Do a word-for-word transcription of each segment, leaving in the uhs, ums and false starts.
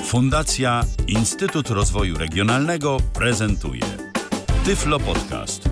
Fundacja Instytut Rozwoju Regionalnego prezentuje Tyflo Podcast.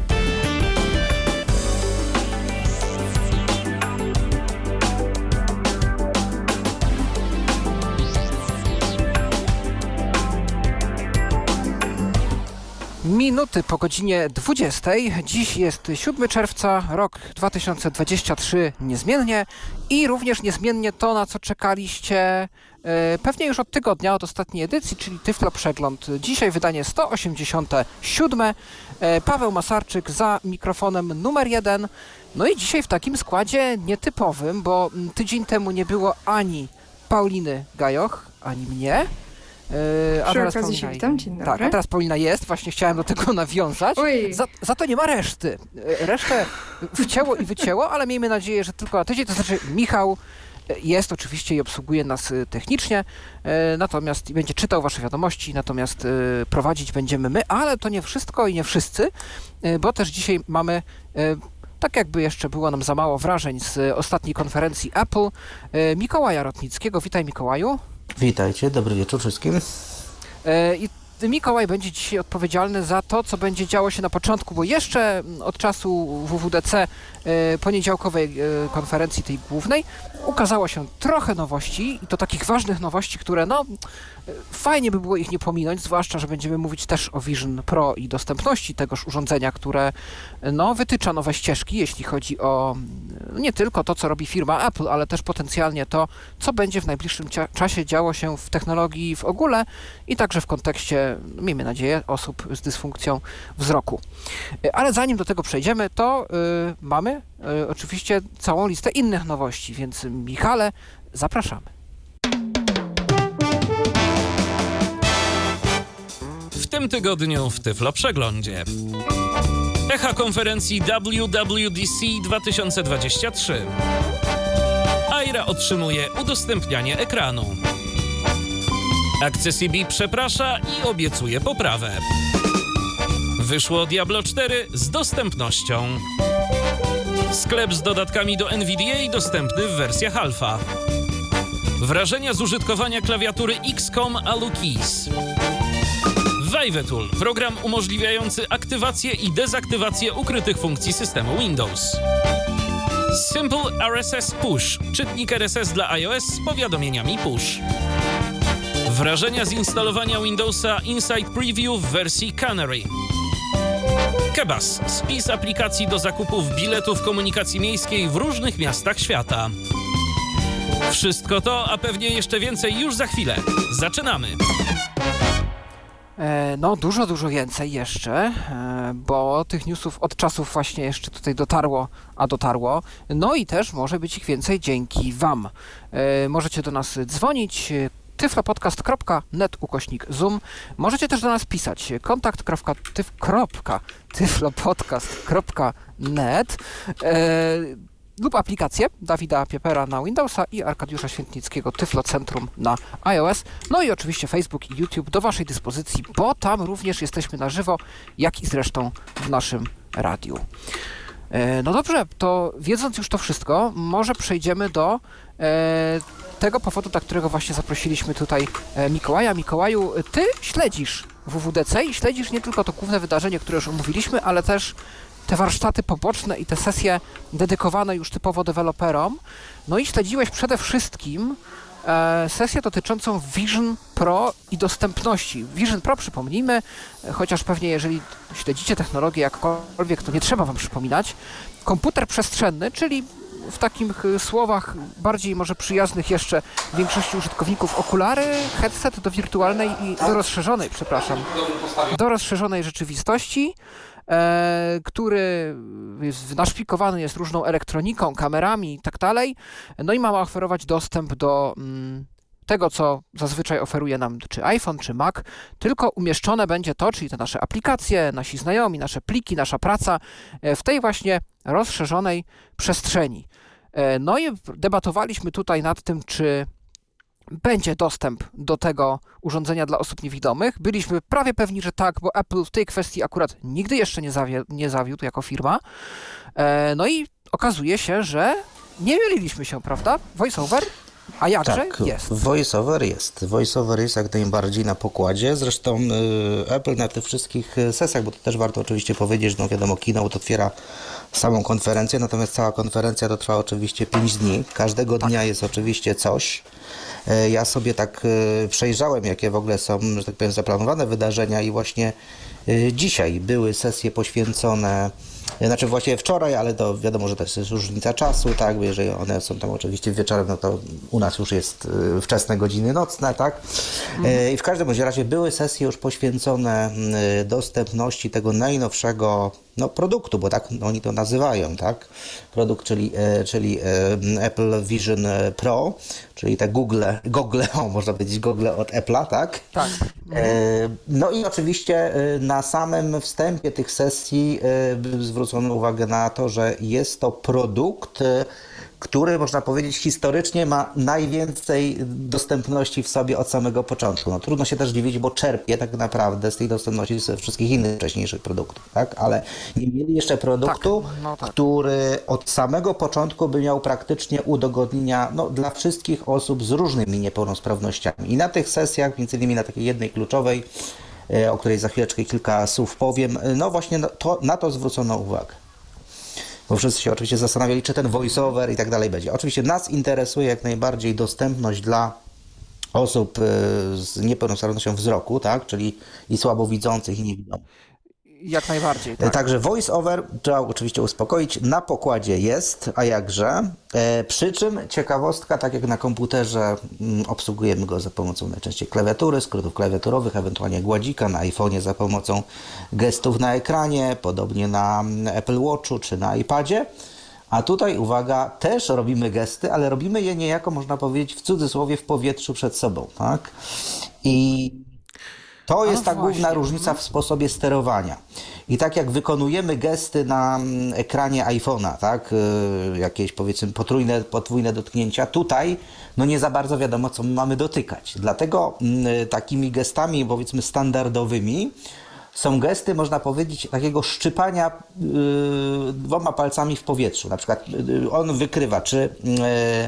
Minuty po godzinie dwudziestej. Dziś jest siódmego czerwca, rok dwa tysiące dwudziesty trzeci niezmiennie i również niezmiennie to, na co czekaliście e, pewnie już od tygodnia, od ostatniej edycji, czyli Tyflo Przegląd. Dzisiaj wydanie sto osiemdziesiąte siódme. E, Paweł Masarczyk za mikrofonem numer jeden. No i dzisiaj w takim składzie nietypowym, bo tydzień temu nie było ani Pauliny Gajoch, ani mnie. Yy, a Przy teraz okazji się witam, dzień dobry. Tak, a teraz Paulina jest, właśnie chciałem do tego nawiązać. Za, za to nie ma reszty. Resztę wcięło i wycięło, ale miejmy nadzieję, że tylko na tydzień. To znaczy Michał jest oczywiście i obsługuje nas technicznie, natomiast będzie czytał wasze wiadomości, natomiast prowadzić będziemy my, ale to nie wszystko i nie wszyscy, bo też dzisiaj mamy... Tak jakby jeszcze było nam za mało wrażeń z ostatniej konferencji Apple, Mikołaja Rotnickiego. Witaj, Mikołaju. Witajcie, dobry wieczór wszystkim. I Mikołaj będzie dzisiaj odpowiedzialny za to, co będzie działo się na początku, bo jeszcze od czasu W W D C poniedziałkowej konferencji tej głównej ukazało się trochę nowości i to takich ważnych nowości, które no fajnie by było ich nie pominąć, zwłaszcza, że będziemy mówić też o Vision Pro i dostępności tegoż urządzenia, które no wytycza nowe ścieżki, jeśli chodzi o nie tylko to, co robi firma Apple, ale też potencjalnie to, co będzie w najbliższym cia- czasie działo się w technologii w ogóle i także w kontekście, miejmy nadzieję, osób z dysfunkcją wzroku. Ale zanim do tego przejdziemy, to yy, mamy yy, oczywiście całą listę innych nowości, więc Michale, zapraszamy. W tym tygodniu w Tyflo Przeglądzie. Echa konferencji W W D C dwa tysiące dwadzieścia trzy. Aira otrzymuje udostępnianie ekranu. Accessibility przeprasza i obiecuje poprawę. Wyszło Diablo cztery z dostępnością. Sklep z dodatkami do N V D A dostępny w wersjach alfa. Wrażenia z użytkowania klawiatury X COM AluKeys. Vive-Tool, program umożliwiający aktywację i dezaktywację ukrytych funkcji systemu Windows. Simple R S S Push, czytnik R S S dla iOS z powiadomieniami push. Wrażenia z instalowania Windowsa Inside Preview w wersji Canary. Kebas, spis aplikacji do zakupów biletów komunikacji miejskiej w różnych miastach świata. Wszystko to, a pewnie jeszcze więcej już za chwilę. Zaczynamy! No, dużo, dużo więcej jeszcze, bo tych newsów od czasów właśnie jeszcze tutaj dotarło, a dotarło. No i też może być ich więcej dzięki wam. Możecie do nas dzwonić, tyflopodcast kropka net ukośnik zoom. Możecie też do nas pisać, kontakt kropka tyflopodcast kropka net lub aplikację Dawida Piepera na Windowsa i Arkadiusza Świętnickiego Tyflo Centrum na iOS. No i oczywiście Facebook i YouTube do waszej dyspozycji, bo tam również jesteśmy na żywo, jak i zresztą w naszym radiu. E, no dobrze, to wiedząc już to wszystko, może przejdziemy do e, tego powodu, dla którego właśnie zaprosiliśmy tutaj e, Mikołaja. Mikołaju, ty śledzisz W W D C i śledzisz nie tylko to główne wydarzenie, które już omówiliśmy, ale też te warsztaty poboczne i te sesje dedykowane już typowo deweloperom. No i śledziłeś przede wszystkim e, sesję dotyczącą Vision Pro i dostępności. Vision Pro, przypomnijmy, chociaż pewnie jeżeli śledzicie technologię jakkolwiek, to nie trzeba wam przypominać, komputer przestrzenny, czyli w takich słowach bardziej może przyjaznych jeszcze większości użytkowników okulary, headset do wirtualnej i do rozszerzonej, przepraszam, do rozszerzonej rzeczywistości, E, który jest, naszpikowany jest różną elektroniką, kamerami i tak dalej, no i ma oferować dostęp do mm, tego, co zazwyczaj oferuje nam czy iPhone, czy Mac, tylko umieszczone będzie to, czyli te nasze aplikacje, nasi znajomi, nasze pliki, nasza praca e, w tej właśnie rozszerzonej przestrzeni. E, no i debatowaliśmy tutaj nad tym, czy będzie dostęp do tego urządzenia dla osób niewidomych. Byliśmy prawie pewni, że tak, bo Apple w tej kwestii akurat nigdy jeszcze nie, zawie, nie zawiódł jako firma. E, no i okazuje się, że nie myliliśmy się, prawda? VoiceOver? A jakże Tak, jest? VoiceOver jest. VoiceOver jest jak najbardziej na pokładzie. Zresztą y, Apple na tych wszystkich sesjach, bo to też warto oczywiście powiedzieć, no wiadomo, keynote otwiera samą konferencję, natomiast cała konferencja to trwa oczywiście pięć dni. Każdego dnia jest oczywiście coś. Y, ja sobie tak y, przejrzałem, jakie w ogóle są, że tak powiem, zaplanowane wydarzenia i właśnie y, dzisiaj były sesje poświęcone. Znaczy właściwie wczoraj, ale to wiadomo, że to jest różnica czasu, tak, bo jeżeli one są tam oczywiście wieczorem, no to u nas już jest y, wczesne godziny nocne, tak. Y, I w każdym bądź razie były sesje już poświęcone y, dostępności tego najnowszego no, produktu, bo tak oni to nazywają, tak. Produkt, czyli, y, czyli y, Apple Vision Pro, czyli te Google, Google, o, można powiedzieć Google od Apple'a, tak? Tak. No i oczywiście na samym wstępie tych sesji zwrócono uwagę na to, że jest to produkt, który można powiedzieć historycznie ma najwięcej dostępności w sobie od samego początku. No, trudno się też dziwić, bo czerpie tak naprawdę z tej dostępności ze wszystkich innych wcześniejszych produktów, tak? Ale nie mieli jeszcze produktu, tak, no tak. który od samego początku by miał praktycznie udogodnienia no, dla wszystkich osób z różnymi niepełnosprawnościami. I na tych sesjach, między innymi na takiej jednej kluczowej, o której za chwileczkę kilka słów powiem, no właśnie to, na to zwrócono uwagę. Bo wszyscy się oczywiście zastanawiali, czy ten voice-over i tak dalej będzie. Oczywiście nas interesuje jak najbardziej dostępność dla osób z niepełnosprawnością wzroku, tak, czyli i słabowidzących, i niewidomych. Jak najbardziej, tak. Także voice-over, trzeba oczywiście uspokoić, na pokładzie jest, a jakże. E, przy czym ciekawostka, tak jak na komputerze m, obsługujemy go za pomocą najczęściej klawiatury, skrótów klawiaturowych, ewentualnie gładzika, na iPhone'ie za pomocą gestów na ekranie, podobnie na Apple Watchu czy na iPadzie. A tutaj, uwaga, też robimy gesty, ale robimy je niejako, można powiedzieć, w cudzysłowie w powietrzu przed sobą, tak? I to jest A ta właśnie. główna różnica w sposobie sterowania. I tak jak wykonujemy gesty na ekranie iPhone'a, tak, yy, jakieś powiedzmy potrójne, podwójne dotknięcia, tutaj no nie za bardzo wiadomo, co my mamy dotykać. Dlatego yy, takimi gestami, powiedzmy standardowymi, są gesty, można powiedzieć, takiego szczypania yy, dwoma palcami w powietrzu. Na przykład yy, on wykrywa, czy yy,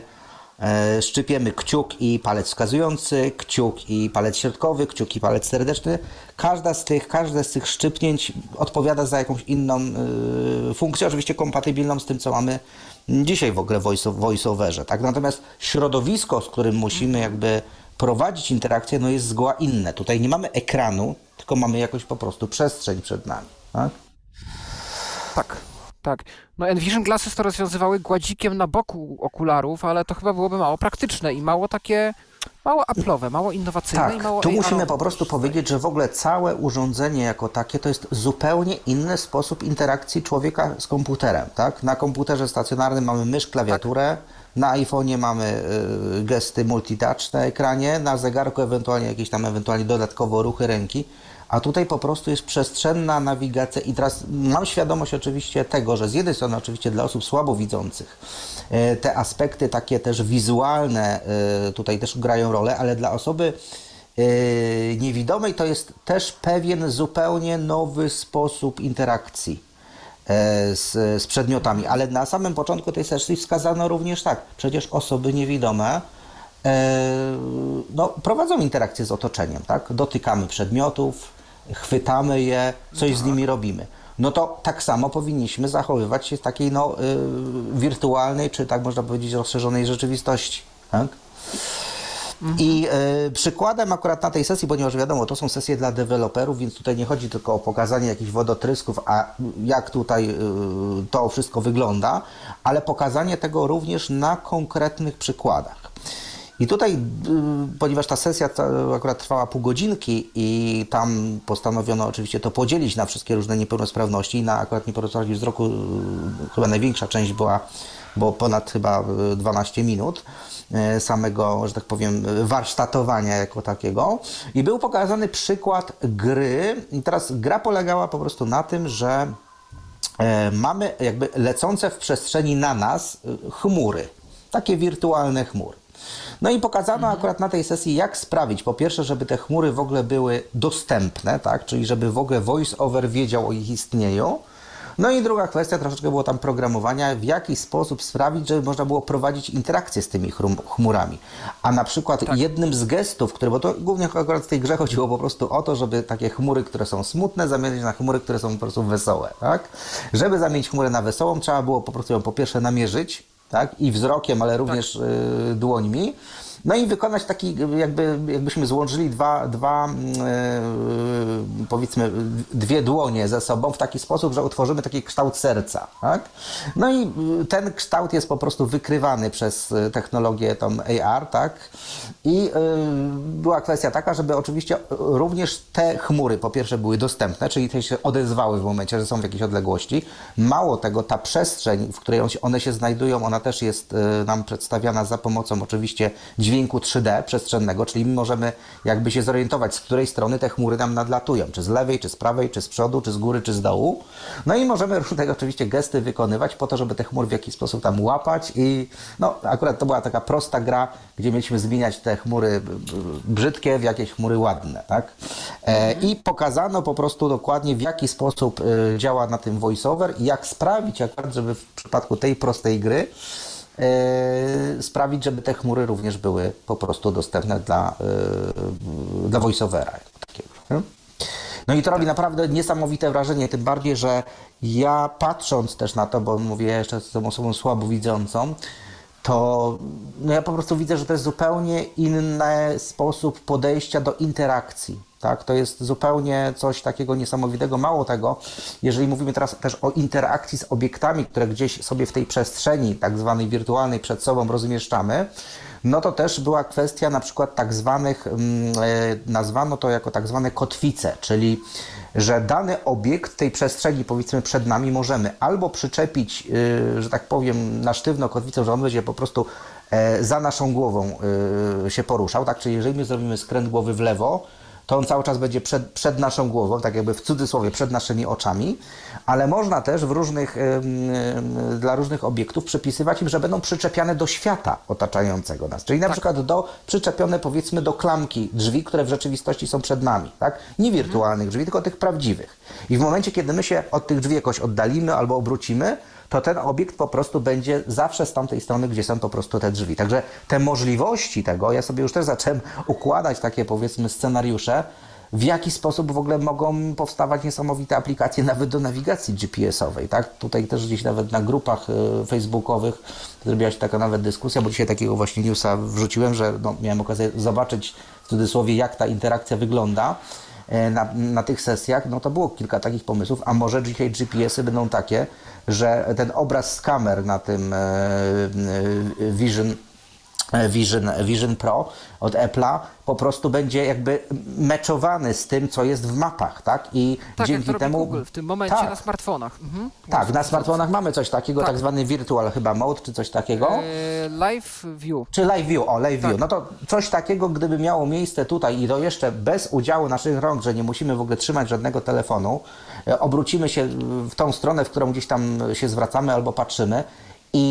szczypiemy kciuk i palec wskazujący, kciuk i palec środkowy, kciuk i palec serdeczny. Każda z tych, każde z tych szczypnięć odpowiada za jakąś inną y, funkcję, oczywiście kompatybilną z tym, co mamy dzisiaj w ogóle w voice-overze. Tak? Natomiast środowisko, z którym musimy jakby prowadzić interakcję, no jest zgoła inne. Tutaj nie mamy ekranu, tylko mamy jakoś po prostu przestrzeń przed nami. Tak? Tak. Tak. No Envision Glasses to rozwiązywały gładzikiem na boku okularów, ale to chyba byłoby mało praktyczne i mało takie, mało Apple'owe, mało innowacyjne tak, i mało tu A R-owe. musimy po prostu powiedzieć, że w ogóle całe urządzenie jako takie to jest zupełnie inny sposób interakcji człowieka z komputerem, tak? Na komputerze stacjonarnym mamy mysz, klawiaturę, tak. Na iPhone'ie mamy y, gesty multitouch na ekranie, na zegarku ewentualnie jakieś tam ewentualnie dodatkowo ruchy ręki. A tutaj po prostu jest przestrzenna nawigacja i teraz mam świadomość oczywiście tego, że z jednej strony oczywiście dla osób słabowidzących te aspekty takie też wizualne tutaj też grają rolę, ale dla osoby niewidomej to jest też pewien zupełnie nowy sposób interakcji z, z przedmiotami. Ale na samym początku tej sesji wskazano również tak, przecież osoby niewidome no, prowadzą interakcję z otoczeniem, tak? Dotykamy przedmiotów, chwytamy je, coś z nimi robimy. No to tak samo powinniśmy zachowywać się w takiej no, y, wirtualnej, czy tak można powiedzieć rozszerzonej rzeczywistości, tak? Mhm. I y, przykładem akurat na tej sesji, ponieważ wiadomo, to są sesje dla deweloperów, więc tutaj nie chodzi tylko o pokazanie jakichś wodotrysków, a jak tutaj y, to wszystko wygląda, ale pokazanie tego również na konkretnych przykładach. I tutaj, ponieważ ta sesja akurat trwała pół godzinki i tam postanowiono oczywiście to podzielić na wszystkie różne niepełnosprawności, na akurat niepełnosprawności wzroku chyba największa część była, bo ponad chyba dwanaście minut samego, że tak powiem, warsztatowania jako takiego. I był pokazany przykład gry i teraz gra polegała po prostu na tym, że mamy jakby lecące w przestrzeni na nas chmury, takie wirtualne chmury. No i pokazano akurat na tej sesji, jak sprawić, po pierwsze, żeby te chmury w ogóle były dostępne, tak, czyli żeby w ogóle voice-over wiedział o ich istnieniu, No i druga kwestia, troszeczkę było tam programowania, w jaki sposób sprawić, żeby można było prowadzić interakcję z tymi chmurami. A na przykład tak. jednym z gestów, które, bo to głównie akurat w tej grze chodziło po prostu o to, żeby takie chmury, które są smutne, zamienić na chmury, które są po prostu wesołe, tak? Żeby zamienić chmurę na wesołą, trzeba było po prostu ją po pierwsze namierzyć, tak? I wzrokiem, ale również tak. y, dłońmi. No i wykonać taki, jakby, jakbyśmy złączyli dwa, dwa yy, powiedzmy, dwie dłonie ze sobą w taki sposób, że utworzymy taki kształt serca, tak? No i ten kształt jest po prostu wykrywany przez technologię tą A R, tak? I yy, była kwestia taka, żeby oczywiście również te chmury po pierwsze były dostępne, czyli te się odezwały w momencie, że są w jakiejś odległości. Mało tego, ta przestrzeń, w której one się znajdują, ona też jest yy, nam przedstawiana za pomocą oczywiście dźwięku trzy D przestrzennego, czyli my możemy jakby się zorientować, z której strony te chmury nam nadlatują, czy z lewej, czy z prawej, czy z przodu, czy z góry, czy z dołu. No i możemy różne oczywiście gesty wykonywać po to, żeby te chmury w jakiś sposób tam łapać i no akurat to była taka prosta gra, gdzie mieliśmy zmieniać te chmury brzydkie w jakieś chmury ładne, tak? E, I pokazano po prostu dokładnie, w jaki sposób e, działa na tym voiceover i jak sprawić akurat, żeby w przypadku tej prostej gry Yy, sprawić, żeby te chmury również były po prostu dostępne dla, yy, dla voiceovera. Takiego. No i to robi naprawdę niesamowite wrażenie, tym bardziej, że ja patrząc też na to, bo mówię jeszcze z tą osobą słabowidzącą, to no ja po prostu widzę, że to jest zupełnie inny sposób podejścia do interakcji. Tak? To jest zupełnie coś takiego niesamowitego. Mało tego, jeżeli mówimy teraz też o interakcji z obiektami, które gdzieś sobie w tej przestrzeni tak zwanej wirtualnej przed sobą rozmieszczamy, no to też była kwestia na przykład tak zwanych, nazwano to jako tak zwane kotwice, czyli że dany obiekt w tej przestrzeni, powiedzmy przed nami, możemy albo przyczepić, że tak powiem, na sztywno kotwicę, że on będzie po prostu za naszą głową się poruszał, tak? Czyli jeżeli my zrobimy skręt głowy w lewo, to on cały czas będzie przed, przed naszą głową, tak jakby w cudzysłowie, przed naszymi oczami, ale można też w różnych, yy, dla różnych obiektów przypisywać im, że będą przyczepiane do świata otaczającego nas. Czyli na tak. przykład do, przyczepione powiedzmy do klamki drzwi, które w rzeczywistości są przed nami, tak? Nie wirtualnych drzwi, tylko tych prawdziwych. I w momencie, kiedy my się od tych drzwi jakoś oddalimy albo obrócimy, to ten obiekt po prostu będzie zawsze z tamtej strony, gdzie są po prostu te drzwi. Także te możliwości tego, ja sobie już też zacząłem układać takie powiedzmy scenariusze, w jaki sposób w ogóle mogą powstawać niesamowite aplikacje nawet do nawigacji G P S-owej, tak? Tutaj też gdzieś nawet na grupach y, facebookowych zrobiła się taka nawet dyskusja, bo dzisiaj takiego właśnie newsa wrzuciłem, że no, miałem okazję zobaczyć w cudzysłowie, jak ta interakcja wygląda na, na tych sesjach. No to było kilka takich pomysłów, a może dzisiaj G P S-y będą takie, że ten obraz z kamer na tym e, Vision, Vision, Vision Pro od Apple'a po prostu będzie jakby meczowany z tym, co jest w mapach, tak? I tak, dzięki jak to temu... Google w tym momencie tak. na smartfonach. Mhm. Tak, na smartfonach mamy coś takiego, tak, tak zwany virtual chyba mode, czy coś takiego. Eee, live view. Czy live view, o live tak. view. No to coś takiego, gdyby miało miejsce tutaj i to jeszcze bez udziału naszych rąk, że nie musimy w ogóle trzymać żadnego telefonu, e, obrócimy się w tą stronę, w którą gdzieś tam się zwracamy albo patrzymy, i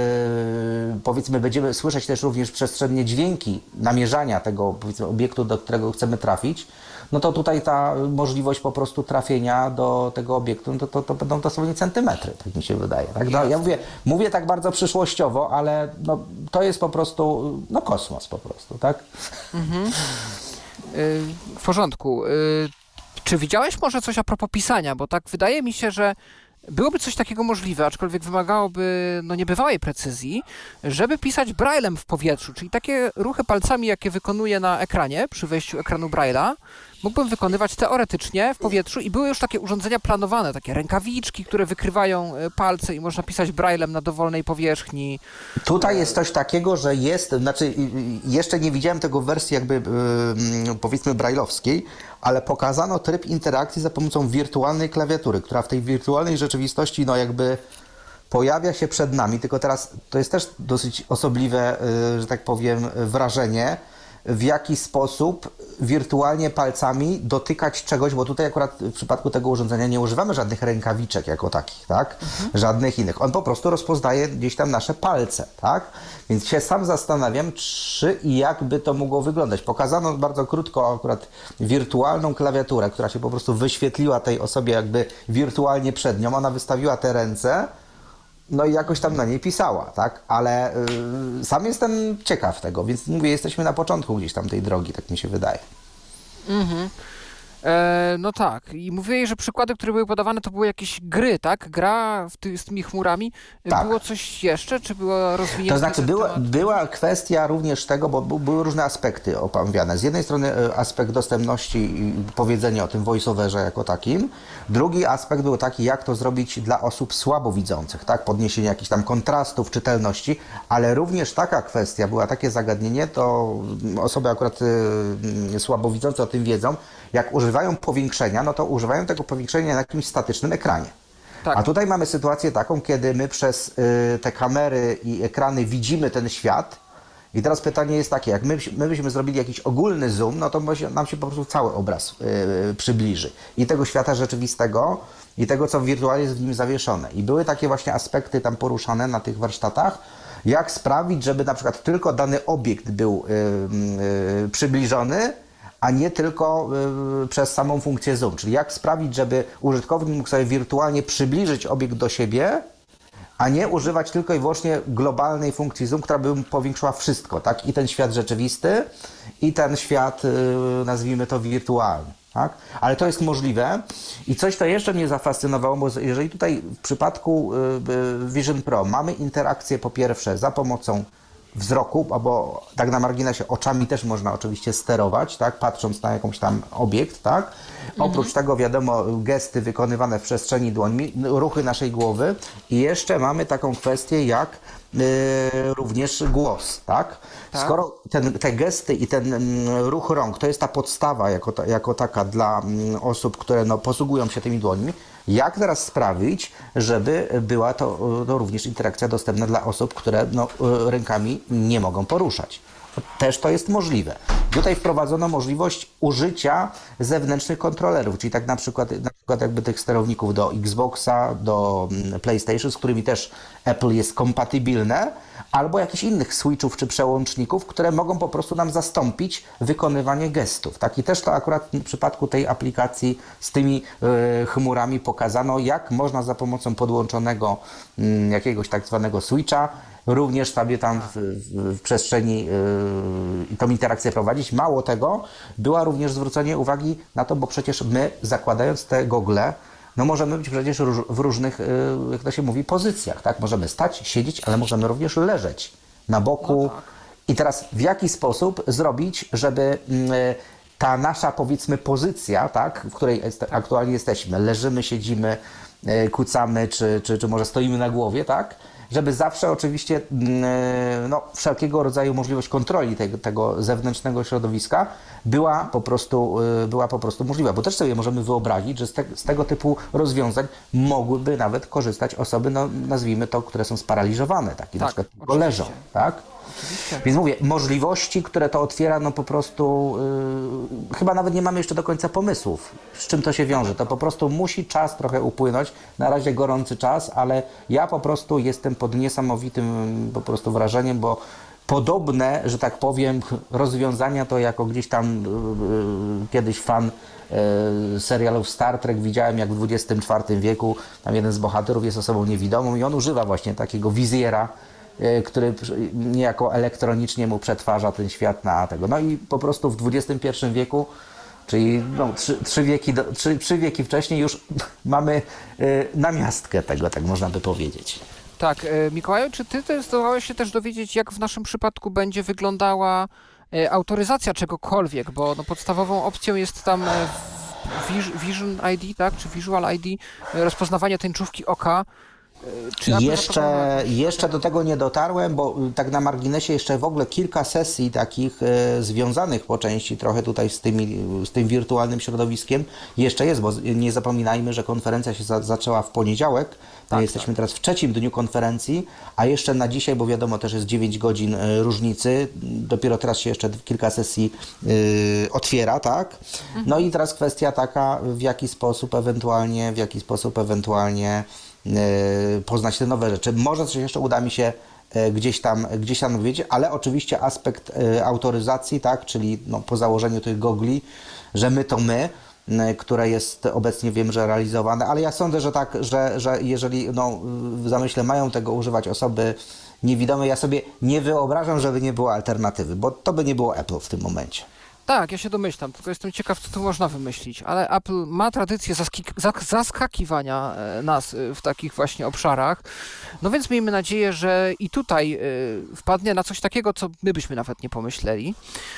yy, powiedzmy będziemy słyszeć też również przestrzennie dźwięki namierzania tego powiedzmy obiektu, do którego chcemy trafić, no to tutaj ta możliwość po prostu trafienia do tego obiektu, no to, to, to będą dosłownie centymetry, tak mi się wydaje. Tak? No, ja mówię, mówię tak bardzo przyszłościowo, ale no, to jest po prostu no, kosmos po prostu, tak? Mhm. Yy, w porządku. Yy, czy widziałeś może coś a propos pisania? Bo tak wydaje mi się, że byłoby coś takiego możliwe, aczkolwiek wymagałoby no, niebywałej precyzji, żeby pisać braillem w powietrzu, czyli takie ruchy palcami, jakie wykonuję na ekranie, przy wejściu ekranu Braille'a, mógłbym wykonywać teoretycznie w powietrzu i były już takie urządzenia planowane, takie rękawiczki, które wykrywają palce i można pisać braillem na dowolnej powierzchni. Tutaj jest coś takiego, że jest, znaczy jeszcze nie widziałem tego w wersji jakby yy, powiedzmy brailleowskiej, ale pokazano tryb interakcji za pomocą wirtualnej klawiatury, która w tej wirtualnej rzeczywistości no jakby pojawia się przed nami, tylko teraz to jest też dosyć osobliwe, yy, że tak powiem, wrażenie, w jaki sposób wirtualnie palcami dotykać czegoś, bo tutaj akurat w przypadku tego urządzenia nie używamy żadnych rękawiczek jako takich, tak? Mhm. Żadnych innych. On po prostu rozpoznaje gdzieś tam nasze palce, tak? Więc się sam zastanawiam, czy i jak by to mogło wyglądać. Pokazano bardzo krótko akurat wirtualną klawiaturę, która się po prostu wyświetliła tej osobie jakby wirtualnie przed nią. Ona wystawiła te ręce, no i jakoś tam na niej pisała, tak? Ale yy, sam jestem ciekaw tego, więc mówię, jesteśmy na początku gdzieś tam tej drogi, tak mi się wydaje. Mhm. E, no tak. I mówiłeś, że przykłady, które były podawane, to były jakieś gry, tak? Gra w ty, z tymi chmurami. Tak. Było coś jeszcze, czy było rozwinięte? To znaczy była, była kwestia również tego, bo były różne aspekty omawiane. Z jednej strony aspekt dostępności i powiedzenia o tym voice-overze jako takim. Drugi aspekt był taki, jak to zrobić dla osób słabowidzących, tak? Podniesienie jakichś tam kontrastów, czytelności, ale również taka kwestia, była takie zagadnienie, to osoby akurat y, słabowidzące o tym wiedzą, jak używają powiększenia, no to używają tego powiększenia na jakimś statycznym ekranie. Tak. A tutaj mamy sytuację taką, kiedy my przez y, te kamery i ekrany widzimy ten świat i teraz pytanie jest takie, jak my, my byśmy zrobili jakiś ogólny zoom, no to nam się po prostu cały obraz y, przybliży. I tego świata rzeczywistego, i tego, co wirtualnie jest w nim zawieszone. I były takie właśnie aspekty tam poruszane na tych warsztatach, jak sprawić, żeby na przykład tylko dany obiekt był y, y, przybliżony, a nie tylko y, przez samą funkcję zoom. Czyli jak sprawić, żeby użytkownik mógł sobie wirtualnie przybliżyć obiekt do siebie, a nie używać tylko i wyłącznie globalnej funkcji zoom, która by powiększyła wszystko, tak? I ten świat rzeczywisty, i ten świat, y, nazwijmy to, wirtualny. Tak? Ale to jest możliwe i coś, to jeszcze mnie zafascynowało, bo jeżeli tutaj w przypadku y, Vision Pro mamy interakcję po pierwsze za pomocą wzroku, albo tak na marginesie oczami też można oczywiście sterować, tak, patrząc na jakąś tam obiekt, tak. Oprócz mhm. tego wiadomo gesty wykonywane w przestrzeni dłońmi, ruchy naszej głowy i jeszcze mamy taką kwestię jak y, również głos, tak. tak. Skoro ten, te gesty i ten mm, ruch rąk to jest ta podstawa jako, ta, jako taka dla mm, osób, które no, posługują się tymi dłońmi, jak teraz sprawić, żeby była to, to również interakcja dostępna dla osób, które no, rękami nie mogą poruszać. Też to jest możliwe. Tutaj wprowadzono możliwość użycia zewnętrznych kontrolerów, czyli tak na przykład, na przykład jakby tych sterowników do Xboxa, do PlayStation, z którymi też Apple jest kompatybilne, albo jakichś innych switchów czy przełączników, które mogą po prostu nam zastąpić wykonywanie gestów. Tak? I też to akurat w przypadku tej aplikacji z tymi y, chmurami pokazano, jak można za pomocą podłączonego y, jakiegoś tak zwanego switcha również sobie tam w, w, w przestrzeni yy, tą interakcję prowadzić. Mało tego, była również zwrócenie uwagi na to, bo przecież my, zakładając te gogle, no możemy być przecież róż, w różnych, yy, jak to się mówi, pozycjach, tak? Możemy stać, siedzieć, ale możemy również leżeć na boku. No tak. I teraz w jaki sposób zrobić, żeby yy, ta nasza, powiedzmy, pozycja, tak, w której jest, aktualnie jesteśmy, leżymy, siedzimy, yy, kucamy, czy, czy, czy może stoimy na głowie, tak? Żeby zawsze oczywiście no, wszelkiego rodzaju możliwość kontroli tego, tego zewnętrznego środowiska była po prostu, była po prostu możliwa. Bo też sobie możemy wyobrazić, że z, te, z tego typu rozwiązań mogłyby nawet korzystać osoby, no, nazwijmy to, które są sparaliżowane, tak, i tak, na przykład tylko leżą. Tak? Oczywiście. Więc mówię, możliwości, które to otwiera, no po prostu yy, chyba nawet nie mamy jeszcze do końca pomysłów, z czym to się wiąże. To po prostu musi czas trochę upłynąć, na razie gorący czas, ale ja po prostu jestem pod niesamowitym po prostu wrażeniem, bo podobne, że tak powiem, rozwiązania to jako gdzieś tam yy, kiedyś fan yy, serialów Star Trek widziałem, jak w dwudziestym czwartym wieku tam jeden z bohaterów jest osobą niewidomą i on używa właśnie takiego wizjera, który niejako elektronicznie mu przetwarza ten świat na tego. No i po prostu w dwudziestym pierwszym wieku, czyli no, trzy, trzy, wieki do, trzy, trzy wieki wcześniej już mamy y, namiastkę tego, tak można by powiedzieć. Tak, y, Mikołaju, czy ty też zdołałeś się też dowiedzieć, jak w naszym przypadku będzie wyglądała y, autoryzacja czegokolwiek, bo no, podstawową opcją jest tam y, Vision I D, tak, czy Visual I D, y, rozpoznawanie tęczówki oka. Czy jeszcze, jeszcze do tego nie dotarłem, bo tak na marginesie jeszcze w ogóle kilka sesji takich e, związanych po części trochę tutaj z, tymi, z tym wirtualnym środowiskiem jeszcze jest, bo nie zapominajmy, że konferencja się za, zaczęła w poniedziałek. Tak, My jesteśmy tak. teraz w trzecim dniu konferencji, a jeszcze na dzisiaj, bo wiadomo, też jest dziewięć godzin e, różnicy, dopiero teraz się jeszcze kilka sesji e, otwiera, tak? Mhm. No i teraz kwestia taka, w jaki sposób ewentualnie, w jaki sposób ewentualnie poznać te nowe rzeczy. Może coś jeszcze uda mi się gdzieś tam, gdzieś tam dowiedzieć, ale oczywiście aspekt autoryzacji, tak, czyli no, po założeniu tych gogli, że my to my, które jest obecnie, wiem, że realizowane, ale ja sądzę, że tak, że, że jeżeli no, w zamyśle mają tego używać osoby niewidome, ja sobie nie wyobrażam, żeby nie było alternatywy, bo to by nie było Apple w tym momencie. Tak, ja się domyślam, tylko jestem ciekaw, co tu można wymyślić, ale Apple ma tradycję zaskik- zaskakiwania nas w takich właśnie obszarach, no więc miejmy nadzieję, że i tutaj wpadnie na coś takiego, co my byśmy nawet nie pomyśleli.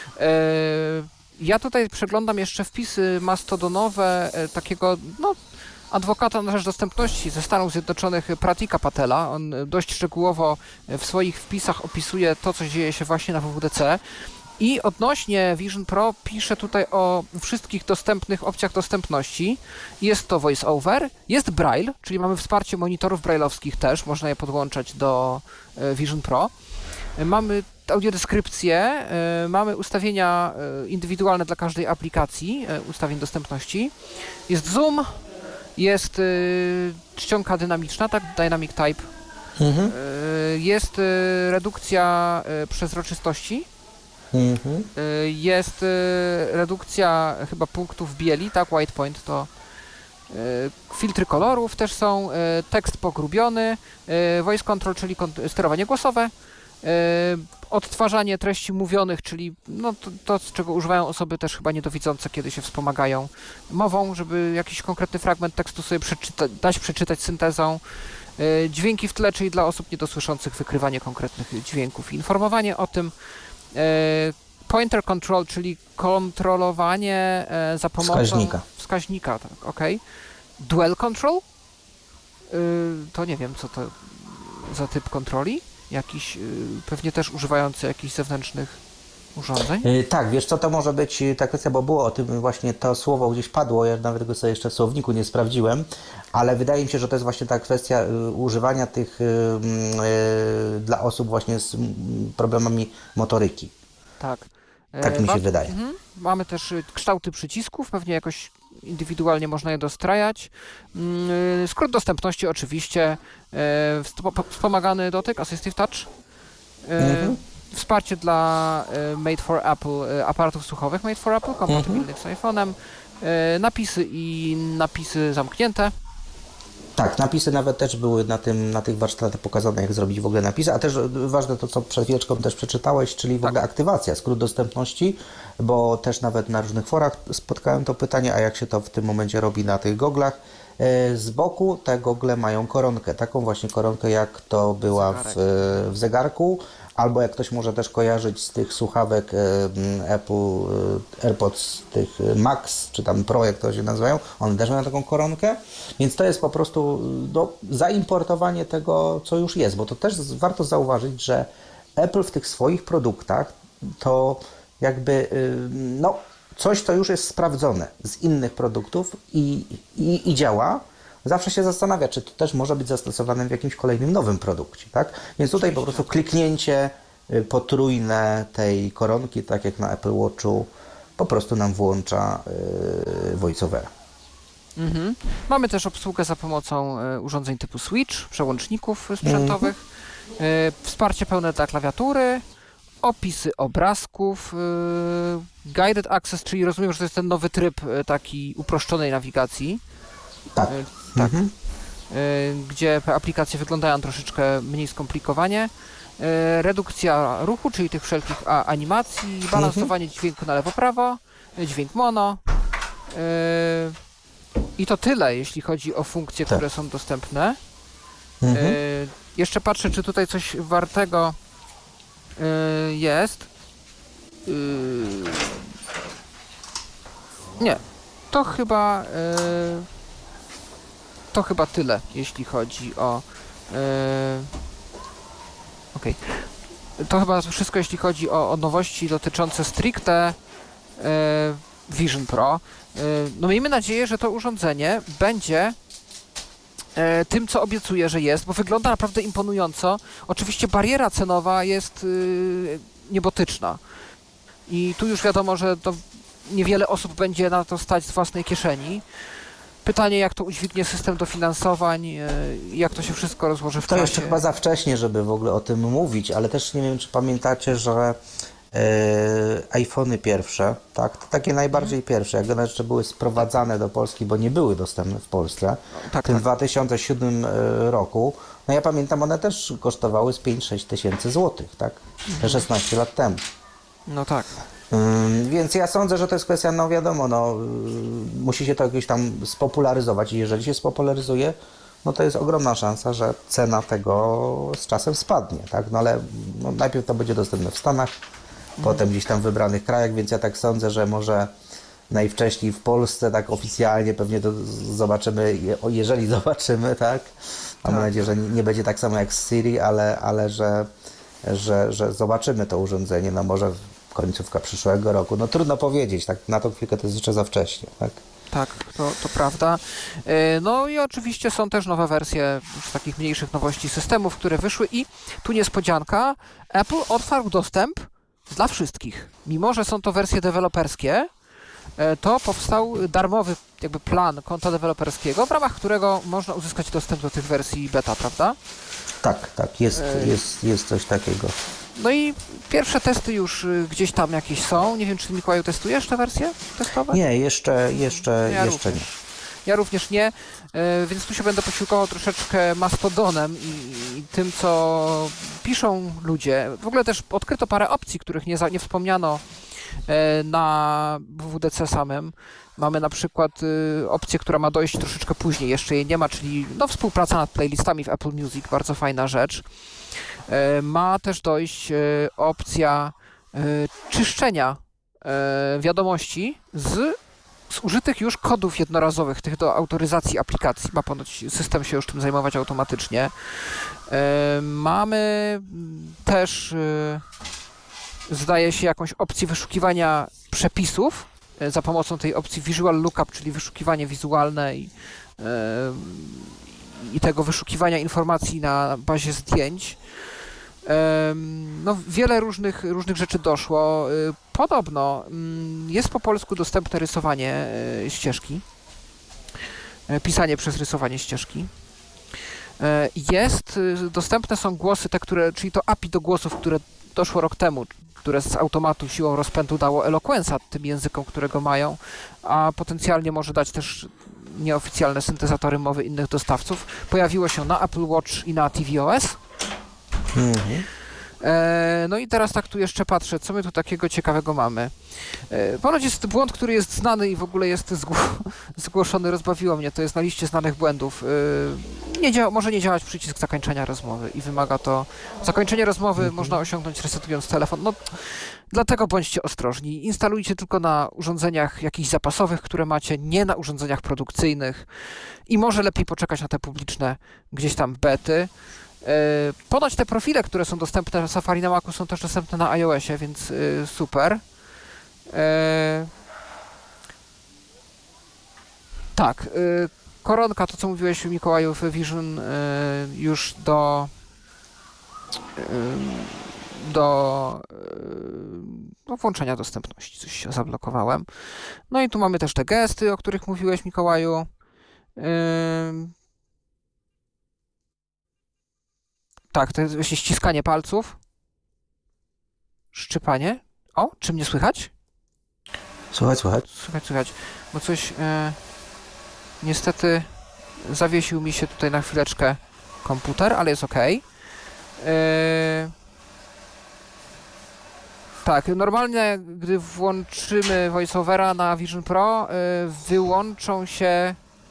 Ja tutaj przeglądam jeszcze wpisy mastodonowe takiego, no, adwokata na rzecz dostępności ze Stanów Zjednoczonych, Pratika Patela. On dość szczegółowo w swoich wpisach opisuje to, co dzieje się właśnie na W W D C. I odnośnie Vision Pro pisze tutaj o wszystkich dostępnych opcjach dostępności. Jest to VoiceOver, jest Braille, czyli mamy wsparcie monitorów braille'owskich też, można je podłączać do Vision Pro. Mamy audiodeskrypcję, mamy ustawienia indywidualne dla każdej aplikacji, ustawień dostępności. Jest zoom, jest czcionka dynamiczna, tak, Dynamic Type. Mhm. Jest redukcja przezroczystości. Mhm. Jest redukcja chyba punktów bieli, tak, white point to filtry kolorów też są, tekst pogrubiony, voice control, czyli sterowanie głosowe, odtwarzanie treści mówionych, czyli no to, to, z czego używają osoby też chyba niedowidzące, kiedy się wspomagają mową, żeby jakiś konkretny fragment tekstu sobie przeczyta- dać przeczytać syntezą. Dźwięki w tle, czyli dla osób niedosłyszących wykrywanie konkretnych dźwięków, informowanie o tym. Pointer control, czyli kontrolowanie za pomocą wskaźnika. Wskaźnika, tak, ok. Dual control? To nie wiem, co to za typ kontroli. Jakiś, pewnie też używający jakichś zewnętrznych urządzeń? Yy, tak, wiesz co, to może być ta kwestia, bo było o tym właśnie, to słowo gdzieś padło, ja nawet go sobie jeszcze w słowniku nie sprawdziłem, ale wydaje mi się, że to jest właśnie ta kwestia y, używania tych y, y, dla osób właśnie z y, problemami motoryki. Tak. Tak mi się Ma, wydaje. Mhm. Mamy też kształty przycisków, pewnie jakoś indywidualnie można je dostrajać. Yy, skrót dostępności oczywiście, yy, wspomagany dotyk, Assistive Touch. Yy, mhm. Wsparcie dla y, Made for Apple, y, aparatów słuchowych Made for Apple, kompatybilnych z iPhone'em, y, napisy i napisy zamknięte. Tak, napisy nawet też były na, tym, na tych warsztatach pokazane, jak zrobić w ogóle napisy, a też ważne to, co przed chwileczką też przeczytałeś, czyli w tak. ogóle aktywacja, skrót dostępności, bo też nawet na różnych forach spotkałem to pytanie, a jak się to w tym momencie robi na tych goglach. Z boku te gogle mają koronkę, taką właśnie koronkę, jak to była w, w zegarku, albo jak ktoś może też kojarzyć z tych słuchawek Apple AirPods, tych Max, czy tam Pro, jak to się nazywają, one też mają taką koronkę, więc to jest po prostu no, zaimportowanie tego, co już jest, bo to też warto zauważyć, że Apple w tych swoich produktach to jakby no, coś, co już jest sprawdzone z innych produktów i, i, i działa. Zawsze się zastanawia, czy to też może być zastosowane w jakimś kolejnym nowym produkcie, tak? Więc tutaj po prostu kliknięcie potrójne tej koronki, tak jak na Apple Watchu, po prostu nam włącza yy, VoiceOvera. Mhm. Mamy też obsługę za pomocą y, urządzeń typu Switch, przełączników sprzętowych, mhm. y, wsparcie pełne dla klawiatury, opisy obrazków, y, Guided Access, czyli rozumiem, że to jest ten nowy tryb y, taki uproszczonej nawigacji. Tak. Y, tak. Mhm. Y, gdzie aplikacje wyglądają troszeczkę mniej skomplikowanie. Y, redukcja ruchu, czyli tych wszelkich a, animacji, balansowanie mhm. dźwięku na lewo-prawo, dźwięk mono. Y, I to tyle, jeśli chodzi o funkcje, tak. które są dostępne. Mhm. Y, jeszcze patrzę, czy tutaj coś wartego y, jest. Y, nie, to chyba... Y, To chyba tyle, jeśli chodzi o Okej. Okay. To chyba wszystko, jeśli chodzi o, o nowości dotyczące stricte Vision Pro. No miejmy nadzieję, że to urządzenie będzie tym, co obiecuję, że jest, bo wygląda naprawdę imponująco. Oczywiście bariera cenowa jest niebotyczna. I tu już wiadomo, że to niewiele osób będzie na to stać z własnej kieszeni. Pytanie, jak to udźwignie system dofinansowań, jak to się wszystko rozłoży w to czasie. To jeszcze chyba za wcześnie, żeby w ogóle o tym mówić, ale też nie wiem, czy pamiętacie, że e, iPhony pierwsze, tak, to takie najbardziej hmm. pierwsze, jak one jeszcze były sprowadzane do Polski, bo nie były dostępne w Polsce, tak, w tym tak. dwa tysiące siódmym roku, no ja pamiętam, one też kosztowały z pięć sześć tysięcy złotych, tak, hmm. szesnaście lat temu. No tak. Ym, więc ja sądzę, że to jest kwestia, no wiadomo, no, yy, musi się to jakoś tam spopularyzować i jeżeli się spopularyzuje, no to jest ogromna szansa, że cena tego z czasem spadnie, tak, no ale no, najpierw to będzie dostępne w Stanach, mhm. potem gdzieś tam w wybranych krajach, więc ja tak sądzę, że może najwcześniej w Polsce, tak oficjalnie pewnie to zobaczymy, jeżeli zobaczymy, tak, mam tak. nadzieję, że nie, nie będzie tak samo jak z Siri, ale, ale że, że, że zobaczymy to urządzenie, no może końcówka przyszłego roku. No trudno powiedzieć, tak na tą chwilkę to jest jeszcze za wcześnie, tak? Tak, to, to prawda. No i oczywiście są też nowe wersje już takich mniejszych nowości systemów, które wyszły i tu niespodzianka, Apple otwarł dostęp dla wszystkich. Mimo że są to wersje deweloperskie, to powstał darmowy jakby plan konta deweloperskiego, w ramach którego można uzyskać dostęp do tych wersji beta, prawda? Tak, tak, jest, jest, jest coś takiego. No i pierwsze testy już gdzieś tam jakieś są. Nie wiem, czy ty, Mikołaju, testujesz te wersje testowe? Nie, jeszcze, jeszcze, ja jeszcze również. nie. Ja również nie, więc tu się będę posiłkował troszeczkę Mastodonem i, i tym, co piszą ludzie. W ogóle też odkryto parę opcji, których nie, za, nie wspomniano na W W D C samym. Mamy na przykład y, opcję, która ma dojść troszeczkę później, jeszcze jej nie ma, czyli no, współpraca nad playlistami w Apple Music, bardzo fajna rzecz. Y, ma też dojść y, opcja y, czyszczenia y, wiadomości z, z użytych już kodów jednorazowych, tych do autoryzacji aplikacji. Ma ponoć system się już tym zajmować automatycznie. Y, mamy też, y, zdaje się, jakąś opcję wyszukiwania przepisów za pomocą tej opcji Visual Lookup, czyli wyszukiwanie wizualne i, yy, i tego wyszukiwania informacji na bazie zdjęć. Yy, no, wiele różnych, różnych rzeczy doszło. Yy, podobno yy, jest po polsku dostępne rysowanie yy, ścieżki, yy, pisanie przez rysowanie ścieżki. Yy, jest, yy, dostępne są głosy, te, które, czyli to A P I do głosów, które doszło rok temu, które z automatu siłą rozpędu dało Eloquence'a tym językom, którego mają, a potencjalnie może dać też nieoficjalne syntezatory mowy innych dostawców. Pojawiło się na Apple Watch i na tvOS. Mhm. E, no i teraz tak tu jeszcze patrzę, co my tu takiego ciekawego mamy. E, ponoć jest błąd, który jest znany i w ogóle jest zgło- zgłoszony, rozbawiło mnie, to jest na liście znanych błędów. E, nie dzia- może nie działać przycisk zakończenia rozmowy i wymaga to... Zakończenie rozmowy mhm. można osiągnąć resetując telefon. No, dlatego bądźcie ostrożni. Instalujcie tylko na urządzeniach jakichś zapasowych, które macie, nie na urządzeniach produkcyjnych i może lepiej poczekać na te publiczne gdzieś tam bety. Ponoć te profile, które są dostępne w Safari na Macu, są też dostępne na iOSie, więc y, super. E... Tak, y, koronka, to co mówiłeś, Mikołaju, w Vision y, już do y, do y, no, włączenia dostępności. Coś się zablokowałem. No i tu mamy też te gesty, o których mówiłeś, Mikołaju. Y, Tak, to jest właśnie ściskanie palców. Szczypanie. O, czy mnie słychać? Słychać, słychać. Słychać, słychać. Bo coś e, niestety zawiesił mi się tutaj na chwileczkę komputer, ale jest ok. E, tak, normalnie gdy włączymy VoiceOvera na Vision Pro, e, wyłączą się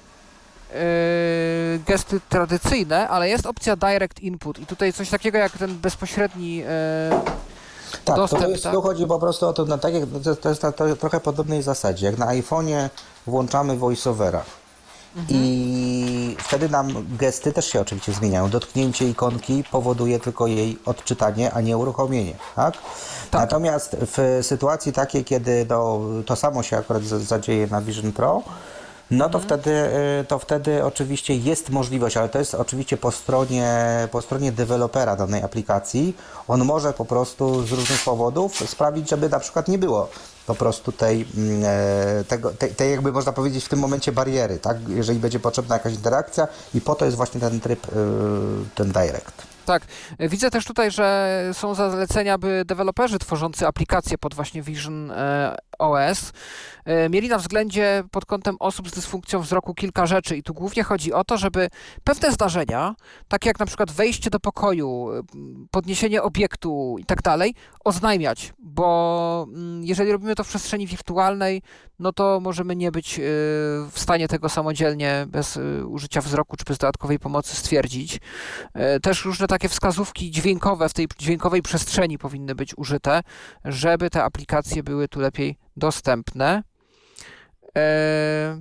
Yy, gesty tradycyjne, ale jest opcja Direct Input i tutaj coś takiego jak ten bezpośredni yy, tak, dostęp. To jest, tak, tu chodzi po prostu o to, no, tak jak, to, to jest na to, trochę podobnej zasadzie. Jak na iPhonie włączamy VoiceOvera mhm. i wtedy nam gesty też się oczywiście zmieniają. Dotknięcie ikonki powoduje tylko jej odczytanie, a nie uruchomienie, tak? Tak. Natomiast w sytuacji takiej, kiedy no, to samo się akurat zadzieje na Vision Pro, no to, mhm. wtedy, to wtedy oczywiście jest możliwość, ale to jest oczywiście po stronie, po stronie dewelopera danej aplikacji. On może po prostu z różnych powodów sprawić, żeby na przykład nie było po prostu tej, tego, tej, tej jakby można powiedzieć w tym momencie bariery, tak? Jeżeli będzie potrzebna jakaś interakcja i po to jest właśnie ten tryb, ten direct. Tak. Widzę też tutaj, że są zalecenia, by deweloperzy tworzący aplikacje pod właśnie Vision O S mieli na względzie pod kątem osób z dysfunkcją wzroku kilka rzeczy i tu głównie chodzi o to, żeby pewne zdarzenia, takie jak na przykład wejście do pokoju, podniesienie obiektu i tak dalej, oznajmiać, bo jeżeli robimy to w przestrzeni wirtualnej, no to możemy nie być w stanie tego samodzielnie bez użycia wzroku czy bez dodatkowej pomocy stwierdzić. Też różne takie wskazówki dźwiękowe w tej dźwiękowej przestrzeni powinny być użyte, żeby te aplikacje były tu lepiej dostępne. Eee,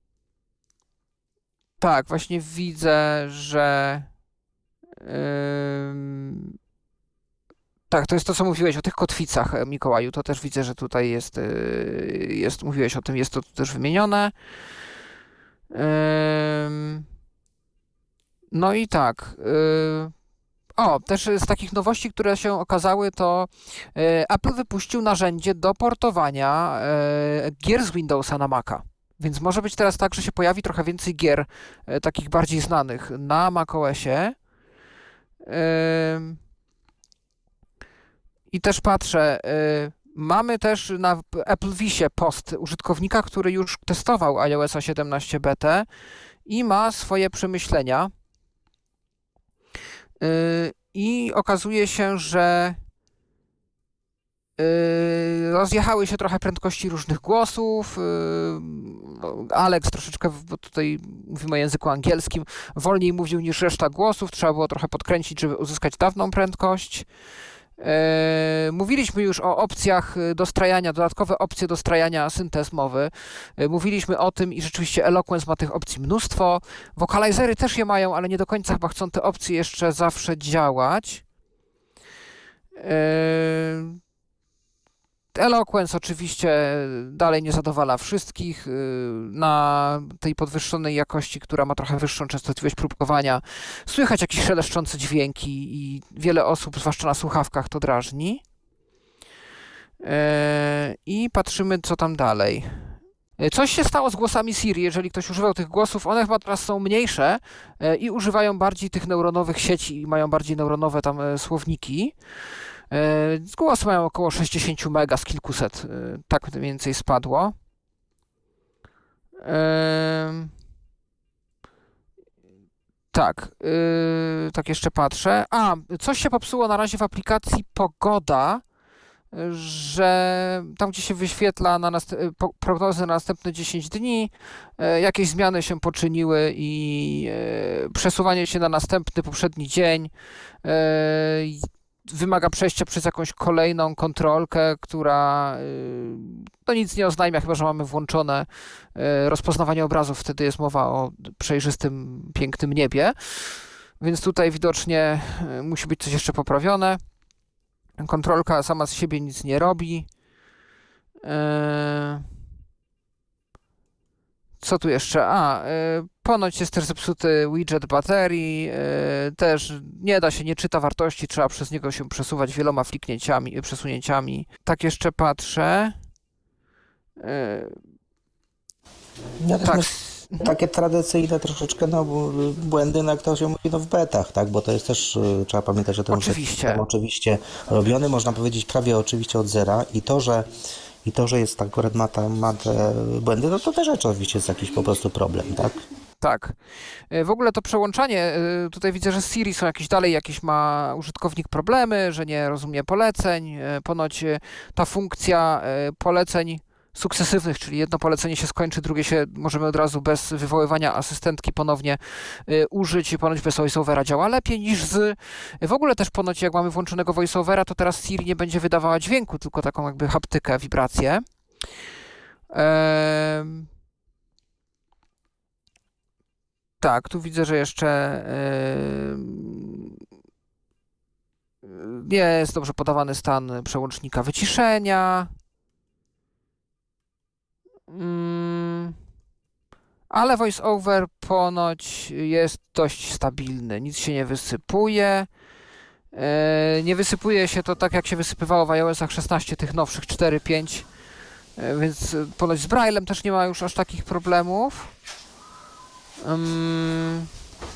tak, właśnie widzę, że eee, tak, to jest to, co mówiłeś o tych kotwicach, Mikołaju, to też widzę, że tutaj jest, jest mówiłeś o tym, jest to tu też wymienione. Eee, no i tak, eee, o, też z takich nowości, które się okazały, to e, Apple wypuścił narzędzie do portowania e, gier z Windowsa na Maca. Więc może być teraz tak, że się pojawi trochę więcej gier e, takich bardziej znanych na macOSie. E, I też patrzę, e, mamy też na Apple Visie post użytkownika, który już testował iOS siedemnaście betę i ma swoje przemyślenia. I okazuje się, że rozjechały się trochę prędkości różnych głosów. Alex troszeczkę, bo tutaj mówimy o języku angielskim, wolniej mówił niż reszta głosów. Trzeba było trochę podkręcić, żeby uzyskać dawną prędkość. Mówiliśmy już o opcjach dostrajania, dodatkowe opcje dostrajania syntez mowy. Mówiliśmy o tym i rzeczywiście Eloquence ma tych opcji mnóstwo. Vocalizery też je mają, ale nie do końca chyba chcą te opcje jeszcze zawsze działać. Eloquence oczywiście dalej nie zadowala wszystkich. Na tej podwyższonej jakości, która ma trochę wyższą częstotliwość próbkowania, słychać jakieś szeleszczące dźwięki i wiele osób, zwłaszcza na słuchawkach, to drażni. I patrzymy, co tam dalej. Coś się stało z głosami Siri, jeżeli ktoś używał tych głosów, one chyba teraz są mniejsze i używają bardziej tych neuronowych sieci i mają bardziej neuronowe tam słowniki. Głosy mają około sześćdziesiąt mega z kilkuset, tak mniej więcej spadło. Tak, tak jeszcze patrzę. A, coś się popsuło na razie w aplikacji Pogoda, że tam, gdzie się wyświetla na nast- prognozy na następne dziesięć dni, jakieś zmiany się poczyniły i przesuwanie się na następny, poprzedni dzień wymaga przejścia przez jakąś kolejną kontrolkę, która no nic nie oznajmia, chyba że mamy włączone rozpoznawanie obrazów, wtedy jest mowa o przejrzystym, pięknym niebie. Więc tutaj widocznie musi być coś jeszcze poprawione. Kontrolka sama z siebie nic nie robi. Co tu jeszcze? A, ponoć jest też zepsuty widget baterii, też nie da się, nie czyta wartości, trzeba przez niego się przesuwać wieloma fliknięciami, przesunięciami. Tak jeszcze patrzę. Ja tak. Takie tradycyjne troszeczkę no, błędy, na które się mówi no, w betach, tak? Bo to jest też, trzeba pamiętać o tym, oczywiście. że oczywiście robiony, można powiedzieć, prawie oczywiście od zera i to, że I to, że jest akurat ma, ta, ma te błędy, no to też oczywiście jest jakiś po prostu problem, tak? Tak. W ogóle to przełączanie, tutaj widzę, że z Siri są jakieś dalej, jakieś ma użytkownik problemy, że nie rozumie poleceń. Ponoć ta funkcja poleceń sukcesywnych, czyli jedno polecenie się skończy, drugie się możemy od razu bez wywoływania asystentki ponownie y, użyć. Ponoć bez voiceovera działa lepiej niż z... W ogóle też ponoć jak mamy włączonego voiceovera, to teraz Siri nie będzie wydawała dźwięku, tylko taką jakby haptykę, wibrację. Ehm... Tak, tu widzę, że jeszcze yy, nie jest dobrze podawany stan przełącznika wyciszenia. Yy, ale VoiceOver ponoć jest dość stabilny, nic się nie wysypuje. Yy, nie wysypuje się to tak, jak się wysypywało w iOS-ach szesnaście, tych nowszych cztery pięć, yy, więc ponoć z Braillem też nie ma już aż takich problemów. Um,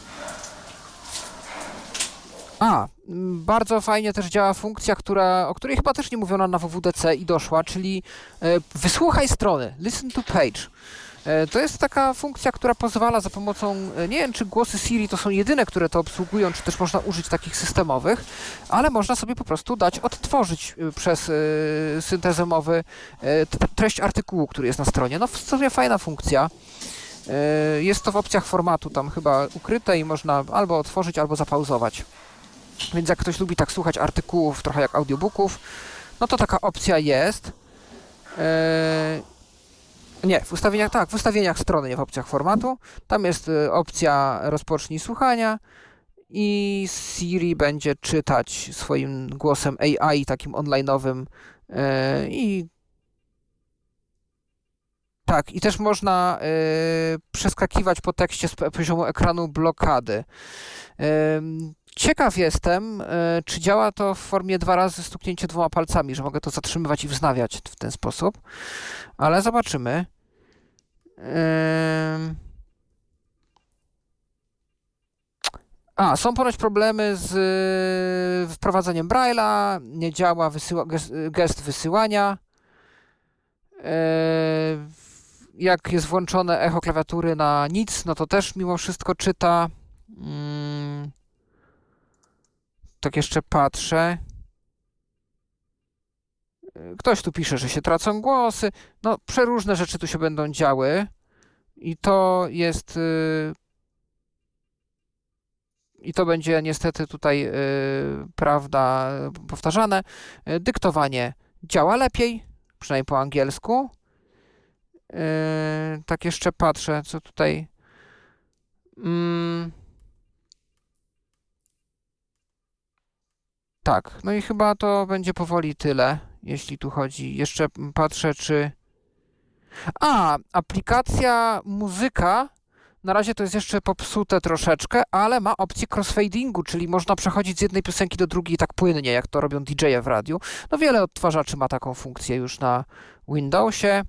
a, bardzo fajnie też działa funkcja, która, o której chyba też nie mówiono na W W D C i doszła, czyli e, wysłuchaj strony, listen to page. E, to jest taka funkcja, która pozwala za pomocą, e, nie wiem czy głosy Siri to są jedyne, które to obsługują, czy też można użyć takich systemowych, ale można sobie po prostu dać odtworzyć e, przez e, syntezę mowy e, treść artykułu, który jest na stronie. No w sumie fajna funkcja. Jest to w opcjach formatu tam chyba ukryte i można albo otworzyć, albo zapauzować. Więc jak ktoś lubi tak słuchać artykułów, trochę jak audiobooków, no to taka opcja jest. Eee, nie, w ustawieniach, tak, w ustawieniach strony, nie w opcjach formatu. Tam jest opcja rozpocznij słuchania i Siri będzie czytać swoim głosem A I, takim online'owym eee, i tak, i też można y, przeskakiwać po tekście z poziomu ekranu blokady. Y, ciekaw jestem, y, czy działa to w formie dwa razy stuknięcie dwoma palcami, że mogę to zatrzymywać i wznawiać w ten sposób, ale zobaczymy. Y, a, są ponoć problemy z y, wprowadzeniem Braille'a, nie działa wysyła, gest, gest wysyłania. Y, Jak jest włączone echo klawiatury na nic, no to też mimo wszystko czyta. Hmm. Tak jeszcze patrzę. Ktoś tu pisze, że się tracą głosy. No, przeróżne rzeczy tu się będą działy. I to jest... Yy, I to będzie niestety tutaj, yy, prawda, powtarzane. Yy, dyktowanie działa lepiej, przynajmniej po angielsku. Yy, tak jeszcze patrzę, co tutaj... Mm. Tak, no i chyba to będzie powoli tyle, jeśli tu chodzi. Jeszcze patrzę, czy... A, aplikacja muzyka, na razie to jest jeszcze popsute troszeczkę, ale ma opcję crossfadingu, czyli można przechodzić z jednej piosenki do drugiej tak płynnie, jak to robią D J-e w radiu. No wiele odtwarzaczy ma taką funkcję już na Windowsie.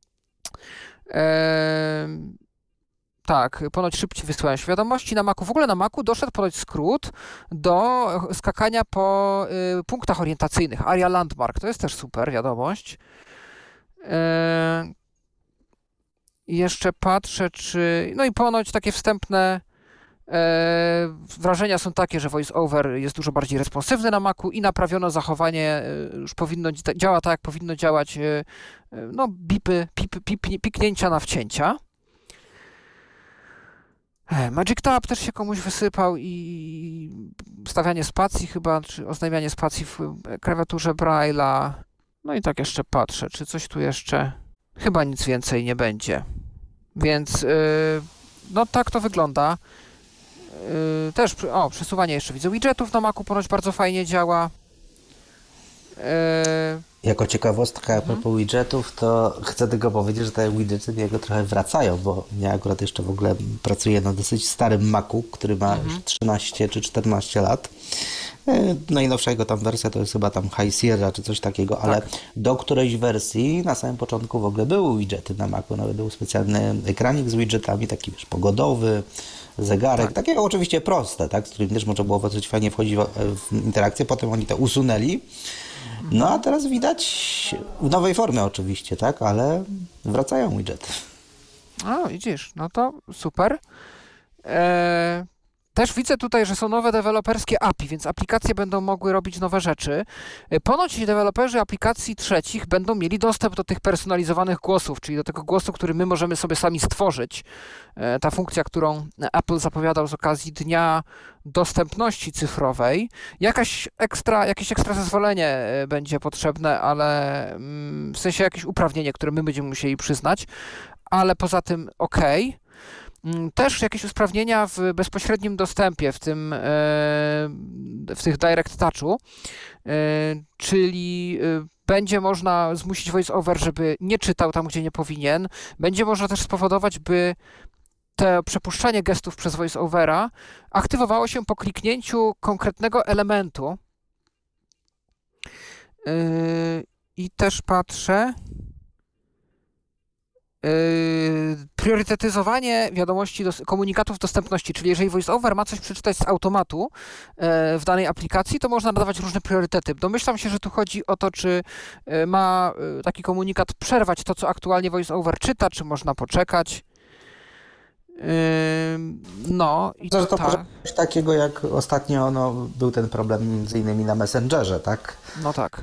Eee, tak, ponoć szybciej wysyłają się wiadomości na Macu. W ogóle na Macu doszedł ponoć skrót do skakania po y, punktach orientacyjnych. Aria Landmark, to jest też super wiadomość. Eee, jeszcze patrzę, czy... No i ponoć takie wstępne e, wrażenia są takie, że VoiceOver jest dużo bardziej responsywny na Macu i naprawiono zachowanie, e, już powinno działa tak, jak powinno działać, e, no bipy, pip, pip, piknięcia na wcięcia. E, Magic Tab też się komuś wysypał i stawianie spacji chyba, czy oznajmianie spacji w klawiaturze Braille'a. No i tak jeszcze patrzę, czy coś tu jeszcze... Chyba nic więcej nie będzie. Więc yy, no tak to wygląda. Yy, też, o, przesuwanie jeszcze widzę widgetów na Macu ponoć bardzo fajnie działa. Yy, Jako ciekawostka a propos widgetów, to chcę tylko powiedzieć, że te widgety niego trochę wracają, bo ja akurat jeszcze w ogóle pracuję na dosyć starym Macu, który ma mhm. trzynaście czy czternaście lat. Najnowsza jego tam wersja to jest chyba tam High Sierra czy coś takiego, tak. Ale do którejś wersji na samym początku w ogóle były widgety na Macu, nawet był specjalny ekranik z widgetami, taki wiesz, pogodowy, zegarek, tak. Takie oczywiście proste, tak, z którym też można było dosyć fajnie wchodzić w, w interakcję, potem oni to usunęli. No a teraz widać w nowej formie oczywiście, tak, ale wracają widgety. A, widzisz, no to super. Eee... Też widzę tutaj, że są nowe deweloperskie A P I, więc aplikacje będą mogły robić nowe rzeczy. Ponoć deweloperzy aplikacji trzecich będą mieli dostęp do tych personalizowanych głosów, czyli do tego głosu, który my możemy sobie sami stworzyć. Ta funkcja, którą Apple zapowiadał z okazji Dnia Dostępności Cyfrowej. Jakaś ekstra, jakieś ekstra zezwolenie będzie potrzebne, ale w sensie jakieś uprawnienie, które my będziemy musieli przyznać, ale poza tym okej. Też jakieś usprawnienia w bezpośrednim dostępie, w tym w tych direct touchu, czyli będzie można zmusić VoiceOver, żeby nie czytał tam, gdzie nie powinien. Będzie można też spowodować, by to przepuszczanie gestów przez VoiceOvera aktywowało się po kliknięciu konkretnego elementu. I też patrzę. Yy, priorytetyzowanie wiadomości, dos- komunikatów dostępności, czyli jeżeli VoiceOver ma coś przeczytać z automatu yy, w danej aplikacji, to można nadawać różne priorytety. Domyślam się, że tu chodzi o to, czy yy, ma yy, taki komunikat przerwać to, co aktualnie VoiceOver czyta, czy można poczekać. Yy, no i to, to, to może być takiego, jak ostatnio no, był ten problem między innymi na Messengerze, tak? No tak.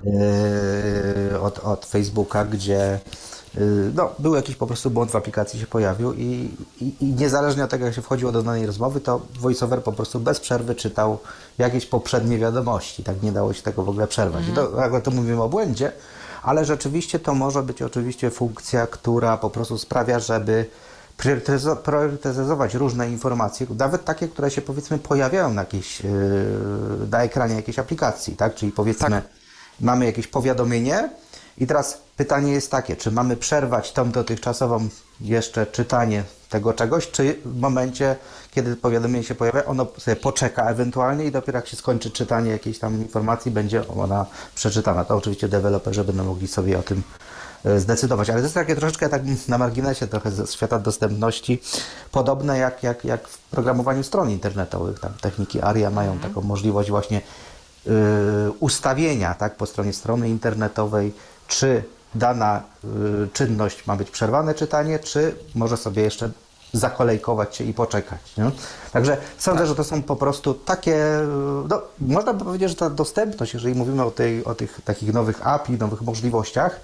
Yy, od, od Facebooka, gdzie no, był jakiś po prostu błąd w aplikacji się pojawił i, i, i niezależnie od tego, jak się wchodziło do danej rozmowy, to VoiceOver po prostu bez przerwy czytał jakieś poprzednie wiadomości. Tak nie dało się tego w ogóle przerwać. Mm. To, akurat to mówimy o błędzie, ale rzeczywiście to może być oczywiście funkcja, która po prostu sprawia, żeby priorytetyzo- priorytetyzować różne informacje, nawet takie, które się powiedzmy pojawiają na, jakiejś, yy, na ekranie jakiejś aplikacji, tak? Czyli powiedzmy tak. Mamy jakieś powiadomienie i teraz pytanie jest takie, czy mamy przerwać tą dotychczasową jeszcze czytanie tego czegoś, czy w momencie, kiedy powiadomienie się pojawia, ono sobie poczeka ewentualnie i dopiero jak się skończy czytanie jakiejś tam informacji, będzie ona przeczytana. To oczywiście deweloperzy będą mogli sobie o tym zdecydować, ale to jest takie troszeczkę tak na marginesie trochę ze świata dostępności, podobne jak, jak, jak w programowaniu stron internetowych. Tam techniki ARIA mają mhm. taką możliwość właśnie yy, ustawienia tak, po stronie strony internetowej, czy dana y, czynność ma być przerwane czytanie, czy może sobie jeszcze zakolejkować się i poczekać. Nie? Także sądzę, tak. że to są po prostu takie, no, można by powiedzieć, że ta dostępność, jeżeli mówimy o, tej, o tych takich nowych A P I, nowych możliwościach,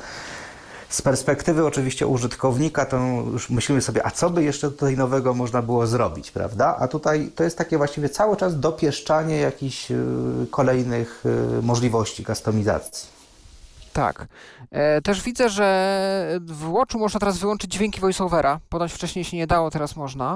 z perspektywy oczywiście użytkownika, to już myślimy sobie, a co by jeszcze tutaj nowego można było zrobić, prawda? A tutaj to jest takie właściwie cały czas dopieszczanie jakichś y, kolejnych y, możliwości kustomizacji. Tak. E, też widzę, że w Watchu można teraz wyłączyć dźwięki VoiceOvera. Ponoć wcześniej się nie dało, teraz można.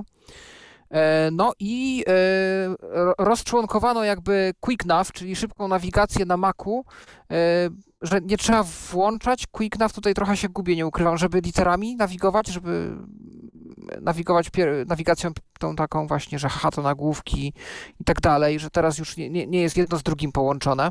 E, no i e, rozczłonkowano jakby QuickNav, czyli szybką nawigację na Macu, e, że nie trzeba włączać. QuickNav tutaj trochę się gubię, nie ukrywam, żeby literami nawigować, żeby nawigować pier- nawigacją tą taką właśnie, że haha to nagłówki i tak dalej, że teraz już nie, nie, nie jest jedno z drugim połączone.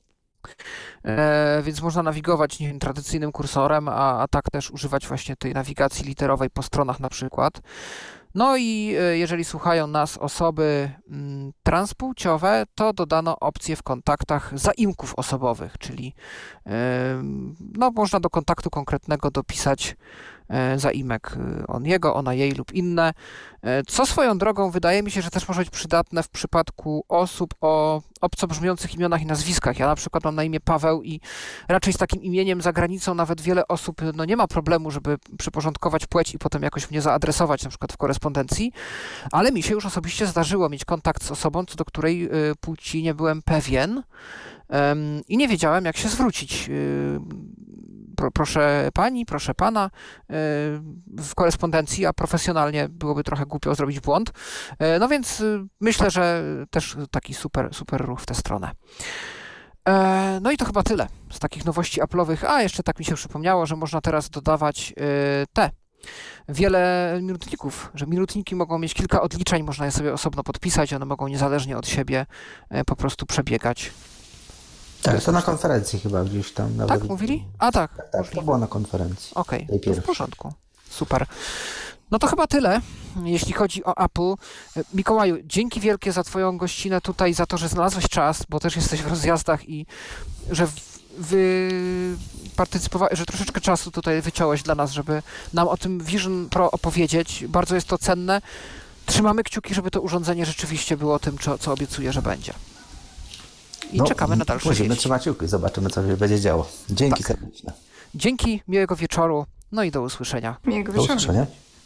E, więc można nawigować nie wiem, tradycyjnym kursorem, a, a tak też używać właśnie tej nawigacji literowej po stronach na przykład. No i e, jeżeli słuchają nas osoby m, transpłciowe, to dodano opcję w kontaktach zaimków osobowych, czyli e, no, można do kontaktu konkretnego dopisać e, zaimek on jego, ona jej lub inne, e, co swoją drogą wydaje mi się, że też może być przydatne w przypadku osób o obco brzmiących imionach i nazwiskach. Ja na przykład mam na imię Paweł i raczej z takim imieniem za granicą nawet wiele osób no, nie ma problemu, żeby przyporządkować płeć i potem jakoś mnie zaadresować na przykład w korespondencji, ale mi się już osobiście zdarzyło mieć kontakt z osobą, co do której y, płci nie byłem pewien ym, i nie wiedziałem, jak się zwrócić. Y, pro, proszę pani, proszę pana y, w korespondencji, a profesjonalnie byłoby trochę głupio zrobić błąd. Y, no więc y, myślę, że też taki super, super ruch w tę stronę. E, no i to chyba tyle z takich nowości Apple'owych. A, jeszcze tak mi się przypomniało, że można teraz dodawać y, te wiele minutników, że minutniki mogą mieć kilka odliczeń, można je sobie osobno podpisać, one mogą niezależnie od siebie y, po prostu przebiegać. Tak, to, to na konferencji chyba gdzieś tam nawet. Tak, mówili? A tak. Tak, tak to było na konferencji. Okej, okay, w porządku. Super. No to chyba tyle, jeśli chodzi o Apple. Mikołaju, dzięki wielkie za twoją gościnę tutaj, za to, że znalazłeś czas, bo też jesteś w rozjazdach i że wy partycypowałeś, że troszeczkę czasu tutaj wyciąłeś dla nas, żeby nam o tym Vision Pro opowiedzieć. Bardzo jest to cenne. Trzymamy kciuki, żeby to urządzenie rzeczywiście było tym, co, co obiecuję, że będzie. I no, czekamy na dalsze musimy wieści. trzymać kciuki, zobaczymy, co się będzie działo. Dzięki tak. serdecznie. Dzięki, miłego wieczoru, no i do usłyszenia. Miłego do wieczoru. usłyszenia.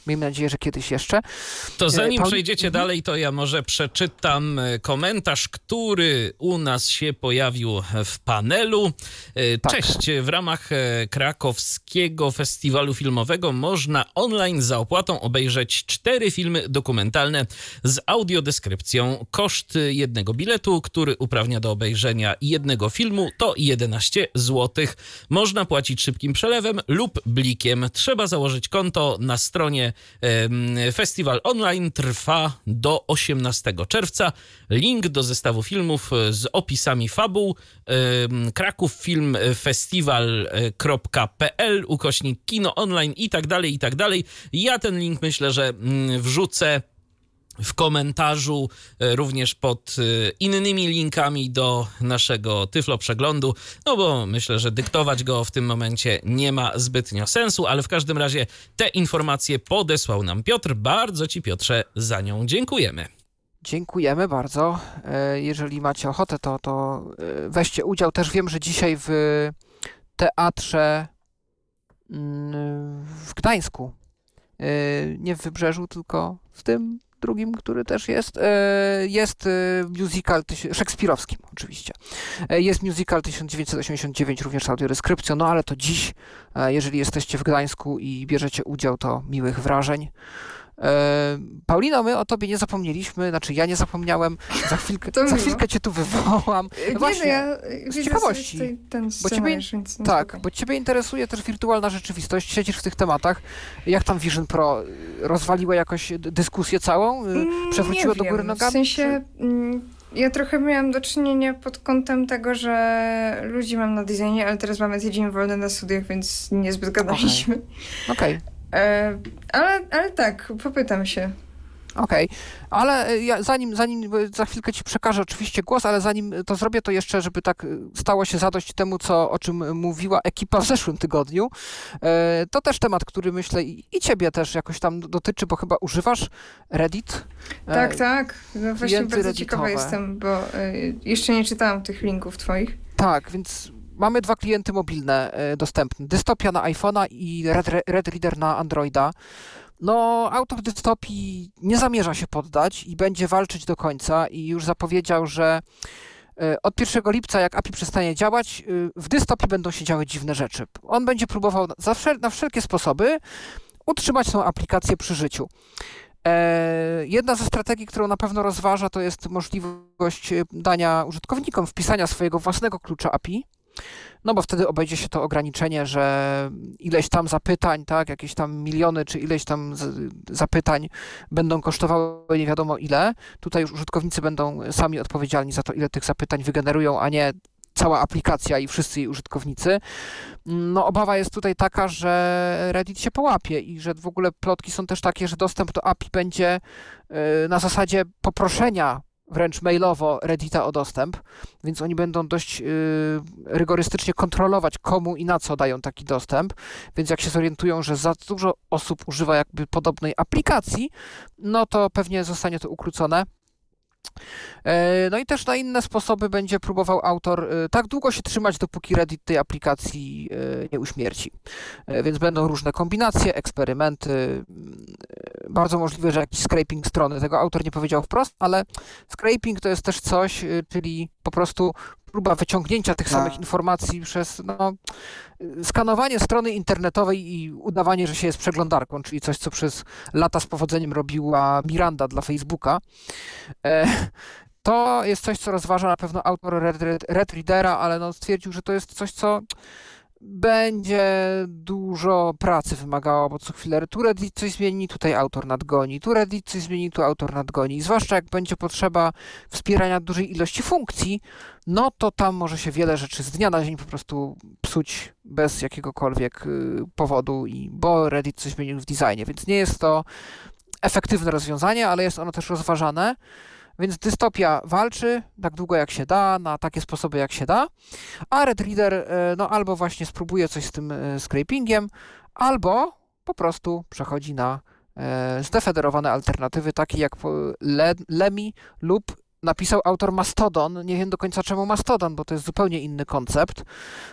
Miejmy nadzieję, że kiedyś jeszcze. To zanim Paul... przejdziecie mhm. dalej, to ja może przeczytam komentarz, który u nas się pojawił w panelu. Tak. Cześć, w ramach krakowskiego festiwalu filmowego można online za opłatą obejrzeć cztery filmy dokumentalne z audiodeskrypcją. Koszt jednego biletu, który uprawnia do obejrzenia jednego filmu, to jedenaście złotych. Można płacić szybkim przelewem lub blikiem. Trzeba założyć konto na stronie. Festiwal online trwa do osiemnastego czerwca. Link do zestawu filmów z opisami fabuł kraków film festiwal kropka p l ukośnik kino online i tak dalej, i tak dalej. Ja ten link myślę, że wrzucę w komentarzu, również pod innymi linkami do naszego Tyflo Przeglądu, no bo myślę, że dyktować go w tym momencie nie ma zbytnio sensu, ale w każdym razie te informacje podesłał nam Piotr. Bardzo Ci, Piotrze, za nią dziękujemy. Dziękujemy bardzo. Jeżeli macie ochotę, to, to weźcie udział. Też wiem, że dzisiaj w teatrze w Gdańsku, nie w Wybrzeżu, tylko w tym drugim, który też jest, jest musical szekspirowskim oczywiście. Jest musical tysiąc dziewięćset osiemdziesiąt dziewięć, również z audiodeskrypcją, no ale to dziś, jeżeli jesteście w Gdańsku i bierzecie udział, to miłych wrażeń. Paulino, my o tobie nie zapomnieliśmy, znaczy ja nie zapomniałem, za chwilkę, za chwilkę cię tu wywołam. No właśnie, ja z ciekawości. Ten bo ciebie, tak, spokojnie. Bo ciebie interesuje też wirtualna rzeczywistość, siedzisz w tych tematach. Jak tam Vision Pro? Rozwaliło jakoś dyskusję całą? Przewróciło do góry nogami? W sensie... Ja trochę miałam do czynienia pod kątem tego, że ludzi mam na designie, ale teraz mamy tydzień wolny na studiach, więc niezbyt gadaliśmy. Okej. Okay. E, ale, ale tak, popytam się. Okej, okay. Ale ja zanim, zanim za chwilkę ci przekażę oczywiście głos, ale zanim to zrobię, to jeszcze, żeby tak stało się zadość temu, co, o czym mówiła ekipa w zeszłym tygodniu, e, to też temat, który myślę i, i ciebie też jakoś tam dotyczy, bo chyba używasz Reddit. E, tak, tak. No właśnie bardzo redditowe. Ciekawa jestem, bo e, jeszcze nie czytałam tych linków twoich. Tak, więc mamy dwa klienty mobilne e, dostępne. Dystopia na iPhone'a i Red, Red Reader na Androida. No, autor dystopii nie zamierza się poddać i będzie walczyć do końca i już zapowiedział, że od pierwszego lipca, jak A P I przestanie działać, w dystopii będą się działy dziwne rzeczy. On będzie próbował za wszel- na wszelkie sposoby utrzymać tą aplikację przy życiu. E, jedna ze strategii, którą na pewno rozważa, to jest możliwość dania użytkownikom wpisania swojego własnego klucza A P I. No bo wtedy obejdzie się to ograniczenie, że ileś tam zapytań, tak, jakieś tam miliony czy ileś tam z, zapytań będą kosztowały nie wiadomo ile. Tutaj już użytkownicy będą sami odpowiedzialni za to, ile tych zapytań wygenerują, a nie cała aplikacja i wszyscy jej użytkownicy. No obawa jest tutaj taka, że Reddit się połapie i że w ogóle plotki są też takie, że dostęp do A P I będzie yy, na zasadzie poproszenia wręcz mailowo Reddita o dostęp, więc oni będą dość yy, rygorystycznie kontrolować, komu i na co dają taki dostęp, więc jak się zorientują, że za dużo osób używa jakby podobnej aplikacji, no to pewnie zostanie to ukrócone. No i też na inne sposoby będzie próbował autor tak długo się trzymać, dopóki Reddit tej aplikacji nie uśmierci. Więc będą różne kombinacje, eksperymenty. Bardzo możliwe, że jakiś scraping strony. Tego autor nie powiedział wprost, ale scraping to jest też coś, czyli po prostu próba wyciągnięcia tych samych informacji przez no, skanowanie strony internetowej i udawanie, że się jest przeglądarką, czyli coś, co przez lata z powodzeniem robiła Miranda dla Facebooka. E, to jest coś, co rozważa na pewno autor Red, Red, Red Readera, ale no, stwierdził, że to jest coś, co będzie dużo pracy wymagało, bo co chwilę tu Reddit coś zmieni, tutaj autor nadgoni, tu Reddit coś zmieni, tu autor nadgoni. I zwłaszcza jak będzie potrzeba wspierania dużej ilości funkcji, no to tam może się wiele rzeczy z dnia na dzień po prostu psuć bez jakiegokolwiek y, powodu, i bo Reddit coś zmienił w designie, więc nie jest to efektywne rozwiązanie, ale jest ono też rozważane. Więc dystopia walczy tak długo jak się da, na takie sposoby jak się da, a Red Reader no albo właśnie spróbuje coś z tym scrapingiem, albo po prostu przechodzi na zdefederowane alternatywy, takie jak Le- Lemmy lub napisał autor Mastodon. Nie wiem do końca czemu Mastodon, bo to jest zupełnie inny koncept.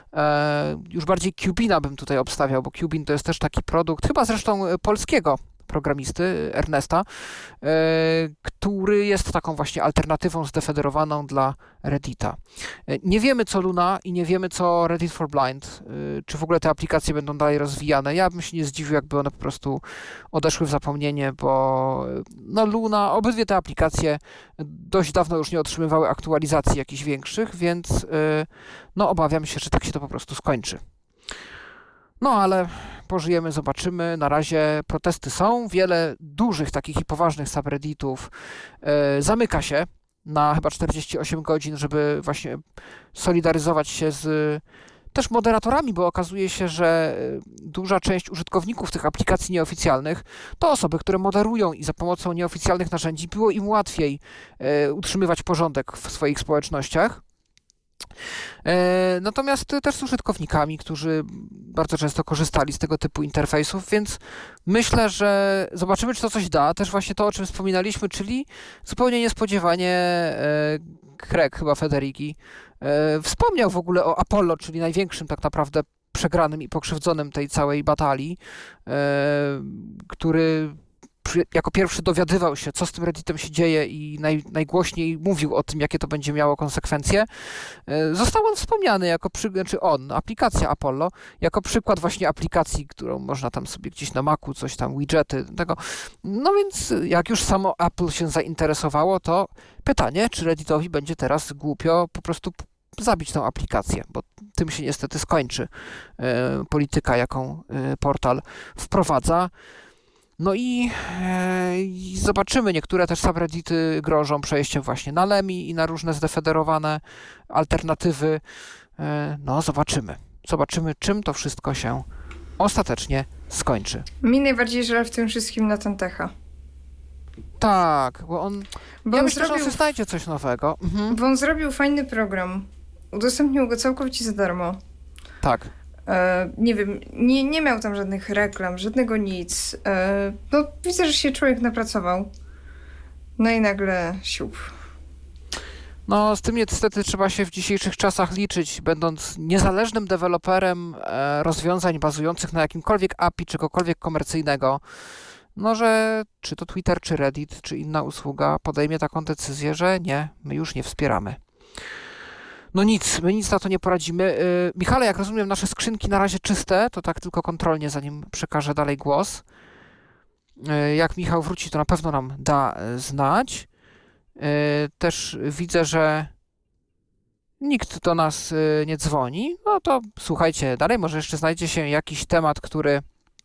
Już bardziej Cubina bym tutaj obstawiał, bo Cubin to jest też taki produkt, chyba zresztą polskiego programisty Ernesta, który jest taką właśnie alternatywą zdefederowaną dla Reddita. Nie wiemy, co Luna i nie wiemy, co Reddit for Blind, czy w ogóle te aplikacje będą dalej rozwijane. Ja bym się nie zdziwił, jakby one po prostu odeszły w zapomnienie, bo no Luna, obydwie te aplikacje dość dawno już nie otrzymywały aktualizacji jakichś większych, więc no obawiam się, że tak się to po prostu skończy. No ale pożyjemy, zobaczymy. Na razie protesty są. Wiele dużych takich i poważnych subredditów e, zamyka się na chyba czterdzieści osiem godzin, żeby właśnie solidaryzować się z też moderatorami, bo okazuje się, że duża część użytkowników tych aplikacji nieoficjalnych to osoby, które moderują i za pomocą nieoficjalnych narzędzi było im łatwiej e, utrzymywać porządek w swoich społecznościach. Natomiast też z użytkownikami, którzy bardzo często korzystali z tego typu interfejsów, więc myślę, że zobaczymy, czy to coś da. Też właśnie to, o czym wspominaliśmy, czyli zupełnie niespodziewanie Craig, chyba Federighi, wspomniał w ogóle o Apollo, czyli największym tak naprawdę przegranym i pokrzywdzonym tej całej batalii, który jako pierwszy dowiadywał się, co z tym Redditem się dzieje i naj, najgłośniej mówił o tym, jakie to będzie miało konsekwencje. Został on wspomniany jako przy, znaczy on, aplikacja Apollo, jako przykład właśnie aplikacji, którą można tam sobie gdzieś na Macu, coś tam, widgety, tego. No więc jak już samo Apple się zainteresowało, to pytanie, czy Redditowi będzie teraz głupio po prostu zabić tą aplikację, bo tym się niestety skończy e, polityka, jaką e, portal wprowadza. No i, e, i zobaczymy, niektóre też subreddity grożą przejściem właśnie na Lemi i na różne zdefederowane alternatywy. E, no zobaczymy. Zobaczymy, czym to wszystko się ostatecznie skończy. Mi najbardziej żal w tym wszystkim na Tantecha. Tak, bo on... Bo ja on myślę, zrobił, że on znajdzie coś nowego. Mhm. Bo on zrobił fajny program. Udostępnił go całkowicie za darmo. Tak. E, nie wiem, nie, nie miał tam żadnych reklam, żadnego nic. E, no widzę, że się człowiek napracował. No i nagle siup. No z tym niestety trzeba się w dzisiejszych czasach liczyć, będąc niezależnym deweloperem e, rozwiązań bazujących na jakimkolwiek A P I, czegokolwiek komercyjnego. No, że czy to Twitter, czy Reddit, czy inna usługa podejmie taką decyzję, że nie, my już nie wspieramy. No nic, my nic na to nie poradzimy. Yy, Michale, jak rozumiem, nasze skrzynki na razie czyste, to tak tylko kontrolnie, zanim przekażę dalej głos. Yy, jak Michał wróci, to na pewno nam da yy, znać. Yy, też widzę, że nikt do nas yy, nie dzwoni. No to słuchajcie, dalej może jeszcze znajdzie się jakiś temat, który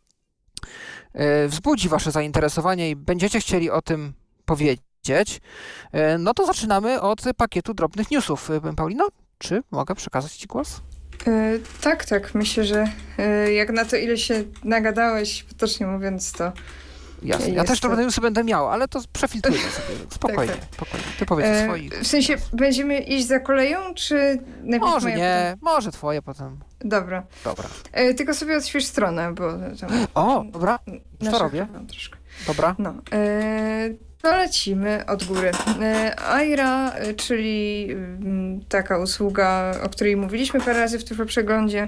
wzbudzi wasze zainteresowanie i będziecie chcieli o tym powiedzieć, no to zaczynamy od pakietu drobnych newsów. Paulino, czy mogę przekazać ci głos? Yy, tak, tak. Myślę, że yy, jak na to, ile się nagadałeś, potocznie mówiąc, to Jasne. Ja też drobne newsy będę miał, ale to przefiltrujmy sobie. Spokojnie, tak, tak. spokojnie. Ty powiedz o swoich. Yy, w sensie, będziemy iść za koleją, czy najpierw Może moja nie, potem? może twoje potem. Dobra. Dobra. Yy, tylko sobie odśwież stronę, bo... Tam, o, dobra. Już to robię. Troszkę. Dobra. No. Yy, to lecimy od góry. Yy, Aira, yy, czyli yy, taka usługa, o której mówiliśmy parę razy w tym przeglądzie,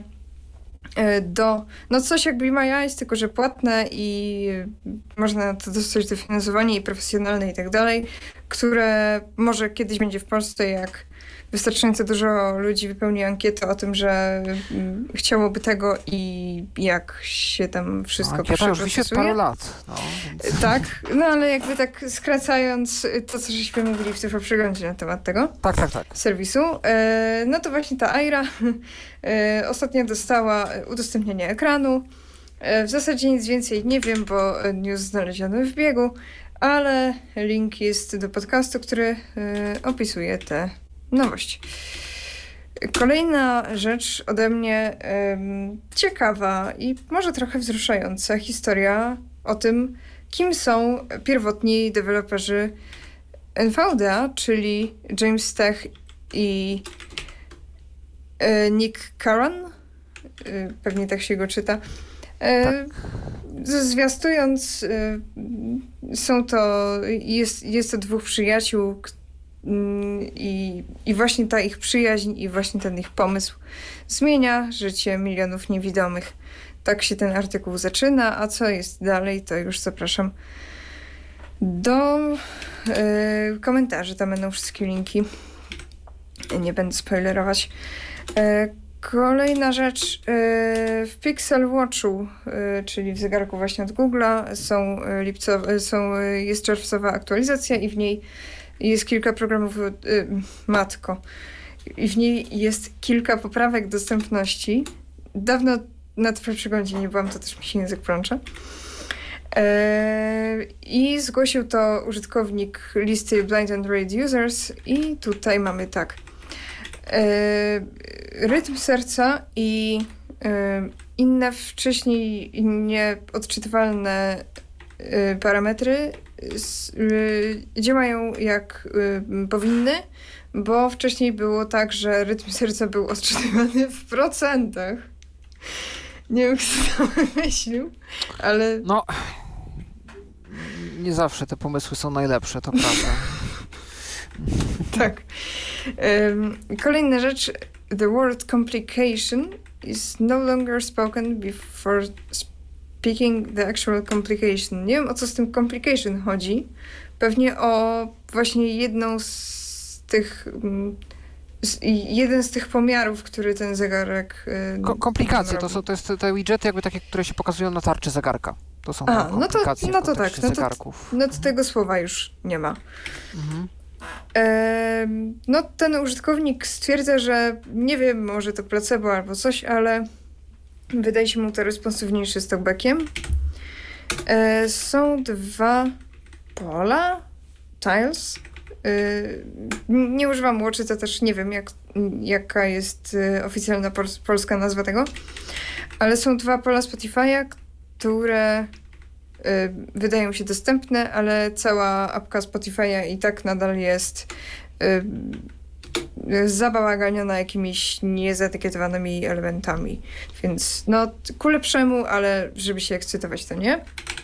do, no coś jak Be My Eyes, tylko że płatne i można to dostać dofinansowanie i profesjonalne i tak dalej, które może kiedyś będzie w Polsce, jak wystarczająco dużo ludzi wypełni ankietę o tym, że mm, chciałoby tego i jak się tam wszystko ankieta już wisi od paru lat. No, więc... Tak, no ale jakby tak skracając to, co żeśmy mówili w tym przeglądzie na temat tego tak, tak, tak. serwisu, e, no to właśnie ta Aira e, ostatnio dostała udostępnienie ekranu. E, w zasadzie nic więcej nie wiem, bo news znaleziony w biegu, ale link jest do podcastu, który e, opisuje te nowości. Kolejna rzecz ode mnie um, ciekawa i może trochę wzruszająca historia o tym, kim są pierwotni deweloperzy N V D A, czyli James Stech i e, Nick Karan. E, pewnie tak się go czyta. E, tak. Zwiastując, e, są to, jest, jest to dwóch przyjaciół, I, I właśnie ta ich przyjaźń i właśnie ten ich pomysł zmienia życie milionów niewidomych. tak się ten artykuł zaczyna, a co jest dalej, to już zapraszam do y, komentarzy. Tam będą wszystkie linki. Nie będę spoilerować. Y, kolejna rzecz. Y, w Pixel Watchu, y, czyli w zegarku właśnie od Google'a, są lipcowe, są, jest czerwcowa aktualizacja i w niej jest kilka programów y, matko. I w niej jest kilka poprawek dostępności. Dawno na tym przeglądzie nie byłam, to też mi się język plącze. Eee, I zgłosił to użytkownik listy Blind Android Users i tutaj mamy tak. Eee, rytm serca i e, inne wcześniej nieodczytywalne e, parametry s, e, działają jak e, powinny, bo wcześniej było tak, że rytm serca był odczytywany w procentach. Nie wiem, kto to wymyślił, ale... No, nie zawsze te pomysły są najlepsze, to prawda. Tak. Um, kolejna rzecz. The word complication is no longer spoken before speaking the actual complication. Nie wiem, o co z tym complication chodzi. Pewnie o właśnie jedną z tych... Um, jeden z tych pomiarów, który ten zegarek... Ko- komplikacje, to są to jest te widgety jakby takie, które się pokazują na tarczy zegarka. To są A, komplikacje no to, no to tak, no to, zegarków. no to tego słowa już nie ma. Mhm. E, no ten użytkownik stwierdza, że nie wiem, może to placebo albo coś, ale wydaje się mu to responsywniejszy z talkbackiem. E, są dwa pola, tiles. Nie używam Watchy, to też nie wiem, jak, jaka jest oficjalna pol- polska nazwa tego, ale są dwa pola Spotify'a, które y, wydają się dostępne, ale cała apka Spotify'a i tak nadal jest y, zabałaganiona jakimiś niezetykietowanymi elementami. Więc no ku lepszemu, ale żeby się ekscytować, to nie.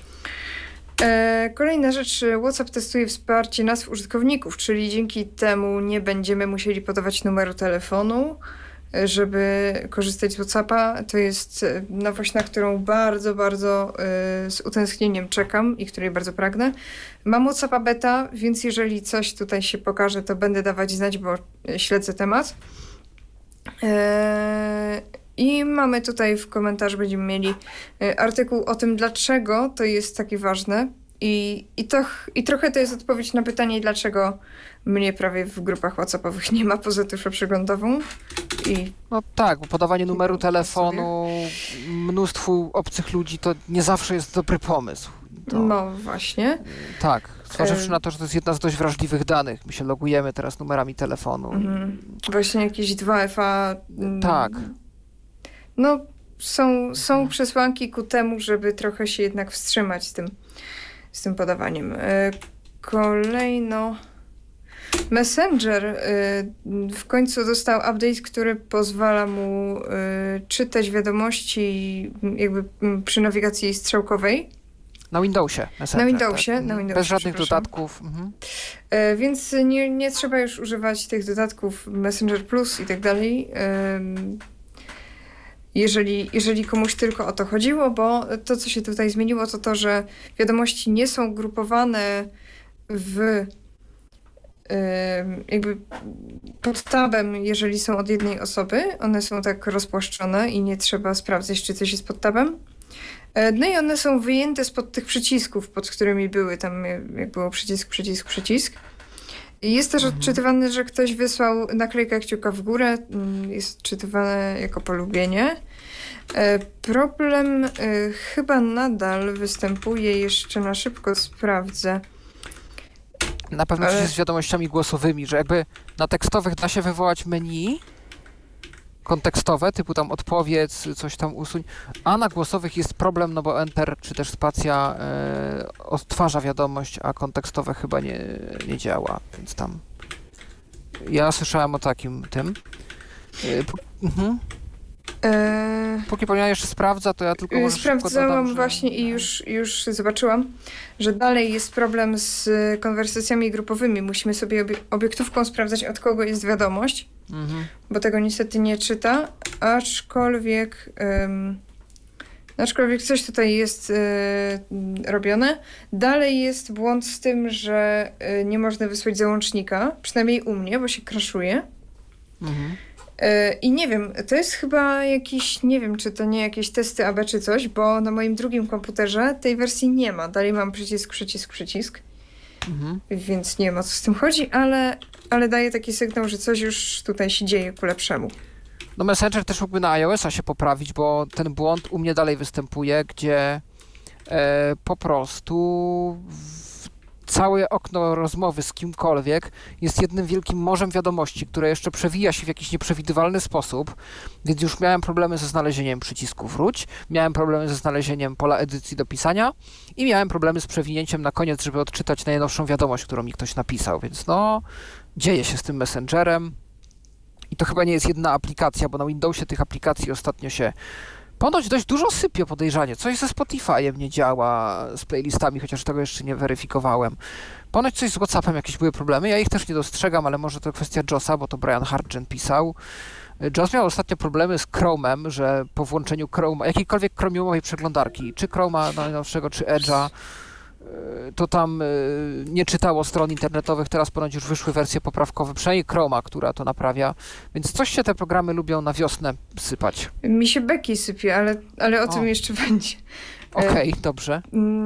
Kolejna rzecz, WhatsApp testuje wsparcie nazw użytkowników, czyli dzięki temu nie będziemy musieli podawać numeru telefonu, żeby korzystać z WhatsAppa. To jest nowość, na którą bardzo, bardzo z utęsknieniem czekam i której bardzo pragnę. Mam WhatsAppa beta, więc jeżeli coś tutaj się pokaże, to będę dawać znać, bo śledzę temat. I mamy tutaj w komentarzu, będziemy mieli artykuł o tym, dlaczego to jest takie ważne. I, i, to, I trochę to jest odpowiedź na pytanie, dlaczego mnie prawie w grupach WhatsAppowych nie ma poza tyflo przeglądową. I no tak, bo podawanie numeru telefonu mnóstwu obcych ludzi to nie zawsze jest dobry pomysł. To, no właśnie. Tak, zważywszy na to, że to jest jedna z dość wrażliwych danych. My się logujemy teraz numerami telefonu. Mhm. Właśnie jakieś dwa F A. Tak. No, są, są przesłanki ku temu, żeby trochę się jednak wstrzymać z tym, z tym podawaniem. Kolejno Messenger w końcu dostał update, który pozwala mu czytać wiadomości jakby przy nawigacji strzałkowej. Na Windowsie Messenger. Na Windowsie, tak? na Windowsie, bez żadnych dodatków. Mhm. Więc nie, nie trzeba już używać tych dodatków Messenger Plus i tak dalej. Jeżeli, jeżeli komuś tylko o to chodziło, bo to, co się tutaj zmieniło, to to, że wiadomości nie są grupowane w jakby pod tabem, jeżeli są od jednej osoby. One są tak rozpłaszczone i nie trzeba sprawdzać, czy coś jest pod tabem. No i one są wyjęte spod tych przycisków, pod którymi były. Tam jak było przycisk, przycisk, przycisk. Jest też odczytywane, że ktoś wysłał naklejkę kciuka w górę. Jest odczytywane jako polubienie. Problem chyba nadal występuje. Jeszcze na szybko sprawdzę. Na pewno Ale... coś jest z wiadomościami głosowymi, że jakby na tekstowych da się wywołać menu kontekstowe, typu tam odpowiedz, coś tam usuń, a na głosowych jest problem, no bo Enter czy też spacja e, odtwarza wiadomość, a kontekstowe chyba nie, nie działa, więc tam ja słyszałem o takim tym. E, po, mhm. e... Póki Paulina jeszcze sprawdza, to ja tylko może sprawdzałam dodam, że... właśnie i już, już zobaczyłam, że dalej jest problem z konwersacjami grupowymi. Musimy sobie obie- obiektówką sprawdzać, od kogo jest wiadomość, mhm. bo tego niestety nie czyta, aczkolwiek um, Aczkolwiek coś tutaj jest y, robione. Dalej jest błąd z tym, że y, nie można wysłać załącznika, przynajmniej u mnie, bo się crashuje. Mhm. Y, I nie wiem, to jest chyba jakiś, nie wiem, czy to nie jakieś testy A B czy coś, bo na moim drugim komputerze tej wersji nie ma. Dalej mam przycisk, przycisk, przycisk. Mhm. Więc nie wiem, o co z tym chodzi, ale, ale daje taki sygnał, że coś już tutaj się dzieje ku lepszemu. No Messenger też mógłby na iOS-a się poprawić, bo ten błąd u mnie dalej występuje, gdzie e, po prostu w, całe okno rozmowy z kimkolwiek jest jednym wielkim morzem wiadomości, które jeszcze przewija się w jakiś nieprzewidywalny sposób, więc już miałem problemy ze znalezieniem przycisku wróć, miałem problemy ze znalezieniem pola edycji do pisania i miałem problemy z przewinięciem na koniec, żeby odczytać najnowszą wiadomość, którą mi ktoś napisał, więc no, dzieje się z tym Messengerem. I to chyba nie jest jedna aplikacja, bo na Windowsie tych aplikacji ostatnio się ponoć dość dużo sypie, podejrzanie. Coś ze Spotify'em nie działa, z playlistami, chociaż tego jeszcze nie weryfikowałem. Ponoć coś z WhatsAppem, jakieś były problemy. Ja ich też nie dostrzegam, ale może to kwestia Josa, bo to Brian Hartgen pisał. Jos miał ostatnio problemy z Chrome'em, że po włączeniu Chroma, jakiejkolwiek chromiumowej przeglądarki, czy Chroma najnowszego, czy Edge'a, to tam nie czytało stron internetowych, teraz ponoć już wyszły wersje poprawkowe, przynajmniej Chroma, która to naprawia, więc coś się te programy lubią na wiosnę sypać. Mi się beki sypie, ale, ale o, o tym jeszcze będzie. Okej, okay, dobrze.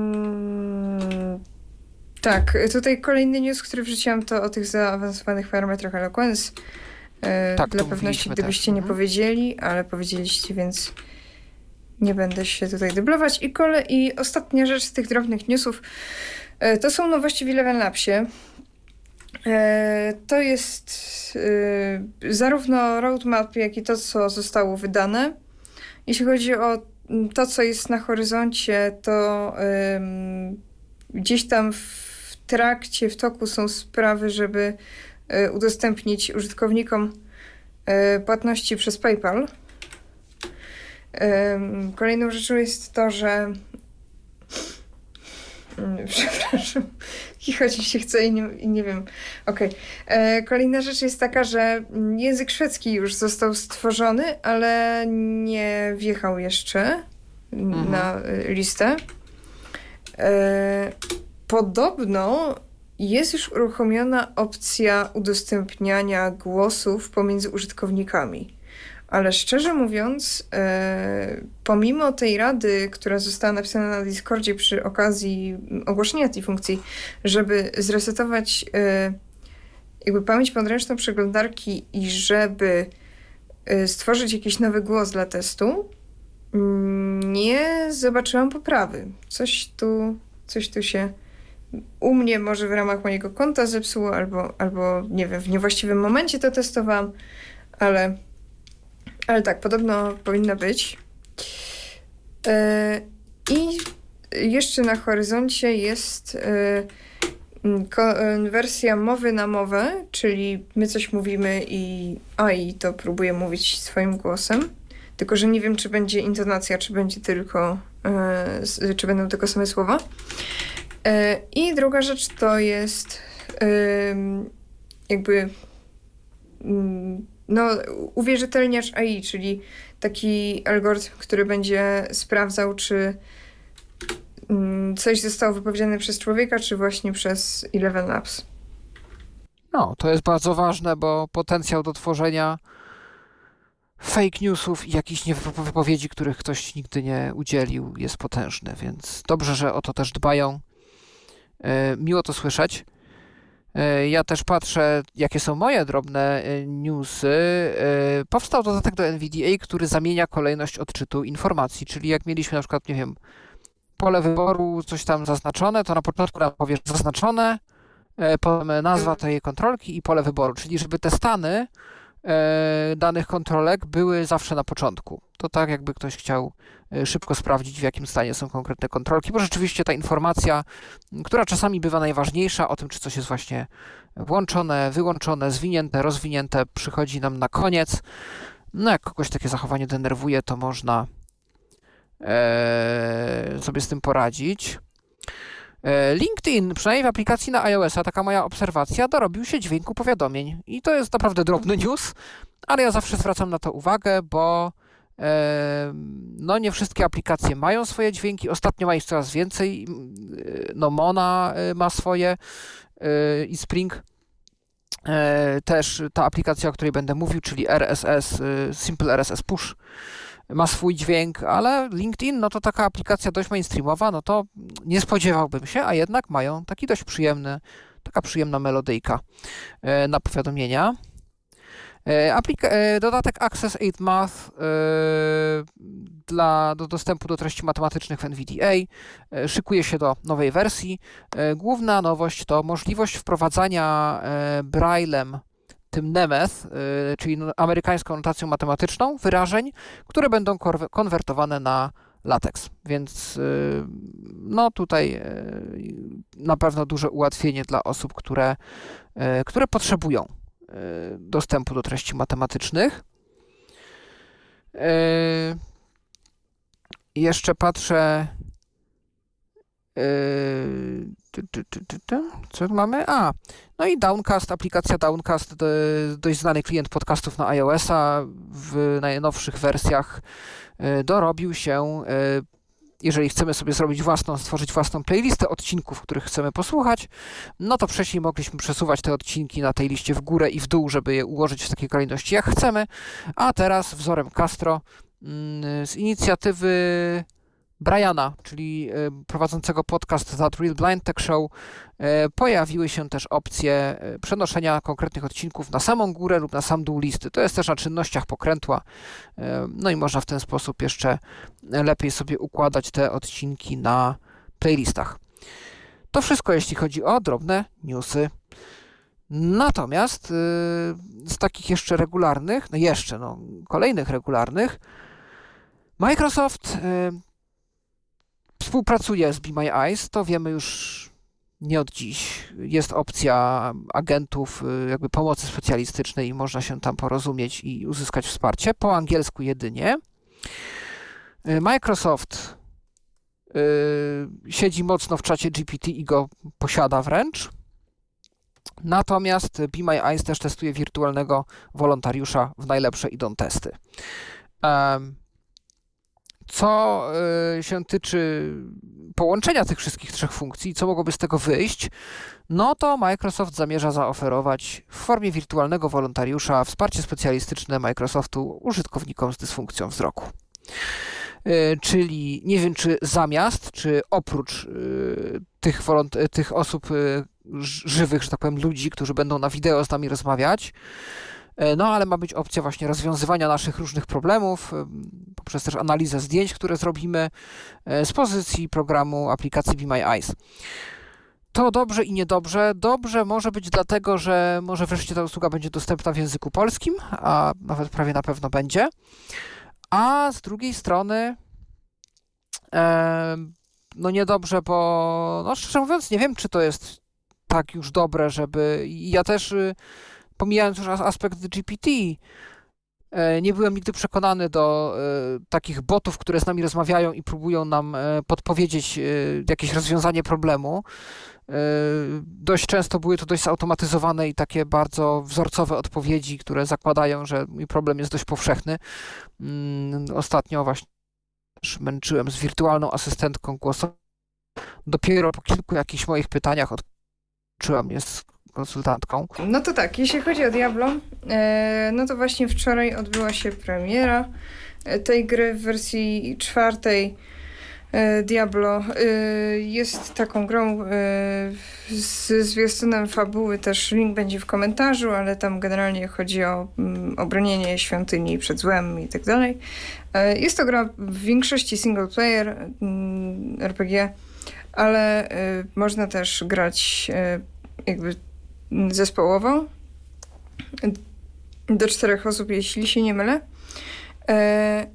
Mm, tak, tutaj kolejny news, który wrzuciłam, to o tych zaawansowanych parametrach Eloquence. E, tak, dla pewności, gdybyście też. nie mhm. powiedzieli, ale powiedzieliście, więc nie będę się tutaj dublować. I, kole, I ostatnia rzecz z tych drobnych newsów, e, to są nowości w Eleven Labsie. E, to jest e, zarówno roadmap, jak i to, co zostało wydane. Jeśli chodzi o to, co jest na horyzoncie, to e, gdzieś tam w trakcie, w toku są sprawy, żeby e, udostępnić użytkownikom e, płatności przez PayPal. Kolejną rzeczą jest to, że przepraszam, chichoć mi się chce i nie, i nie wiem. Okej. Okay. Kolejna rzecz jest taka, że język szwedzki już został stworzony, ale nie wjechał jeszcze mhm. na listę. Podobno jest już uruchomiona opcja udostępniania głosów pomiędzy użytkownikami. Ale szczerze mówiąc, e, pomimo tej rady, która została napisana na Discordzie przy okazji ogłoszenia tej funkcji, żeby zresetować e, jakby pamięć podręczną przeglądarki i żeby e, stworzyć jakiś nowy głos dla testu, nie zobaczyłam poprawy. Coś tu, coś tu się u mnie może w ramach mojego konta zepsuło, albo, albo nie wiem, w niewłaściwym momencie to testowałam, ale Ale tak, podobno powinno być. Yy, I jeszcze na horyzoncie jest yy, ko- yy, wersja mowy na mowę, czyli my coś mówimy i A I to próbuje mówić swoim głosem. Tylko że nie wiem, czy będzie intonacja, czy będzie tylko, yy, czy będą tylko same słowa. Yy, I druga rzecz to jest yy, jakby yy, no, uwierzytelniacz A I, czyli taki algorytm, który będzie sprawdzał, czy coś zostało wypowiedziane przez człowieka, czy właśnie przez Eleven Labs. No, to jest bardzo ważne, bo potencjał do tworzenia fake newsów i jakichś wypowiedzi, których ktoś nigdy nie udzielił, jest potężny, więc dobrze, że o to też dbają. Miło to słyszeć. Ja też patrzę, jakie są moje drobne newsy. Powstał dodatek do N V D A, który zamienia kolejność odczytu informacji, czyli jak mieliśmy na przykład, nie wiem, pole wyboru, coś tam zaznaczone, to na początku nam powiesz zaznaczone, potem nazwa tej kontrolki i pole wyboru, czyli żeby te stany danych kontrolek były zawsze na początku. To tak, jakby ktoś chciał szybko sprawdzić, w jakim stanie są konkretne kontrolki, bo rzeczywiście ta informacja, która czasami bywa najważniejsza o tym, czy coś jest właśnie włączone, wyłączone, zwinięte, rozwinięte, przychodzi nam na koniec. No jak kogoś takie zachowanie denerwuje, to można e, sobie z tym poradzić. E, LinkedIn, przynajmniej w aplikacji na iOS-a, taka moja obserwacja, dorobił się dźwięku powiadomień. I to jest naprawdę drobny news, ale ja zawsze zwracam na to uwagę, bo No nie wszystkie aplikacje mają swoje dźwięki, ostatnio ma ich coraz więcej, no Mona ma swoje i Spring. Też ta aplikacja, o której będę mówił, czyli R S S, Simple R S S Push, ma swój dźwięk, ale LinkedIn, no to taka aplikacja dość mainstreamowa, no to nie spodziewałbym się, a jednak mają taki dość przyjemny, taka przyjemna melodyjka na powiadomienia. Aplika- dodatek Access eight Math dla, do dostępu do treści matematycznych w N V D A szykuje się do nowej wersji. Główna nowość to możliwość wprowadzania braillem, tym Nemeth, czyli amerykańską notacją matematyczną, wyrażeń, które będą konwertowane na LaTeX. Więc no tutaj na pewno duże ułatwienie dla osób, które, które potrzebują dostępu do treści matematycznych. Jeszcze patrzę, co tu mamy? A, no i Downcast, aplikacja Downcast, dość znany klient podcastów na iOS-a, w najnowszych wersjach dorobił się, jeżeli chcemy sobie zrobić własną, stworzyć własną playlistę odcinków, których chcemy posłuchać, no to wcześniej mogliśmy przesuwać te odcinki na tej liście w górę i w dół, żeby je ułożyć w takiej kolejności, jak chcemy, a teraz wzorem Castro z inicjatywy Briana, czyli prowadzącego podcast That Real Blind Tech Show, pojawiły się też opcje przenoszenia konkretnych odcinków na samą górę lub na sam dół listy. To jest też na czynnościach pokrętła, no i można w ten sposób jeszcze lepiej sobie układać te odcinki na playlistach. To wszystko, jeśli chodzi o drobne newsy. Natomiast z takich jeszcze regularnych, no jeszcze, no kolejnych regularnych, Microsoft współpracuje z Be My Eyes, to wiemy już nie od dziś. Jest opcja agentów, jakby pomocy specjalistycznej i można się tam porozumieć i uzyskać wsparcie, po angielsku jedynie. Microsoft y, siedzi mocno w czacie G P T i go posiada wręcz. Natomiast Be My Eyes też testuje wirtualnego wolontariusza, w najlepsze idą testy. Um, Co y, się tyczy połączenia tych wszystkich trzech funkcji, co mogłoby z tego wyjść, no to Microsoft zamierza zaoferować w formie wirtualnego wolontariusza wsparcie specjalistyczne Microsoftu użytkownikom z dysfunkcją wzroku. Y, czyli nie wiem, czy zamiast, czy oprócz y, tych, wolont- tych osób y, żywych, że tak powiem, ludzi, którzy będą na wideo z nami rozmawiać, no ale ma być opcja właśnie rozwiązywania naszych różnych problemów poprzez też analizę zdjęć, które zrobimy z pozycji programu aplikacji Be My Eyes. To dobrze i niedobrze. Dobrze może być dlatego, że może wreszcie ta usługa będzie dostępna w języku polskim, a nawet prawie na pewno będzie. A z drugiej strony e, no niedobrze, bo no szczerze mówiąc nie wiem, czy to jest tak już dobre, żeby... Ja też... Pomijając już aspekt G P T, nie byłem nigdy przekonany do takich botów, które z nami rozmawiają i próbują nam podpowiedzieć jakieś rozwiązanie problemu. Dość często były to dość zautomatyzowane i takie bardzo wzorcowe odpowiedzi, które zakładają, że mój problem jest dość powszechny. Ostatnio właśnie męczyłem z wirtualną asystentką głosową. Dopiero po kilku jakichś moich pytaniach odczułam je z konsultantką. No to tak, jeśli chodzi o Diablo, e, no to właśnie wczoraj odbyła się premiera tej gry w wersji czwartej. E, Diablo e, jest taką grą e, z zwiastunem fabuły, też link będzie w komentarzu, ale tam generalnie chodzi o mm, obronienie świątyni przed złem i tak dalej. E, jest to gra w większości single player mm, R P G, ale e, można też grać e, jakby zespołowo do czterech osób, jeśli się nie mylę. E,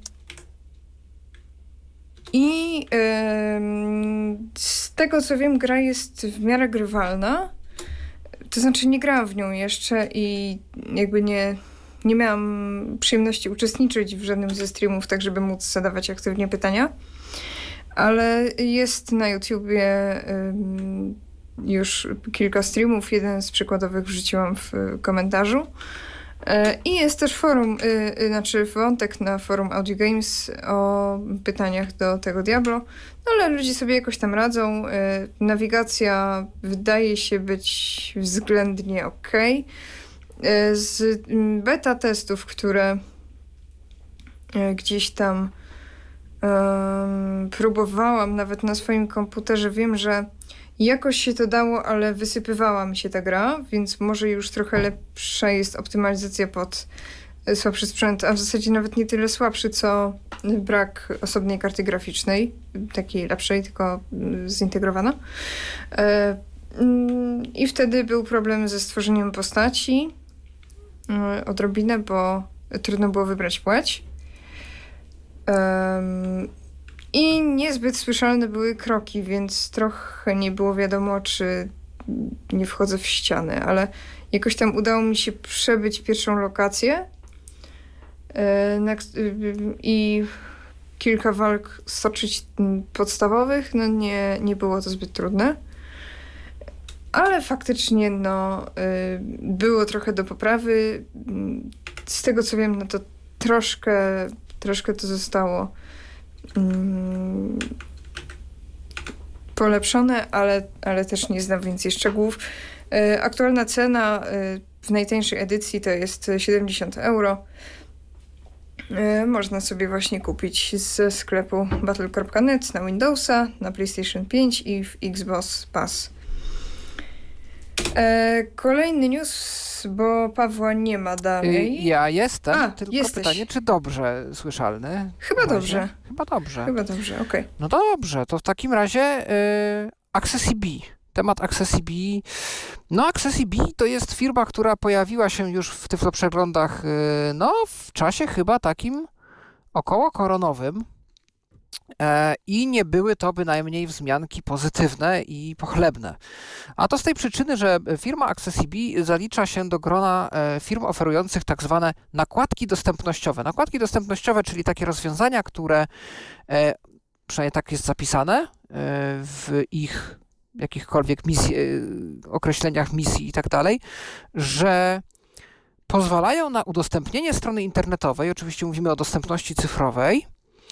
I e, z tego co wiem, gra jest w miarę grywalna. To znaczy nie grałam w nią jeszcze i jakby nie, nie miałam przyjemności uczestniczyć w żadnym ze streamów, tak żeby móc zadawać aktywnie pytania. Ale jest na YouTubie e, już kilka streamów. Jeden z przykładowych wrzuciłam w komentarzu. I jest też forum, yy, znaczy wątek na forum Audio Games o pytaniach do tego Diablo, no ale ludzie sobie jakoś tam radzą. Yy, nawigacja wydaje się być względnie okej. Yy, z beta testów, które yy, gdzieś tam yy, próbowałam nawet na swoim komputerze, wiem, że jakoś się to dało, ale wysypywała mi się ta gra, więc może już trochę lepsza jest optymalizacja pod słabszy sprzęt, a w zasadzie nawet nie tyle słabszy, co brak osobnej karty graficznej, takiej lepszej, tylko zintegrowana. I wtedy był problem ze stworzeniem postaci, odrobinę, bo trudno było wybrać płeć. I niezbyt słyszalne były kroki, więc trochę nie było wiadomo, czy nie wchodzę w ścianę, ale jakoś tam udało mi się przebyć pierwszą lokację i kilka walk stoczyć podstawowych. No nie, nie było to zbyt trudne, ale faktycznie no, było trochę do poprawy. Z tego co wiem, no to troszkę, troszkę to zostało Hmm, polepszone, ale, ale też nie znam więcej szczegółów. E, aktualna cena e, w najtańszej edycji to jest siedemdziesiąt euro. E, można sobie właśnie kupić ze sklepu battle kropka net na Windowsa, na PlayStation pięć i w Xbox Pass. E, kolejny news, bo Pawła nie ma dalej. Ja jestem, A, tylko jesteś. pytanie, czy dobrze słyszalny? Chyba dobrze. Chyba dobrze. Chyba dobrze, okej. Okay. No dobrze, to w takim razie y, Accessibe. Temat Accessibe. No Accessibe to jest firma, która pojawiła się już w tyfloprzeglądach y, no w czasie chyba takim około koronowym. I nie były to bynajmniej wzmianki pozytywne i pochlebne. A to z tej przyczyny, że firma Accessibe zalicza się do grona firm oferujących tak zwane nakładki dostępnościowe. Nakładki dostępnościowe, czyli takie rozwiązania, które, przynajmniej tak jest zapisane w ich jakichkolwiek misji, określeniach misji i tak dalej, że pozwalają na udostępnienie strony internetowej, oczywiście mówimy o dostępności cyfrowej,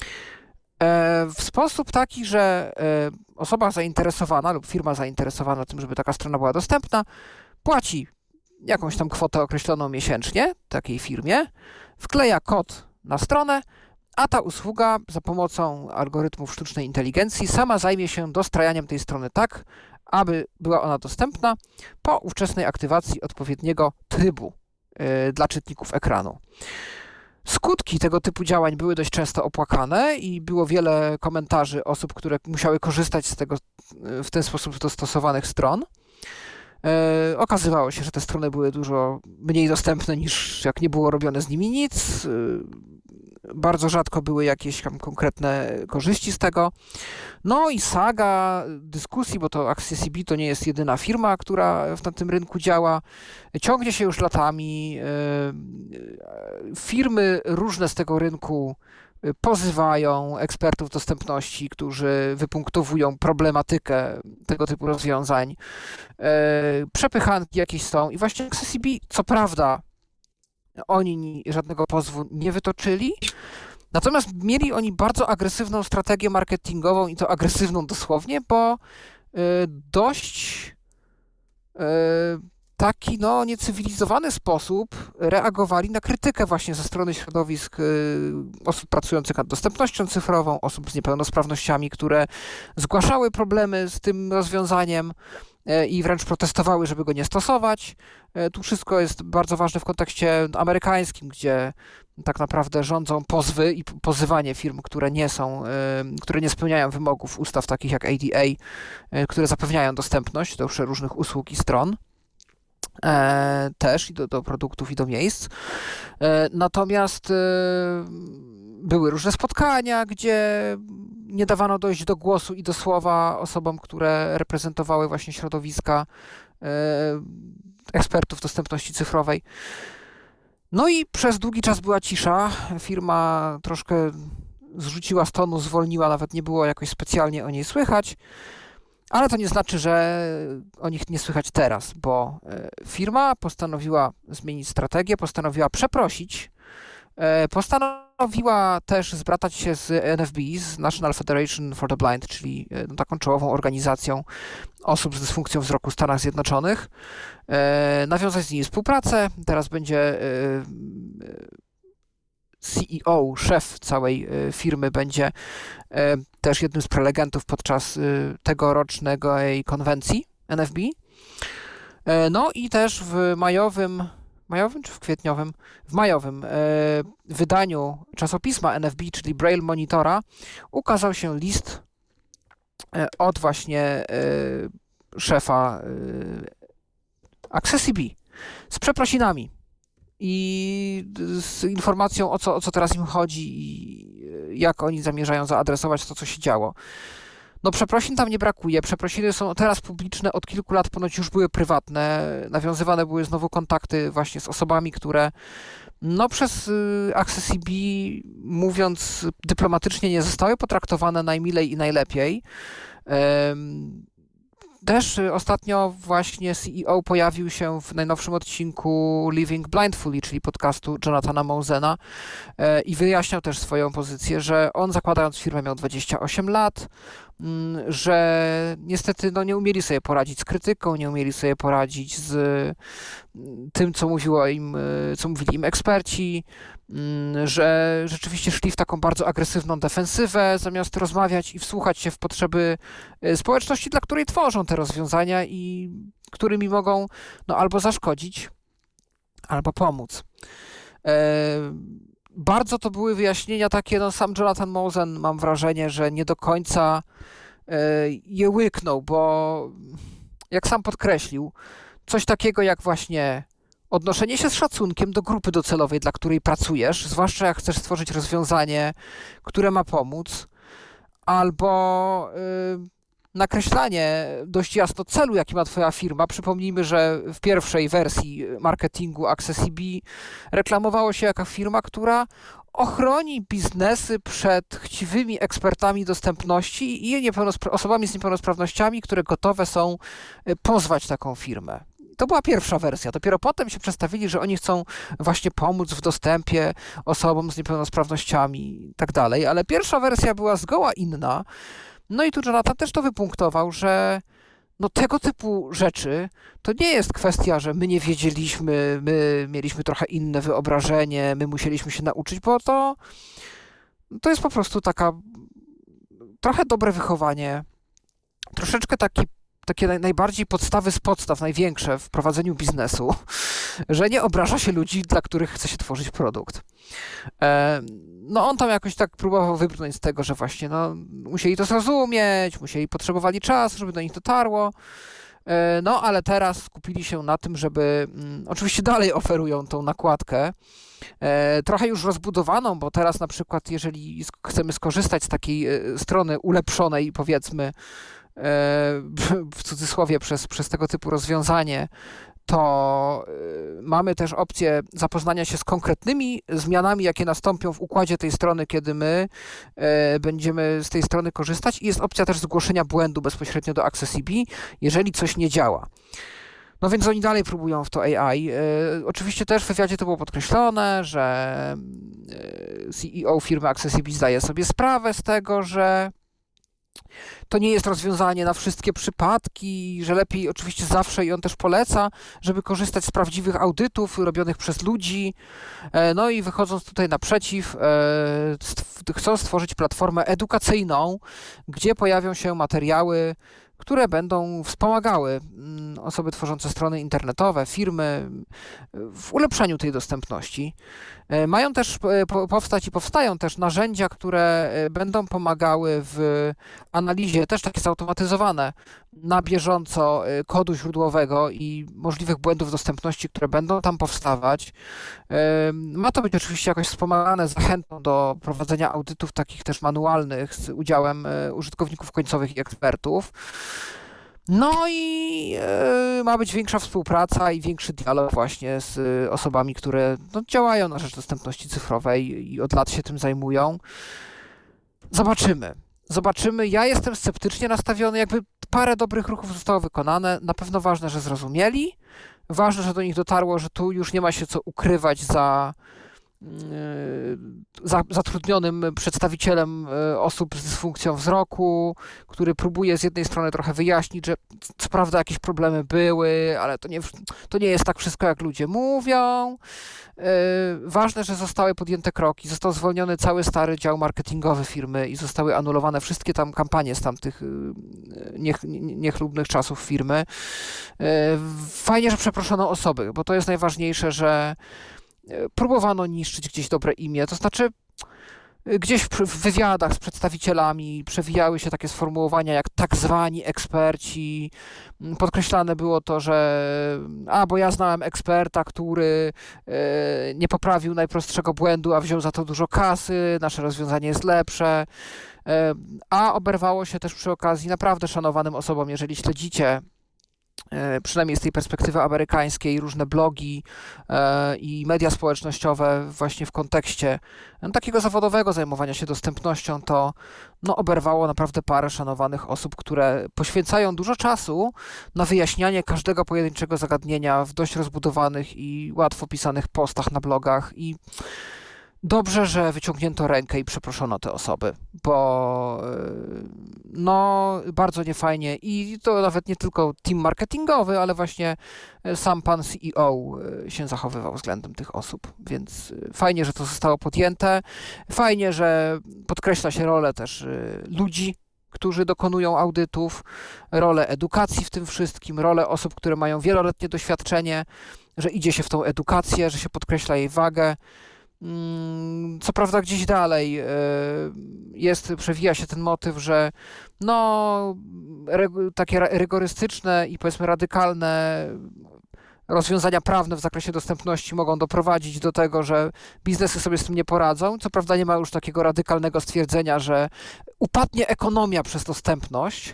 w sposób taki, że osoba zainteresowana lub firma zainteresowana tym, żeby taka strona była dostępna, płaci jakąś tam kwotę określoną miesięcznie takiej firmie, wkleja kod na stronę, a ta usługa za pomocą algorytmów sztucznej inteligencji sama zajmie się dostrajaniem tej strony tak, aby była ona dostępna po ówczesnej aktywacji odpowiedniego trybu dla czytników ekranu. Skutki tego typu działań były dość często opłakane i było wiele komentarzy osób, które musiały korzystać z tego w ten sposób dostosowanych stron. E, okazywało się, że te strony były dużo mniej dostępne niż jak nie było robione z nimi nic. E, bardzo rzadko były jakieś tam konkretne korzyści z tego. No i saga dyskusji, bo to Accessibe to nie jest jedyna firma, która na tym rynku działa, ciągnie się już latami. Firmy różne z tego rynku pozywają ekspertów dostępności, którzy wypunktowują problematykę tego typu rozwiązań. Przepychanki jakieś są i właśnie Accessibe, co prawda, oni żadnego pozwu nie wytoczyli, natomiast mieli oni bardzo agresywną strategię marketingową i to agresywną dosłownie, bo y, dość y, taki no, niecywilizowany sposób reagowali na krytykę właśnie ze strony środowisk y, osób pracujących nad dostępnością cyfrową, osób z niepełnosprawnościami, które zgłaszały problemy z tym rozwiązaniem i wręcz protestowały, żeby go nie stosować. Tu wszystko jest bardzo ważne w kontekście amerykańskim, gdzie tak naprawdę rządzą pozwy i pozywanie firm, które nie są, które nie spełniają wymogów ustaw takich jak A D A, które zapewniają dostępność do różnych usług i stron. Też i do, do produktów i do miejsc. Natomiast były różne spotkania, gdzie nie dawano dojść do głosu i do słowa osobom, które reprezentowały właśnie środowiska ekspertów dostępności cyfrowej. No i przez długi czas była cisza. Firma troszkę zrzuciła z tonu, zwolniła, nawet nie było jakoś specjalnie o niej słychać. Ale to nie znaczy, że o nich nie słychać teraz, bo firma postanowiła zmienić strategię, postanowiła przeprosić, postanowiła też zbratać się z N F B, z National Federation for the Blind, czyli no, taką czołową organizacją osób z dysfunkcją wzroku w Stanach Zjednoczonych, nawiązać z nimi współpracę. Teraz będzie C E O, szef całej firmy, będzie też jednym z prelegentów podczas tegorocznej konwencji N F B. No i też w majowym, majowym czy w kwietniowym? W majowym wydaniu czasopisma N F B, czyli Braille Monitora, ukazał się list od właśnie szefa Accessibility z przeprosinami i z informacją, o co, o co teraz im chodzi i jak oni zamierzają zaadresować to, co się działo. No przeprosin tam nie brakuje. Przeprosiny są teraz publiczne, od kilku lat ponoć już były prywatne. Nawiązywane były znowu kontakty właśnie z osobami, które no przez Accessibility, mówiąc dyplomatycznie, nie zostały potraktowane najmilej i najlepiej. Też ostatnio właśnie C E O pojawił się w najnowszym odcinku Living Blindfully, czyli podcastu Jonathana Mosena, i wyjaśniał też swoją pozycję, że on, zakładając firmę, miał dwadzieścia osiem lat, że niestety no, nie umieli sobie poradzić z krytyką, nie umieli sobie poradzić z tym, co mówiło im, co mówili im eksperci, że rzeczywiście szli w taką bardzo agresywną defensywę, zamiast rozmawiać i wsłuchać się w potrzeby społeczności, dla której tworzą te rozwiązania i którymi mogą no, albo zaszkodzić, albo pomóc. Bardzo to były wyjaśnienia takie, no sam Jonathan Mosen, mam wrażenie, że nie do końca je łyknął, bo jak sam podkreślił, coś takiego jak właśnie odnoszenie się z szacunkiem do grupy docelowej, dla której pracujesz, zwłaszcza jak chcesz stworzyć rozwiązanie, które ma pomóc, albo yy, nakreślanie dość jasno celu, jaki ma twoja firma. Przypomnijmy, że w pierwszej wersji marketingu Accessibility reklamowało się jako firma, która ochroni biznesy przed chciwymi ekspertami dostępności i osobami z niepełnosprawnościami, które gotowe są pozwać taką firmę. To była pierwsza wersja. Dopiero potem się przedstawili, że oni chcą właśnie pomóc w dostępie osobom z niepełnosprawnościami i tak dalej, ale pierwsza wersja była zgoła inna. No i tu Jonathan też to wypunktował, że no tego typu rzeczy to nie jest kwestia, że my nie wiedzieliśmy, my mieliśmy trochę inne wyobrażenie, my musieliśmy się nauczyć, bo to, to jest po prostu taka trochę dobre wychowanie, troszeczkę taki takie najbardziej podstawy z podstaw, największe w prowadzeniu biznesu, że nie obraża się ludzi, dla których chce się tworzyć produkt. No on tam jakoś tak próbował wybrnąć z tego, że właśnie no, musieli to zrozumieć, musieli, potrzebowali czasu, żeby do nich dotarło. No ale teraz skupili się na tym, żeby mm, oczywiście dalej oferują tą nakładkę, e, trochę już rozbudowaną, bo teraz na przykład jeżeli sk- chcemy skorzystać z takiej e, strony ulepszonej, powiedzmy, w cudzysłowie przez, przez tego typu rozwiązanie, to mamy też opcję zapoznania się z konkretnymi zmianami, jakie nastąpią w układzie tej strony, kiedy my będziemy z tej strony korzystać, i jest opcja też zgłoszenia błędu bezpośrednio do Accessibility, jeżeli coś nie działa. No więc oni dalej próbują w to A I. Oczywiście też w wywiadzie to było podkreślone, że C E O firmy Accessibility zdaje sobie sprawę z tego, że to nie jest rozwiązanie na wszystkie przypadki, że lepiej oczywiście zawsze, i on też poleca, żeby korzystać z prawdziwych audytów robionych przez ludzi. No i wychodząc tutaj naprzeciw, chcą stworzyć platformę edukacyjną, gdzie pojawią się materiały, które będą wspomagały osoby tworzące strony internetowe, firmy w ulepszeniu tej dostępności. Mają też powstać i powstają też narzędzia, które będą pomagały w analizie, też takie zautomatyzowane, na bieżąco kodu źródłowego i możliwych błędów dostępności, które będą tam powstawać. Ma to być oczywiście jakoś wspomagane zachętą do prowadzenia audytów takich też manualnych z udziałem użytkowników końcowych i ekspertów. No i e, ma być większa współpraca i większy dialog właśnie z e, osobami, które no, działają na rzecz dostępności cyfrowej i od lat się tym zajmują. Zobaczymy. Zobaczymy. Ja jestem sceptycznie nastawiony. Jakby parę dobrych ruchów zostało wykonane. Na pewno ważne, że zrozumieli. Ważne, że do nich dotarło, że tu już nie ma się co ukrywać za Za, zatrudnionym przedstawicielem osób z dysfunkcją wzroku, który próbuje z jednej strony trochę wyjaśnić, że co prawda jakieś problemy były, ale to nie, to nie jest tak wszystko, jak ludzie mówią. Yy, ważne, że zostały podjęte kroki. Został zwolniony cały stary dział marketingowy firmy i zostały anulowane wszystkie tam kampanie z tamtych yy, niech, niechlubnych czasów firmy. Yy, fajnie, że przeproszono osoby, bo to jest najważniejsze, że próbowano niszczyć gdzieś dobre imię, to znaczy gdzieś w wywiadach z przedstawicielami przewijały się takie sformułowania jak tak zwani eksperci. Podkreślane było to, że a, bo ja znałem eksperta, który e, nie poprawił najprostszego błędu, a wziął za to dużo kasy, nasze rozwiązanie jest lepsze. E, a oberwało się też przy okazji naprawdę szanowanym osobom, jeżeli śledzicie przynajmniej z tej perspektywy amerykańskiej, różne blogi e, i media społecznościowe właśnie w kontekście no, takiego zawodowego zajmowania się dostępnością, to no, oberwało naprawdę parę szanowanych osób, które poświęcają dużo czasu na wyjaśnianie każdego pojedynczego zagadnienia w dość rozbudowanych i łatwo pisanych postach na blogach i dobrze, że wyciągnięto rękę i przeproszono te osoby, bo no bardzo niefajnie i to nawet nie tylko team marketingowy, ale właśnie sam pan C E O się zachowywał względem tych osób, więc fajnie, że to zostało podjęte, fajnie, że podkreśla się rolę też ludzi, którzy dokonują audytów, rolę edukacji w tym wszystkim, rolę osób, które mają wieloletnie doświadczenie, że idzie się w tą edukację, że się podkreśla jej wagę. Co prawda gdzieś dalej jest, przewija się ten motyw, że no takie rygorystyczne i powiedzmy radykalne rozwiązania prawne w zakresie dostępności mogą doprowadzić do tego, że biznesy sobie z tym nie poradzą. Co prawda nie ma już takiego radykalnego stwierdzenia, że upadnie ekonomia przez dostępność.